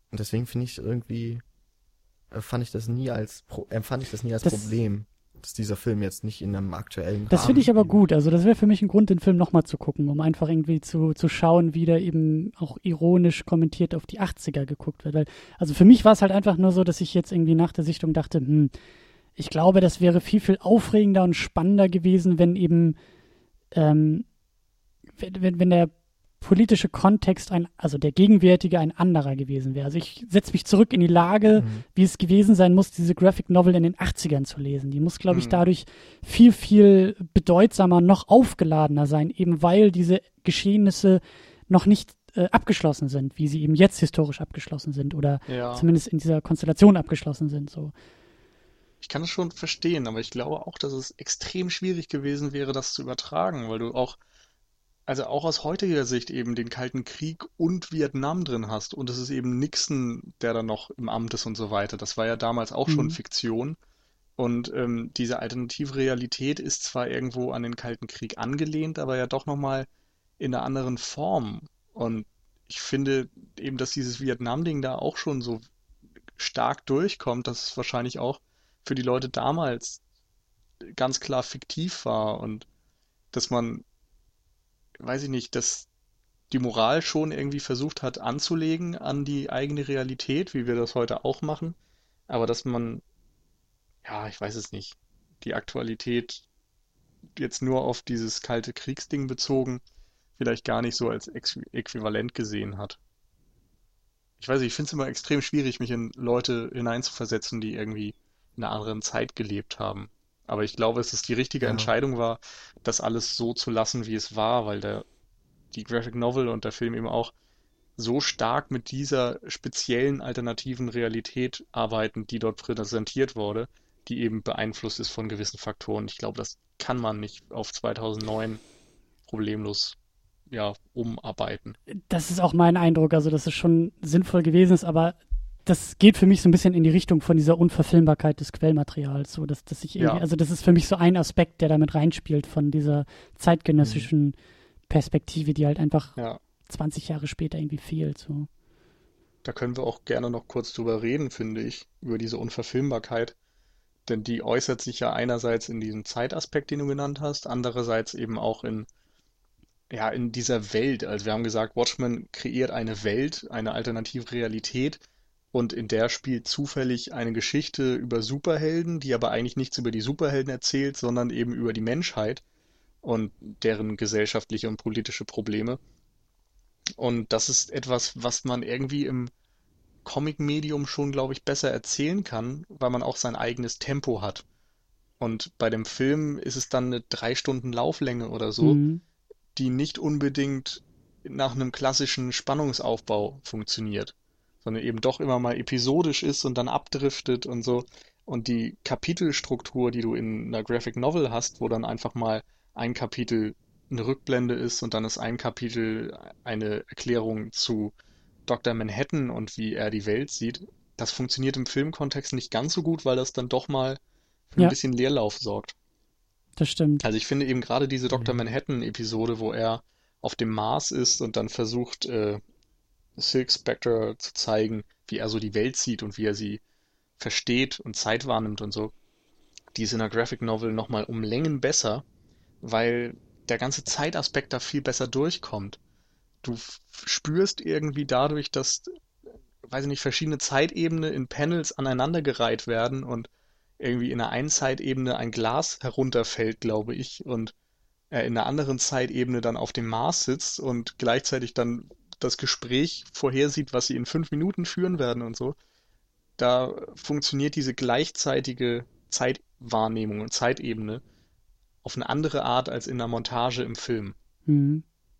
Und deswegen finde ich irgendwie, äh, fand ich das nie als, Pro- empfand ich das nie als Das- Problem, dass dieser Film jetzt nicht in einem aktuellen Das Rahmen finde ich aber spielt. gut. Also das wäre für mich ein Grund, den Film nochmal zu gucken, um einfach irgendwie zu, zu schauen, wie da eben auch ironisch kommentiert auf die achtziger geguckt wird. Weil, also für mich war es halt einfach nur so, dass ich jetzt irgendwie nach der Sichtung dachte, hm, ich glaube, das wäre viel, viel aufregender und spannender gewesen, wenn eben, ähm, wenn, wenn, wenn der politische Kontext, ein, also der gegenwärtige, ein anderer gewesen wäre. Also ich setze mich zurück in die Lage, Mhm. wie es gewesen sein muss, diese Graphic Novel in den achtzigern zu lesen. Die muss, glaube ich, Mhm. dadurch viel, viel bedeutsamer, noch aufgeladener sein, eben weil diese Geschehnisse noch nicht äh, abgeschlossen sind, wie sie eben jetzt historisch abgeschlossen sind oder Ja, zumindest in dieser Konstellation abgeschlossen sind. So. ich kann es schon verstehen, aber ich glaube auch, dass es extrem schwierig gewesen wäre, das zu übertragen, weil du auch, also auch aus heutiger Sicht eben den Kalten Krieg und Vietnam drin hast und es ist eben Nixon, der dann noch im Amt ist und so weiter. Das war ja damals auch schon Mhm. Fiktion und ähm, diese alternative Realität ist zwar irgendwo an den Kalten Krieg angelehnt, aber ja doch nochmal in einer anderen Form. Und ich finde eben, dass dieses Vietnam-Ding da auch schon so stark durchkommt, dass es wahrscheinlich auch für die Leute damals ganz klar fiktiv war und dass man, weiß ich nicht, dass die Moral schon irgendwie versucht hat anzulegen an die eigene Realität, wie wir das heute auch machen, aber dass man, ja, ich weiß es nicht, die Aktualität jetzt nur auf dieses kalte Kriegsding bezogen, vielleicht gar nicht so als Äqu- äquivalent gesehen hat. Ich weiß nicht, ich finde es immer extrem schwierig, mich in Leute hineinzuversetzen, die irgendwie in einer anderen Zeit gelebt haben. Aber ich glaube, dass es die richtige Ja. Entscheidung war, das alles so zu lassen, wie es war, weil der, die Graphic Novel und der Film eben auch so stark mit dieser speziellen alternativen Realität arbeiten, die dort präsentiert wurde, die eben beeinflusst ist von gewissen Faktoren. Ich glaube, das kann man nicht auf zweitausendneun problemlos, ja, umarbeiten. Das ist auch mein Eindruck, also dass es schon sinnvoll gewesen ist, aber das geht für mich so ein bisschen in die Richtung von dieser Unverfilmbarkeit des Quellmaterials, so dass, dass ich irgendwie, Ja. also das ist für mich so ein Aspekt, der damit reinspielt von dieser zeitgenössischen Perspektive, die halt einfach Ja, zwanzig Jahre später irgendwie fehlt, so. da können wir auch gerne noch kurz drüber reden, finde ich, über diese Unverfilmbarkeit. Denn die äußert sich ja einerseits in diesem Zeitaspekt, den du genannt hast, andererseits eben auch in, ja, in dieser Welt. Also wir haben gesagt, Watchmen kreiert eine Welt, eine alternative Realität und in der spielt zufällig eine Geschichte über Superhelden, die aber eigentlich nichts über die Superhelden erzählt, sondern eben über die Menschheit und deren gesellschaftliche und politische Probleme. Und das ist etwas, was man irgendwie im Comic-Medium schon, glaube ich, besser erzählen kann, weil man auch sein eigenes Tempo hat. Und bei dem Film ist es dann eine drei Stunden Lauflänge oder so, Mhm. die nicht unbedingt nach einem klassischen Spannungsaufbau funktioniert, sondern eben doch immer mal episodisch ist und dann abdriftet und so. Und die Kapitelstruktur, die du in einer Graphic Novel hast, wo dann einfach mal ein Kapitel eine Rückblende ist und dann ist ein Kapitel eine Erklärung zu Doktor Manhattan und wie er die Welt sieht, das funktioniert im Filmkontext nicht ganz so gut, weil das dann doch mal für ein Ja. bisschen Leerlauf sorgt. Das stimmt. Also ich finde eben gerade diese Doktor Mhm. Manhattan-Episode, wo er auf dem Mars ist und dann versucht, äh, Silk Spectre zu zeigen, wie er so die Welt sieht und wie er sie versteht und Zeit wahrnimmt und so, die ist in der Graphic Novel nochmal um Längen besser, weil der ganze Zeitaspekt da viel besser durchkommt. Du f- spürst irgendwie dadurch, dass, weiß ich nicht, verschiedene Zeitebenen in Panels aneinandergereiht werden und irgendwie in der einen Zeitebene ein Glas herunterfällt, glaube ich, und er in der anderen Zeitebene dann auf dem Mars sitzt und gleichzeitig dann das Gespräch vorhersieht, was sie in fünf Minuten führen werden und so. Da funktioniert diese gleichzeitige Zeitwahrnehmung und Zeitebene auf eine andere Art als in der Montage im Film. Mhm.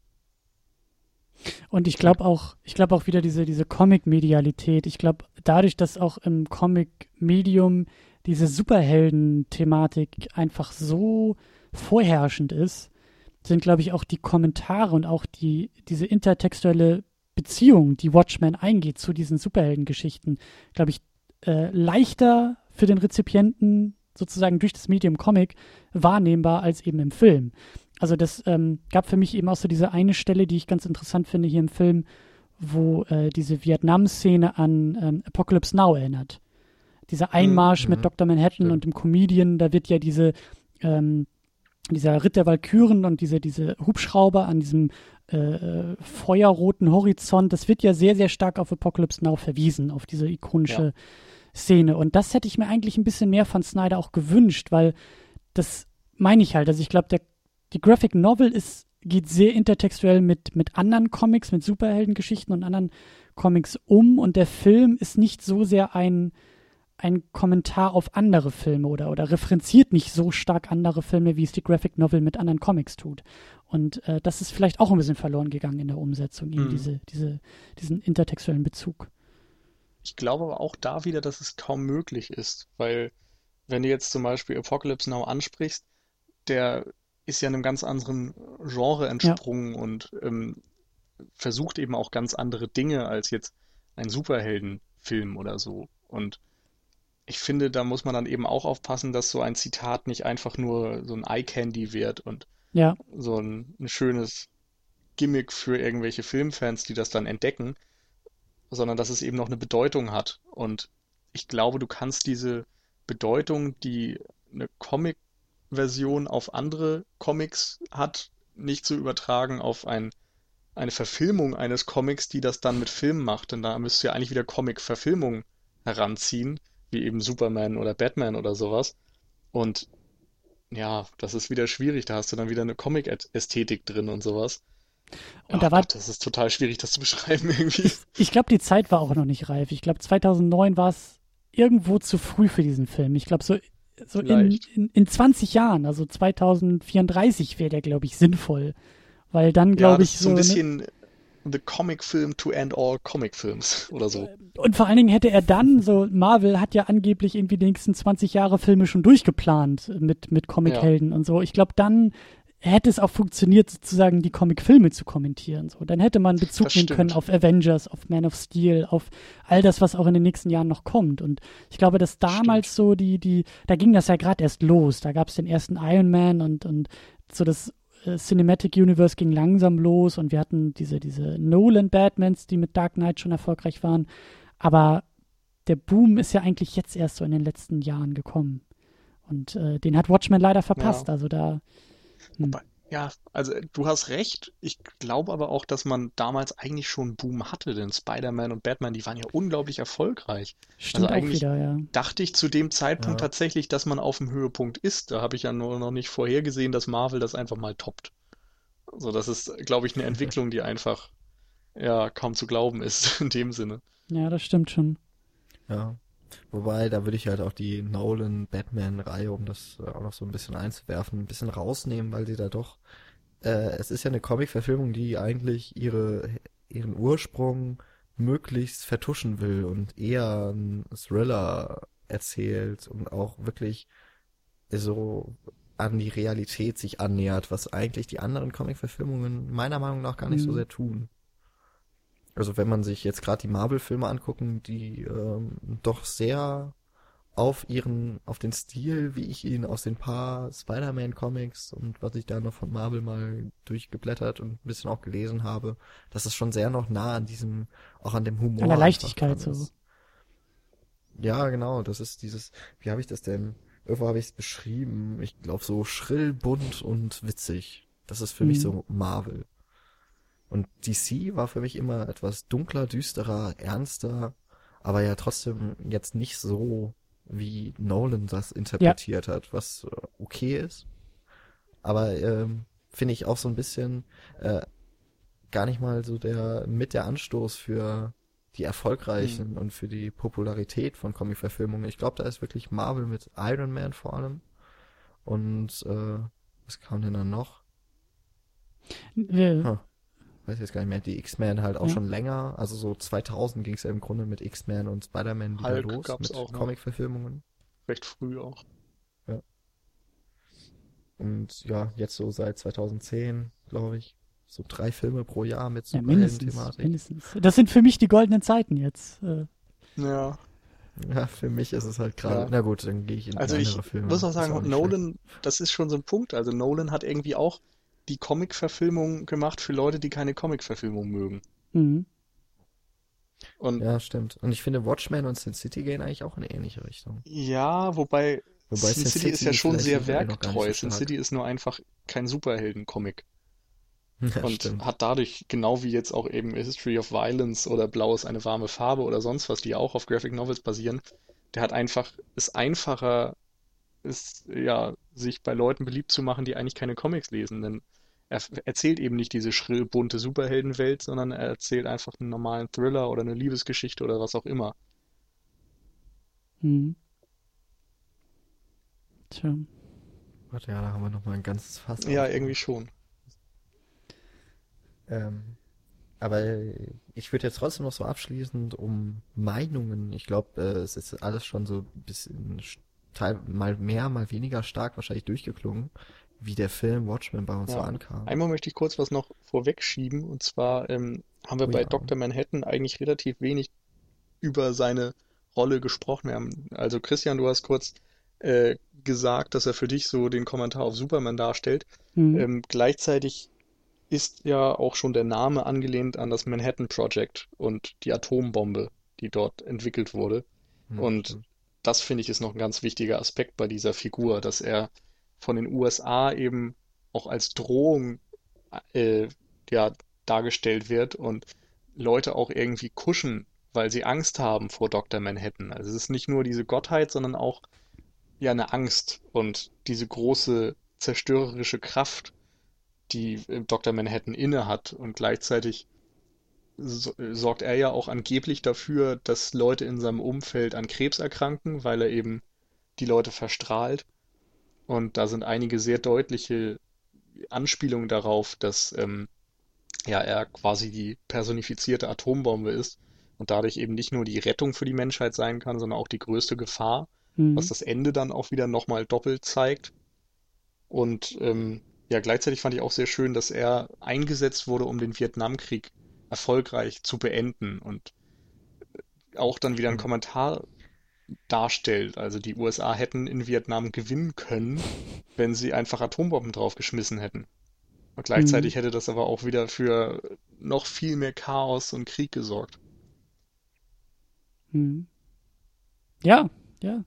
Und ich glaube auch, ich glaube auch wieder diese, diese Comic-Medialität. Ich glaube, dadurch, dass auch im Comic-Medium diese Superhelden-Thematik einfach so vorherrschend ist, sind, glaube ich, auch die Kommentare und auch die, diese intertextuelle Beziehung, die Watchmen eingeht zu diesen Superheldengeschichten, glaube ich, äh, leichter für den Rezipienten sozusagen durch das Medium Comic wahrnehmbar als eben im Film. Also das ähm, gab für mich eben auch so diese eine Stelle, die ich ganz interessant finde hier im Film, wo äh, diese Vietnam-Szene an ähm, Apocalypse Now erinnert. Dieser Einmarsch Mhm. mit Doktor Manhattan Stimmt. und dem Comedian, da wird ja diese ähm, dieser Ritt der Walküren und diese, diese Hubschrauber an diesem äh, feuerroten Horizont, das wird ja sehr, sehr stark auf Apocalypse Now verwiesen, auf diese ikonische Szene. Und das hätte ich mir eigentlich ein bisschen mehr von Snyder auch gewünscht, weil das meine ich halt. Also ich glaube, der die Graphic Novel ist, geht sehr intertextuell mit, mit anderen Comics, mit Superheldengeschichten und anderen Comics um, und der Film ist nicht so sehr ein ein Kommentar auf andere Filme oder, oder referenziert nicht so stark andere Filme, wie es die Graphic Novel mit anderen Comics tut. Und äh, das ist vielleicht auch ein bisschen verloren gegangen in der Umsetzung, eben Mhm. diese, diese, diesen intertextuellen Bezug. Ich glaube aber auch da wieder, dass es kaum möglich ist, weil wenn du jetzt zum Beispiel Apocalypse Now ansprichst, der ist ja einem ganz anderen Genre entsprungen und ähm, versucht eben auch ganz andere Dinge als jetzt ein Superheldenfilm oder so. Und ich finde, da muss man dann eben auch aufpassen, dass so ein Zitat nicht einfach nur so ein Eye-Candy wird und Ja, so ein, ein schönes Gimmick für irgendwelche Filmfans, die das dann entdecken, sondern dass es eben noch eine Bedeutung hat. Und ich glaube, du kannst diese Bedeutung, die eine Comic-Version auf andere Comics hat, nicht so übertragen auf ein, eine Verfilmung eines Comics, die das dann mit Film macht. Denn da müsst ihr eigentlich wieder Comic-Verfilmungen heranziehen, wie eben Superman oder Batman oder sowas. Und ja, das ist wieder schwierig. Da hast du dann wieder eine Comic-Ästhetik drin und sowas. und Ach da war, Gott, das ist total schwierig, das zu beschreiben irgendwie. ich glaube, die Zeit war auch noch nicht reif. Ich glaube, zweitausendneun war es irgendwo zu früh für diesen Film. Ich glaube, so, so in, Vielleicht. in, in zwanzig Jahren, also zweitausendvierunddreißig wäre der, glaube ich, sinnvoll. Weil dann, Ja, glaube das ich, ist so ein ne- bisschen the comic film to end all comic films oder so. Und vor allen Dingen hätte er dann, so Marvel hat ja angeblich irgendwie die nächsten zwanzig Jahre Filme schon durchgeplant mit, mit Comichelden und so. Ich glaube, dann hätte es auch funktioniert, sozusagen die Comicfilme zu kommentieren. So. Dann hätte man Bezug Das nehmen stimmt. können auf Avengers, auf Man of Steel, auf all das, was auch in den nächsten Jahren noch kommt. Und ich glaube, dass damals so die, die, da ging das ja gerade erst los. Da gab es den ersten Iron Man und, und so das äh, Cinematic Universe ging langsam los und wir hatten diese, diese Nolan-Batmans, die mit Dark Knight schon erfolgreich waren. Aber der Boom ist ja eigentlich jetzt erst so in den letzten Jahren gekommen. Und äh, den hat Watchmen leider verpasst. Ja. Also da. Hm. Wobei- Ja, also äh, du hast recht. Ich glaube aber auch, dass man damals eigentlich schon einen Boom hatte, denn Spider-Man und Batman, die waren ja unglaublich erfolgreich. Stimmt also auch eigentlich wieder, ja. dachte ich zu dem Zeitpunkt Ja. tatsächlich, dass man auf dem Höhepunkt ist. Da habe ich ja nur noch nicht vorhergesehen, dass Marvel das einfach mal toppt. Also das ist, glaube ich, eine Entwicklung, die einfach ja kaum zu glauben ist in dem Sinne. Ja, das stimmt schon. Ja. Wobei, da würde ich halt auch die Nolan-Batman-Reihe, um das äh, auch noch so ein bisschen einzuwerfen, ein bisschen rausnehmen, weil sie da doch, äh, es ist ja eine Comic-Verfilmung, die eigentlich ihre, ihren Ursprung möglichst vertuschen will und eher einen Thriller erzählt und auch wirklich so an die Realität sich annähert, was eigentlich die anderen Comic-Verfilmungen meiner Meinung nach gar nicht so Mhm. sehr tun. Also wenn man sich jetzt gerade die Marvel-Filme angucken, die ähm, doch sehr auf ihren, auf den Stil, wie ich ihn aus den paar Spider-Man-Comics und was ich da noch von Marvel mal durchgeblättert und ein bisschen auch gelesen habe, dass es schon sehr noch nah an diesem, auch an dem Humor An der einfach Leichtigkeit dran so. ist. Ja, genau, das ist dieses, wie habe ich das denn, irgendwo habe ich es beschrieben, ich glaube so schrill, bunt und witzig. Das ist für mich Mhm. so Marvel. Und D C war für mich immer etwas dunkler, düsterer, ernster, aber ja trotzdem jetzt nicht so, wie Nolan das interpretiert hat, was äh, okay ist. Aber ähm, finde ich auch so ein bisschen äh, gar nicht mal so der mit der Anstoß für die erfolgreichen und für die Popularität von Comic-Verfilmungen. Ich glaube, da ist wirklich Marvel mit Iron Man vor allem. Und äh, was kam denn dann noch? Wir, Hm. Weiß jetzt gar nicht mehr, die X-Men halt auch Ja. schon länger, also so zweitausend ging es ja im Grunde mit X-Men und Spider-Man wieder Hulk los, gab's mit auch noch. Comic-Verfilmungen. Recht früh auch. Und ja, jetzt so seit zweitausendzehn, glaube ich, so drei Filme pro Jahr mit ja, mindestens, Superhelden-Thematik. mindestens. Das sind für mich die goldenen Zeiten jetzt. Äh, Ja, Ja, für mich ist es halt gerade, Ja. na gut, dann gehe ich in also andere ich Filme. muss auch Ist sagen, nicht Nolan, das ist schon so ein Punkt. Also Nolan hat irgendwie auch die Comic-Verfilmung gemacht für Leute, die keine Comic-Verfilmung mögen. mhm. Und Ja, stimmt. Und ich finde, Watchmen und Sin City gehen eigentlich auch in eine ähnliche Richtung. ja, wobei Wobei Sin Sin City ist ja City schon vielleicht sehr visuell noch gar nicht so werktreu. Sin stark. City ist nur einfach kein Superhelden-Comic Ja, und stimmt. hat dadurch, genau wie jetzt auch eben A History of Violence oder Blau ist eine warme Farbe oder sonst was, die ja auch auf Graphic Novels basieren, der hat einfach, ist einfacher, ist ja, sich bei Leuten beliebt zu machen, die eigentlich keine Comics lesen, denn er f- erzählt eben nicht diese schrill bunte Superheldenwelt, sondern er erzählt einfach einen normalen Thriller oder eine Liebesgeschichte oder was auch immer. Hm. Tja. Warte, ja, da haben wir noch mal ein ganzes Fass Ja, irgendwie aufgemacht. schon. Ähm, aber ich würde jetzt trotzdem noch so abschließend um Meinungen. Ich glaube, äh, es ist alles schon so ein bisschen st- teil, mal mehr, mal weniger stark wahrscheinlich durchgeklungen, wie der Film Watchmen bei uns so Ja. ankam. Einmal möchte ich kurz was noch vorwegschieben, und zwar ähm, haben wir Oh bei ja. Doktor Manhattan eigentlich relativ wenig über seine Rolle gesprochen. Wir haben, also Christian, du hast kurz äh, gesagt, dass er für dich so den Kommentar auf Superman darstellt. Hm. Ähm, gleichzeitig ist ja auch schon der Name angelehnt an das Manhattan Project und die Atombombe, die dort entwickelt wurde. Ja, Und stimmt. das finde ich ist noch ein ganz wichtiger Aspekt bei dieser Figur, dass er von den U S A eben auch als Drohung äh, ja, dargestellt wird und Leute auch irgendwie kuschen, weil sie Angst haben vor Doktor Manhattan. Also es ist nicht nur diese Gottheit, sondern auch ja eine Angst und diese große zerstörerische Kraft, die äh, Doktor Manhattan innehat. Und gleichzeitig so, sorgt er ja auch angeblich dafür, dass Leute in seinem Umfeld an Krebs erkranken, weil er eben die Leute verstrahlt. Und da sind einige sehr deutliche Anspielungen darauf, dass ähm, ja, er quasi die personifizierte Atombombe ist und dadurch eben nicht nur die Rettung für die Menschheit sein kann, sondern auch die größte Gefahr, was Hm. das Ende dann auch wieder nochmal doppelt zeigt. Und ähm, ja, gleichzeitig fand ich auch sehr schön, dass er eingesetzt wurde, um den Vietnamkrieg erfolgreich zu beenden und auch dann wieder einen Hm. Kommentar darstellt. Also die U S A hätten in Vietnam gewinnen können, wenn sie einfach Atombomben draufgeschmissen hätten. Und Hm. gleichzeitig hätte das aber auch wieder für noch viel mehr Chaos und Krieg gesorgt. Hm. Ja, ja.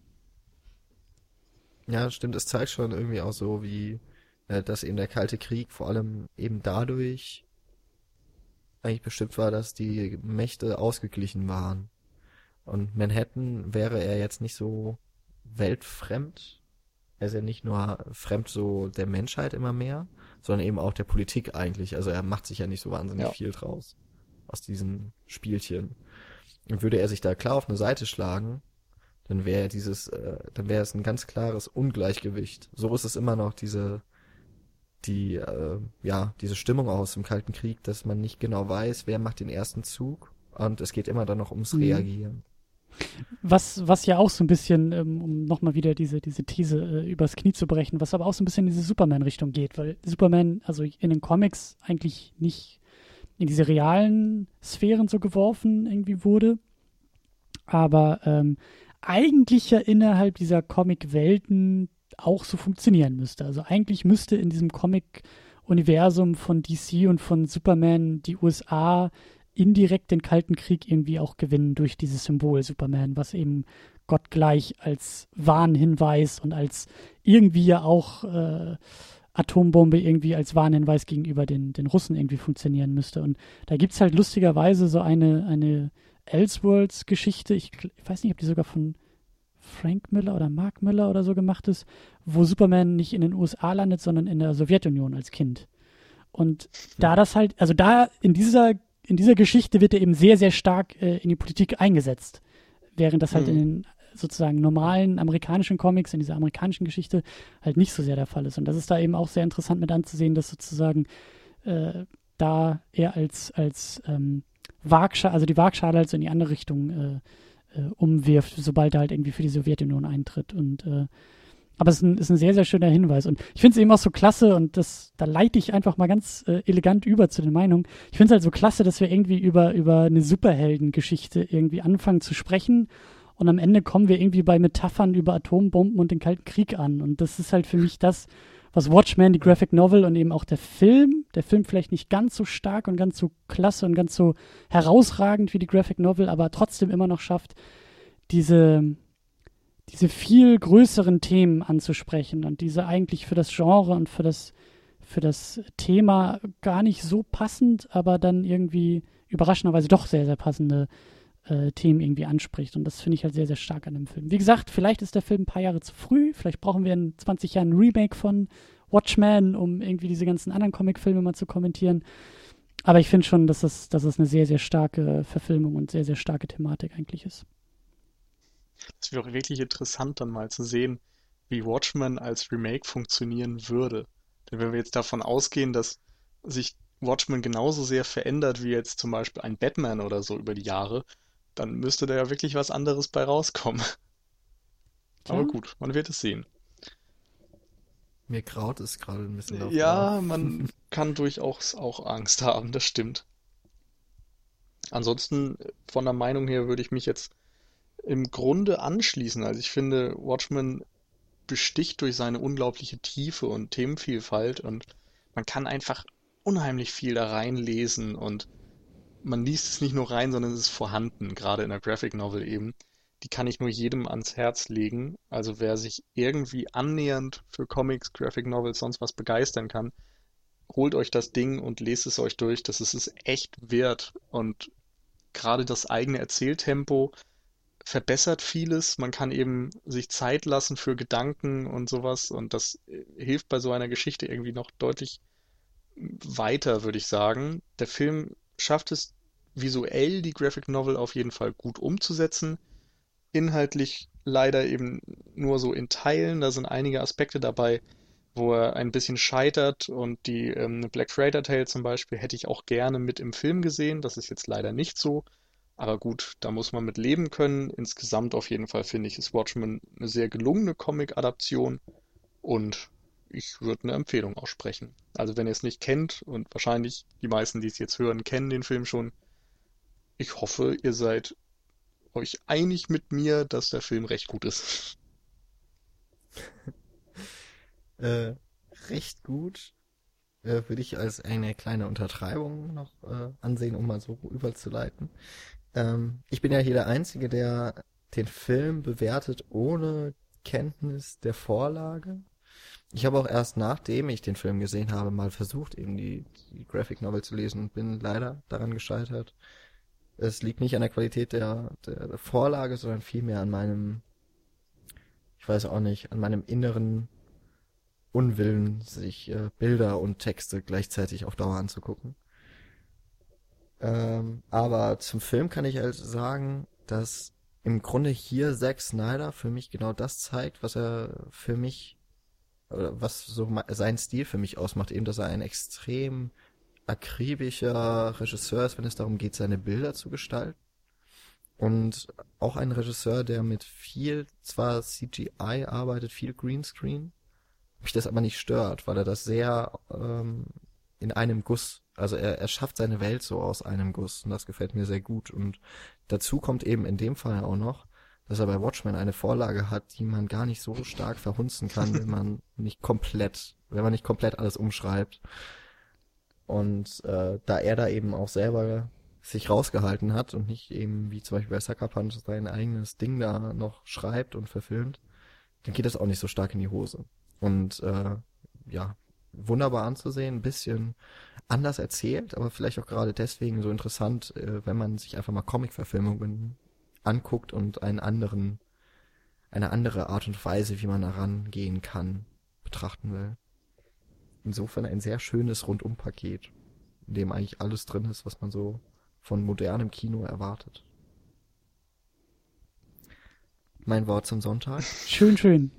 Ja, stimmt. Es zeigt schon irgendwie auch so, wie äh, dass eben der Kalte Krieg vor allem eben dadurch eigentlich bestimmt war, dass die Mächte ausgeglichen waren. Und Manhattan wäre er jetzt nicht so weltfremd. Er ist ja nicht nur fremd so der Menschheit immer mehr, sondern eben auch der Politik eigentlich. Also er macht sich ja nicht so wahnsinnig Ja, viel draus aus diesen Spielchen. Und würde er sich da klar auf eine Seite schlagen, dann wäre dieses, äh, dann wäre es ein ganz klares Ungleichgewicht. So ist es immer noch diese, die, äh, ja, diese Stimmung aus dem Kalten Krieg, dass man nicht genau weiß, wer macht den ersten Zug. Und es geht immer dann noch ums Hm. Reagieren. Was, was ja auch so ein bisschen, ähm, um nochmal wieder diese, diese These äh, übers Knie zu brechen, was aber auch so ein bisschen in diese Superman-Richtung geht, weil Superman, also in den Comics eigentlich nicht in diese realen Sphären so geworfen irgendwie wurde, aber ähm, eigentlich ja innerhalb dieser Comic-Welten auch so funktionieren müsste. Also eigentlich müsste in diesem Comic-Universum von D C und von Superman die U S A indirekt den Kalten Krieg irgendwie auch gewinnen durch dieses Symbol Superman, was eben gottgleich als Warnhinweis und als irgendwie ja auch äh, Atombombe irgendwie als Warnhinweis gegenüber den, den Russen irgendwie funktionieren müsste. Und da gibt es halt lustigerweise so eine, eine Elseworlds-Geschichte, ich, ich weiß nicht, ob die sogar von Frank Miller oder Mark Miller oder so gemacht ist, wo Superman nicht in den U S A landet, sondern in der Sowjetunion als Kind. Und da das halt, also da in dieser, in dieser Geschichte wird er eben sehr, sehr stark äh, in die Politik eingesetzt. Während das halt in hm, den sozusagen normalen amerikanischen Comics, in dieser amerikanischen Geschichte halt nicht so sehr der Fall ist. Und das ist da eben auch sehr interessant mit anzusehen, dass sozusagen äh, da er als, als ähm, Waagschale, also die Waagschale halt so in die andere Richtung äh, äh, umwirft, sobald er halt irgendwie für die Sowjetunion eintritt. Und äh, aber es ist ein, ist ein sehr, sehr schöner Hinweis. Und ich finde es eben auch so klasse, und das, da leite ich einfach mal ganz äh, elegant über zu den Meinungen. Ich finde es halt so klasse, dass wir irgendwie über, über eine Superheldengeschichte irgendwie anfangen zu sprechen. Und am Ende kommen wir irgendwie bei Metaphern über Atombomben und den Kalten Krieg an. Und das ist halt für mich das, was Watchmen, die Graphic Novel und eben auch der Film, der Film vielleicht nicht ganz so stark und ganz so klasse und ganz so herausragend wie die Graphic Novel, aber trotzdem immer noch schafft, diese, diese viel größeren Themen anzusprechen und diese eigentlich für das Genre und für das, für das Thema gar nicht so passend, aber dann irgendwie überraschenderweise doch sehr, sehr passende äh, Themen irgendwie anspricht. Und das finde ich halt sehr, sehr stark an dem Film. Wie gesagt, vielleicht ist der Film ein paar Jahre zu früh. Vielleicht brauchen wir in zwanzig Jahren ein Remake von Watchmen, um irgendwie diese ganzen anderen Comicfilme mal zu kommentieren. Aber ich finde schon, dass es, dass es eine sehr, sehr starke Verfilmung und sehr, sehr starke Thematik eigentlich ist. Das wäre auch wirklich interessant, dann mal zu sehen, wie Watchmen als Remake funktionieren würde. Denn wenn wir jetzt davon ausgehen, dass sich Watchmen genauso sehr verändert wie jetzt zum Beispiel ein Batman oder so über die Jahre, dann müsste da ja wirklich was anderes bei rauskommen. Aber Tja. gut, man wird es sehen. Mir graut es gerade ein bisschen davor. Ja, man kann durchaus auch Angst haben, das stimmt. Ansonsten, von der Meinung her, würde ich mich jetzt im Grunde anschließen. Also ich finde, Watchmen besticht durch seine unglaubliche Tiefe und Themenvielfalt und man kann einfach unheimlich viel da reinlesen und man liest es nicht nur rein, sondern es ist vorhanden, gerade in der Graphic Novel eben. Die kann ich nur jedem ans Herz legen. Also wer sich irgendwie annähernd für Comics, Graphic Novels, sonst was begeistern kann, holt euch das Ding und lest es euch durch. Das ist es echt wert. Und gerade das eigene Erzähltempo verbessert vieles. Man kann eben sich Zeit lassen für Gedanken und sowas. Und das hilft bei so einer Geschichte irgendwie noch deutlich weiter, würde ich sagen. Der Film schafft es visuell, die Graphic Novel auf jeden Fall gut umzusetzen. Inhaltlich leider eben nur so in Teilen. Da sind einige Aspekte dabei, wo er ein bisschen scheitert und die ähm, Black Freighter Tale zum Beispiel hätte ich auch gerne mit im Film gesehen. Das ist jetzt leider nicht so. Aber gut, da muss man mit leben können. Insgesamt auf jeden Fall finde ich, ist Watchmen eine sehr gelungene Comic-Adaption und ich würde eine Empfehlung aussprechen. Also wenn ihr es nicht kennt und wahrscheinlich die meisten, die es jetzt hören, kennen den Film schon, ich hoffe, ihr seid euch einig mit mir, dass der Film recht gut ist. Äh, recht gut äh, würde ich als eine kleine Untertreibung noch äh, ansehen, um mal so überzuleiten. Ähm, ich bin ja hier der Einzige, der den Film bewertet ohne Kenntnis der Vorlage. Ich habe auch erst nachdem ich den Film gesehen habe, mal versucht, eben die, die Graphic Novel zu lesen und bin leider daran gescheitert. Es liegt nicht an der Qualität der, der, der Vorlage, sondern vielmehr an meinem, ich weiß auch nicht, an meinem inneren Unwillen, sich äh, Bilder und Texte gleichzeitig auf Dauer anzugucken. Ähm, aber zum Film kann ich also sagen, dass im Grunde hier Zack Snyder für mich genau das zeigt, was er für mich, oder was so sein Stil für mich ausmacht, eben, dass er ein extrem akribischer Regisseur ist, wenn es darum geht, seine Bilder zu gestalten. Und auch ein Regisseur, der mit viel, zwar C G I arbeitet, viel Greenscreen, mich das aber nicht stört, weil er das sehr ähm, in einem Guss, also er, er schafft seine Welt so aus einem Guss und das gefällt mir sehr gut. Und dazu kommt eben in dem Fall auch noch, dass er bei Watchmen eine Vorlage hat, die man gar nicht so stark verhunzen kann, wenn man nicht komplett, wenn man nicht komplett alles umschreibt. Und äh, da er da eben auch selber sich rausgehalten hat und nicht eben wie zum Beispiel bei Sucker Punch sein eigenes Ding da noch schreibt und verfilmt, dann geht das auch nicht so stark in die Hose. Und äh, ja, wunderbar anzusehen, ein bisschen anders erzählt, aber vielleicht auch gerade deswegen so interessant, äh, wenn man sich einfach mal Comic-Verfilmungen anguckt und einen anderen, eine andere Art und Weise, wie man da rangehen kann, betrachten will. Insofern ein sehr schönes Rundumpaket, in dem eigentlich alles drin ist, was man so von modernem Kino erwartet. Mein Wort zum Sonntag. Schön, schön.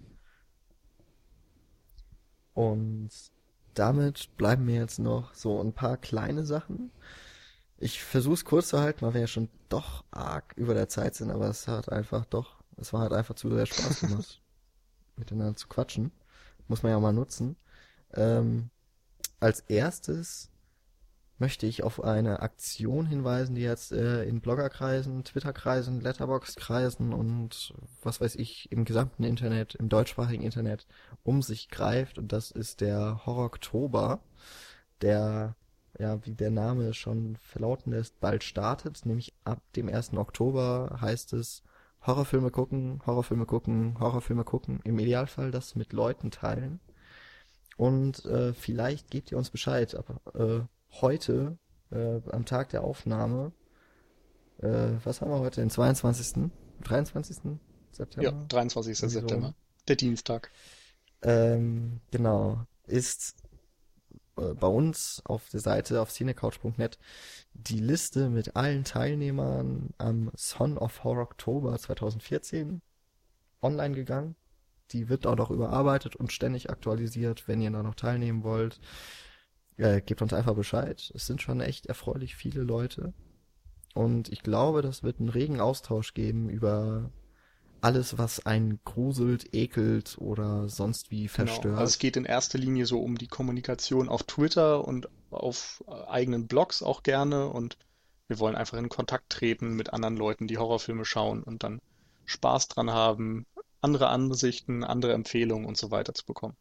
Und damit bleiben mir jetzt noch so ein paar kleine Sachen. Ich versuche es kurz zu halten, weil wir ja schon doch arg über der Zeit sind, aber es hat einfach doch, es war halt einfach zu sehr Spaß gemacht, miteinander zu quatschen. Muss man ja mal nutzen. Ähm, als erstes möchte ich auf eine Aktion hinweisen, die jetzt äh, in Bloggerkreisen, Twitterkreisen, Letterboxd-Kreisen und was weiß ich, im gesamten Internet, im deutschsprachigen Internet um sich greift. Und das ist der Horror-Oktober, der, ja, wie der Name schon verlauten lässt, bald startet. Nämlich ab dem ersten Oktober heißt es Horrorfilme gucken, Horrorfilme gucken, Horrorfilme gucken. Im Idealfall das mit Leuten teilen. Und äh, vielleicht gebt ihr uns Bescheid, aber äh, heute, äh, am Tag der Aufnahme, äh, was haben wir heute, den zweiundzwanzigsten dreiundzwanzigsten September? Ja, dreiundzwanzigsten Irgendwie so. September, der Dienstag. Ähm, genau, ist äh, bei uns auf der Seite auf cinecouch punkt net die Liste mit allen Teilnehmern am Son of Horror Oktober zweitausendvierzehn online gegangen. Die wird auch noch überarbeitet und ständig aktualisiert, wenn ihr da noch teilnehmen wollt. Äh, gebt uns einfach Bescheid. Es sind schon echt erfreulich viele Leute. Und ich glaube, das wird einen regen Austausch geben über alles, was einen gruselt, ekelt oder sonst wie verstört. Genau. Also es geht in erster Linie so um die Kommunikation auf Twitter und auf äh, eigenen Blogs auch gerne. Und wir wollen einfach in Kontakt treten mit anderen Leuten, die Horrorfilme schauen und dann Spaß dran haben, andere Ansichten, andere Empfehlungen und so weiter zu bekommen.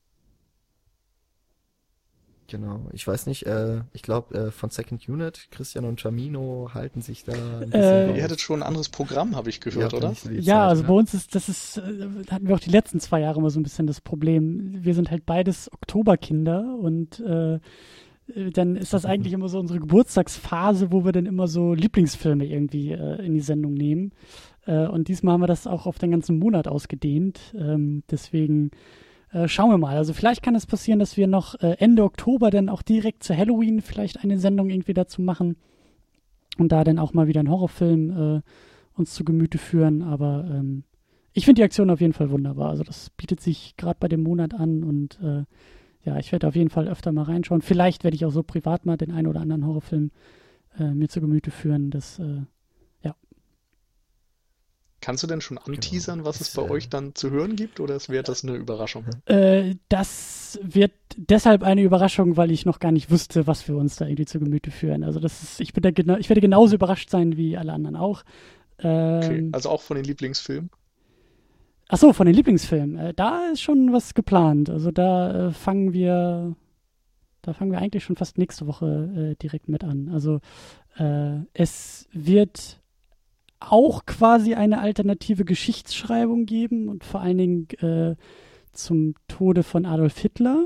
Genau, ich weiß nicht, äh, ich glaube äh, von Second Unit, Christian und Jamino halten sich da ein bisschen Äh, raus. Ihr hattet schon ein anderes Programm, habe ich Ihr gehört, habt ja oder? nicht so die Ja, Zeit, also ne? bei uns ist, das ist, äh, hatten wir auch die letzten zwei Jahre immer so ein bisschen das Problem. Wir sind halt beides Oktoberkinder und äh, dann ist das eigentlich immer so unsere Geburtstagsphase, wo wir dann immer so Lieblingsfilme irgendwie äh, in die Sendung nehmen. Äh, und diesmal haben wir das auch auf den ganzen Monat ausgedehnt. Ähm, deswegen äh, schauen wir mal. Also vielleicht kann es passieren, dass wir noch äh, Ende Oktober dann auch direkt zu Halloween vielleicht eine Sendung irgendwie dazu machen und da dann auch mal wieder einen Horrorfilm äh, uns zu Gemüte führen. Aber ähm, ich finde die Aktion auf jeden Fall wunderbar. Also das bietet sich gerade bei dem Monat an und äh, ja, ich werde auf jeden Fall öfter mal reinschauen. Vielleicht werde ich auch so privat mal den einen oder anderen Horrorfilm äh, mir zu Gemüte führen. Das, äh, ja. Kannst du denn schon anteasern, was es Das, bei äh, euch dann zu hören gibt, oder wird das eine Überraschung? Äh, das wird deshalb eine Überraschung, weil ich noch gar nicht wusste, was wir uns da irgendwie zu Gemüte führen. Also das ist, ich bin da genau, ich werde genauso überrascht sein wie alle anderen auch. Ähm, Okay, also auch von den Lieblingsfilmen? Ach so, von den Lieblingsfilmen. Äh, da ist schon was geplant. Also da äh, fangen wir, da fangen wir eigentlich schon fast nächste Woche äh, direkt mit an. Also äh, es wird auch quasi eine alternative Geschichtsschreibung geben und vor allen Dingen äh, zum Tode von Adolf Hitler.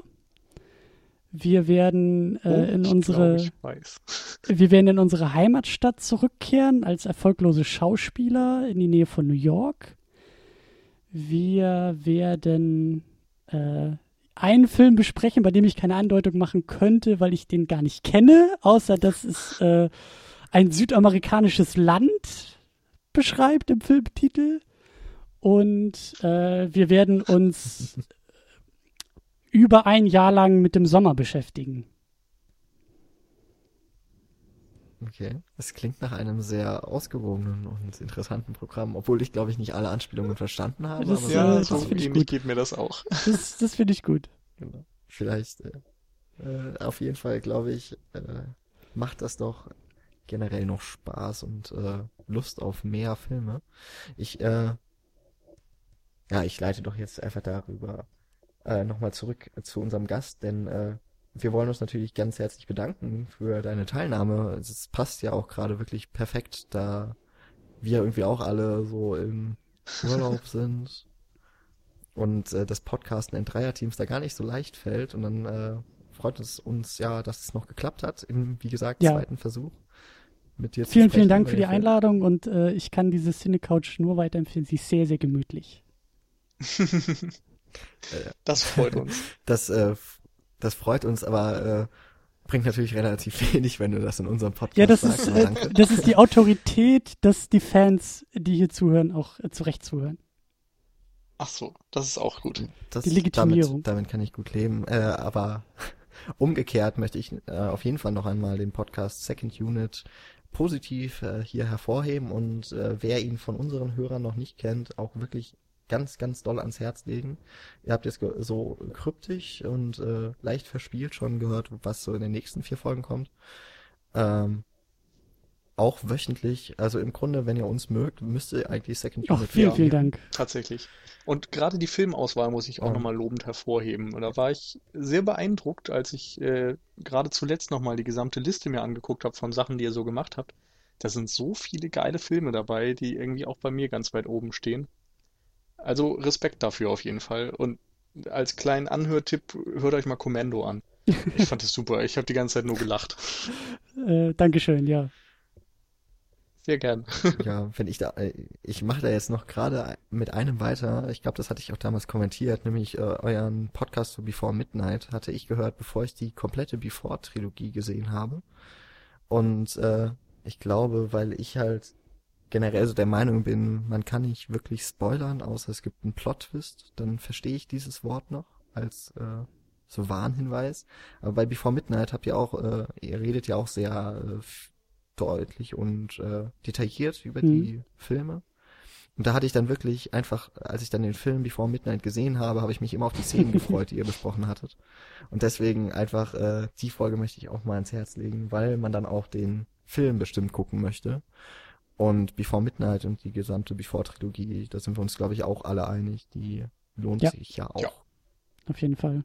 Wir werden äh, Oh, in ich unsere, glaube, ich weiß. wir werden in unsere Heimatstadt zurückkehren als erfolglose Schauspieler in die Nähe von New York. Wir werden äh, einen Film besprechen, bei dem ich keine Andeutung machen könnte, weil ich den gar nicht kenne, außer dass es äh, ein südamerikanisches Land beschreibt im Filmtitel. Und äh, wir werden uns über ein Jahr lang mit dem Sommer beschäftigen. Okay, das klingt nach einem sehr ausgewogenen und interessanten Programm, obwohl ich, glaube ich, nicht alle Anspielungen verstanden habe. Das, aber äh, Ja, das so finde ich ähnlich gut. geht mir das auch. Das, das finde ich gut. Genau. Vielleicht, äh, äh, auf jeden Fall, glaube ich, äh, macht das doch generell noch Spaß und äh, Lust auf mehr Filme. Ich, äh, ja, ich leite doch jetzt einfach darüber äh, nochmal zurück zu unserem Gast, denn äh, wir wollen uns natürlich ganz herzlich bedanken für deine Teilnahme. Es passt ja auch gerade wirklich perfekt, da wir irgendwie auch alle so im Urlaub sind und äh, das Podcasten in Dreierteams da gar nicht so leicht fällt. Und dann äh, freut es uns ja, dass es noch geklappt hat, im, wie gesagt, Ja. zweiten Versuch mit dir zu Vielen, sprechen vielen Dank über für den die Film. Einladung und äh, ich kann diese Cinecouch nur weiterempfehlen. Sie ist sehr, sehr gemütlich. Das freut uns. Das, äh, das freut uns, aber äh, bringt natürlich relativ wenig, wenn du das in unserem Podcast Ja, das sagst. ist, aber äh, danke. das ist die Autorität, dass die Fans, die hier zuhören, auch äh, zurecht zuhören. Ach so, das ist auch gut. Das, die Legitimierung. Damit, damit kann ich gut leben. Äh, aber umgekehrt möchte ich äh, auf jeden Fall noch einmal den Podcast Second Unit positiv äh, hier hervorheben und äh, wer ihn von unseren Hörern noch nicht kennt, auch wirklich ganz, ganz doll ans Herz legen. Ihr habt jetzt ge- so kryptisch und äh, leicht verspielt schon gehört, was so in den nächsten vier Folgen kommt. Ähm, auch wöchentlich, also im Grunde, wenn ihr uns mögt, müsst ihr eigentlich Second Ach, Unit vielen, Ja. vielen geben. Dank. Tatsächlich. Und gerade die Filmauswahl muss ich auch Und nochmal lobend hervorheben. Und da war ich sehr beeindruckt, als ich äh, gerade zuletzt nochmal die gesamte Liste mir angeguckt habe von Sachen, die ihr so gemacht habt. Da sind so viele geile Filme dabei, die irgendwie auch bei mir ganz weit oben stehen. Also Respekt dafür auf jeden Fall. Und als kleinen Anhörtipp, hört euch mal Commando an. Ich fand es super. Ich habe die ganze Zeit nur gelacht. Äh, Dankeschön, ja. Sehr gern. ja, wenn ich da, äh, ich mache da jetzt noch gerade mit einem weiter. Ich glaube, das hatte ich auch damals kommentiert, nämlich äh, euren Podcast zu Before Midnight hatte ich gehört, bevor ich die komplette Before-Trilogie gesehen habe. Und äh, ich glaube, weil ich halt generell so der Meinung bin, man kann nicht wirklich spoilern, außer es gibt einen Plot-Twist, dann verstehe ich dieses Wort noch als äh, so Warnhinweis. Aber bei Before Midnight habt ihr auch, äh, ihr redet ja auch sehr äh, f- deutlich und äh, detailliert über Mhm. die Filme. Und da hatte ich dann wirklich einfach, als ich dann den Film Before Midnight gesehen habe, habe ich mich immer auf die Szenen gefreut, die ihr besprochen hattet. Und deswegen einfach, äh, die Folge möchte ich auch mal ans Herz legen, weil man dann auch den Film bestimmt gucken möchte. Und Before Midnight und die gesamte Before-Trilogie, da sind wir uns, glaube ich, auch alle einig, die lohnt Ja. sich ja auch. Ja. Auf jeden Fall.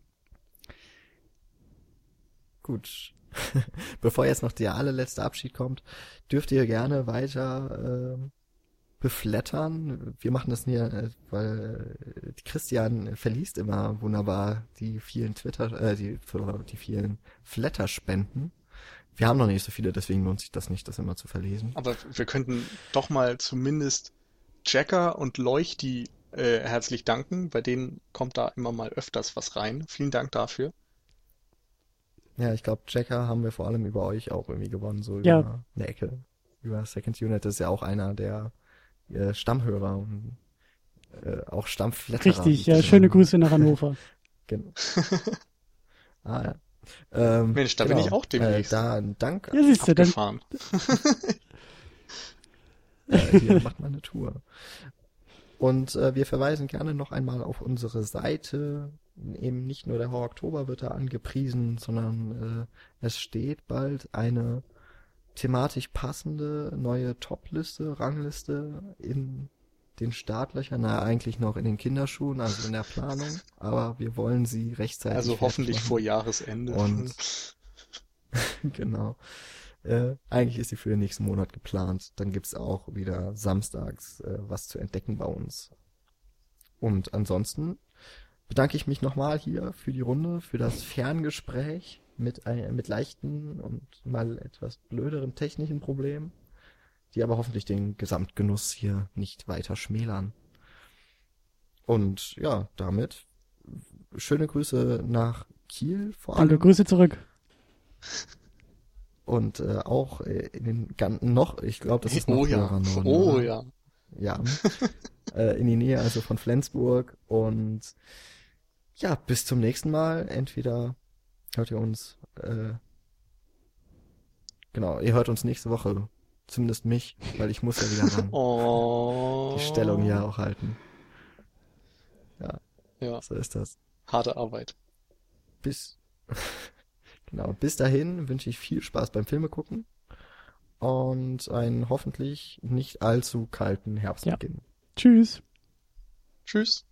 Gut. Bevor jetzt noch der allerletzte Abschied kommt, dürft ihr gerne weiter ähm, beflattern. Wir machen das hier, äh, weil äh, Christian verliest immer wunderbar die vielen Twitter, äh, die, die vielen Flatter-Spenden. Wir haben noch nicht so viele, deswegen lohnt sich das nicht, das immer zu verlesen. Aber wir könnten doch mal zumindest Jacker und Leuchti äh, herzlich danken. Bei denen kommt da immer mal öfters was rein. Vielen Dank dafür. Ja, ich glaube, Jacker haben wir vor allem über euch auch irgendwie gewonnen, so Ja. über eine Ecke. Über Second Unit, das ist ja auch einer der äh, Stammhörer und äh, auch Stammflatterer. wie ich Richtig, ja, das schöne immer- Grüße nach Hannover. Gen ah, ja. Ähm, Mensch, da bin ich auch demnächst. Äh, da ein Dank. Ja, siehst du, dann Abgefahren. Äh, hier macht man eine Tour. Und äh, wir verweisen gerne noch einmal auf unsere Seite. Eben nicht nur der Horror Oktober wird da angepriesen, sondern äh, es steht bald eine thematisch passende neue Top-Liste, Rangliste in den Startlöchern, na eigentlich noch in den Kinderschuhen, also in der Planung, aber wir wollen sie rechtzeitig Also fertig hoffentlich machen. vor Jahresende. Und genau. Äh, eigentlich ist sie für den nächsten Monat geplant. Dann gibt's auch wieder samstags äh, was zu entdecken bei uns. Und ansonsten bedanke ich mich nochmal hier für die Runde, für das Ferngespräch mit, ein, mit leichten und mal etwas blöderen technischen Problemen, die aber hoffentlich den Gesamtgenuss hier nicht weiter schmälern. Und ja, damit schöne Grüße nach Kiel vor allem. danke, Grüße zurück. Und äh, auch äh, in den ganzen noch, ich glaube, das ist noch Oh ja. höherer Norden, Oh oder? ja. Ja. äh, in die Nähe also von Flensburg. Und ja, bis zum nächsten Mal. Entweder hört ihr uns, äh, genau, ihr hört uns nächste Woche. Zumindest mich, weil ich muss ja wieder ran. Oh. Die Stellung hier auch halten. Ja, So ist das. harte Arbeit. Bis, genau, bis dahin wünsche ich viel Spaß beim Filme gucken und einen hoffentlich nicht allzu kalten Herbstbeginn. Tschüss. Tschüss.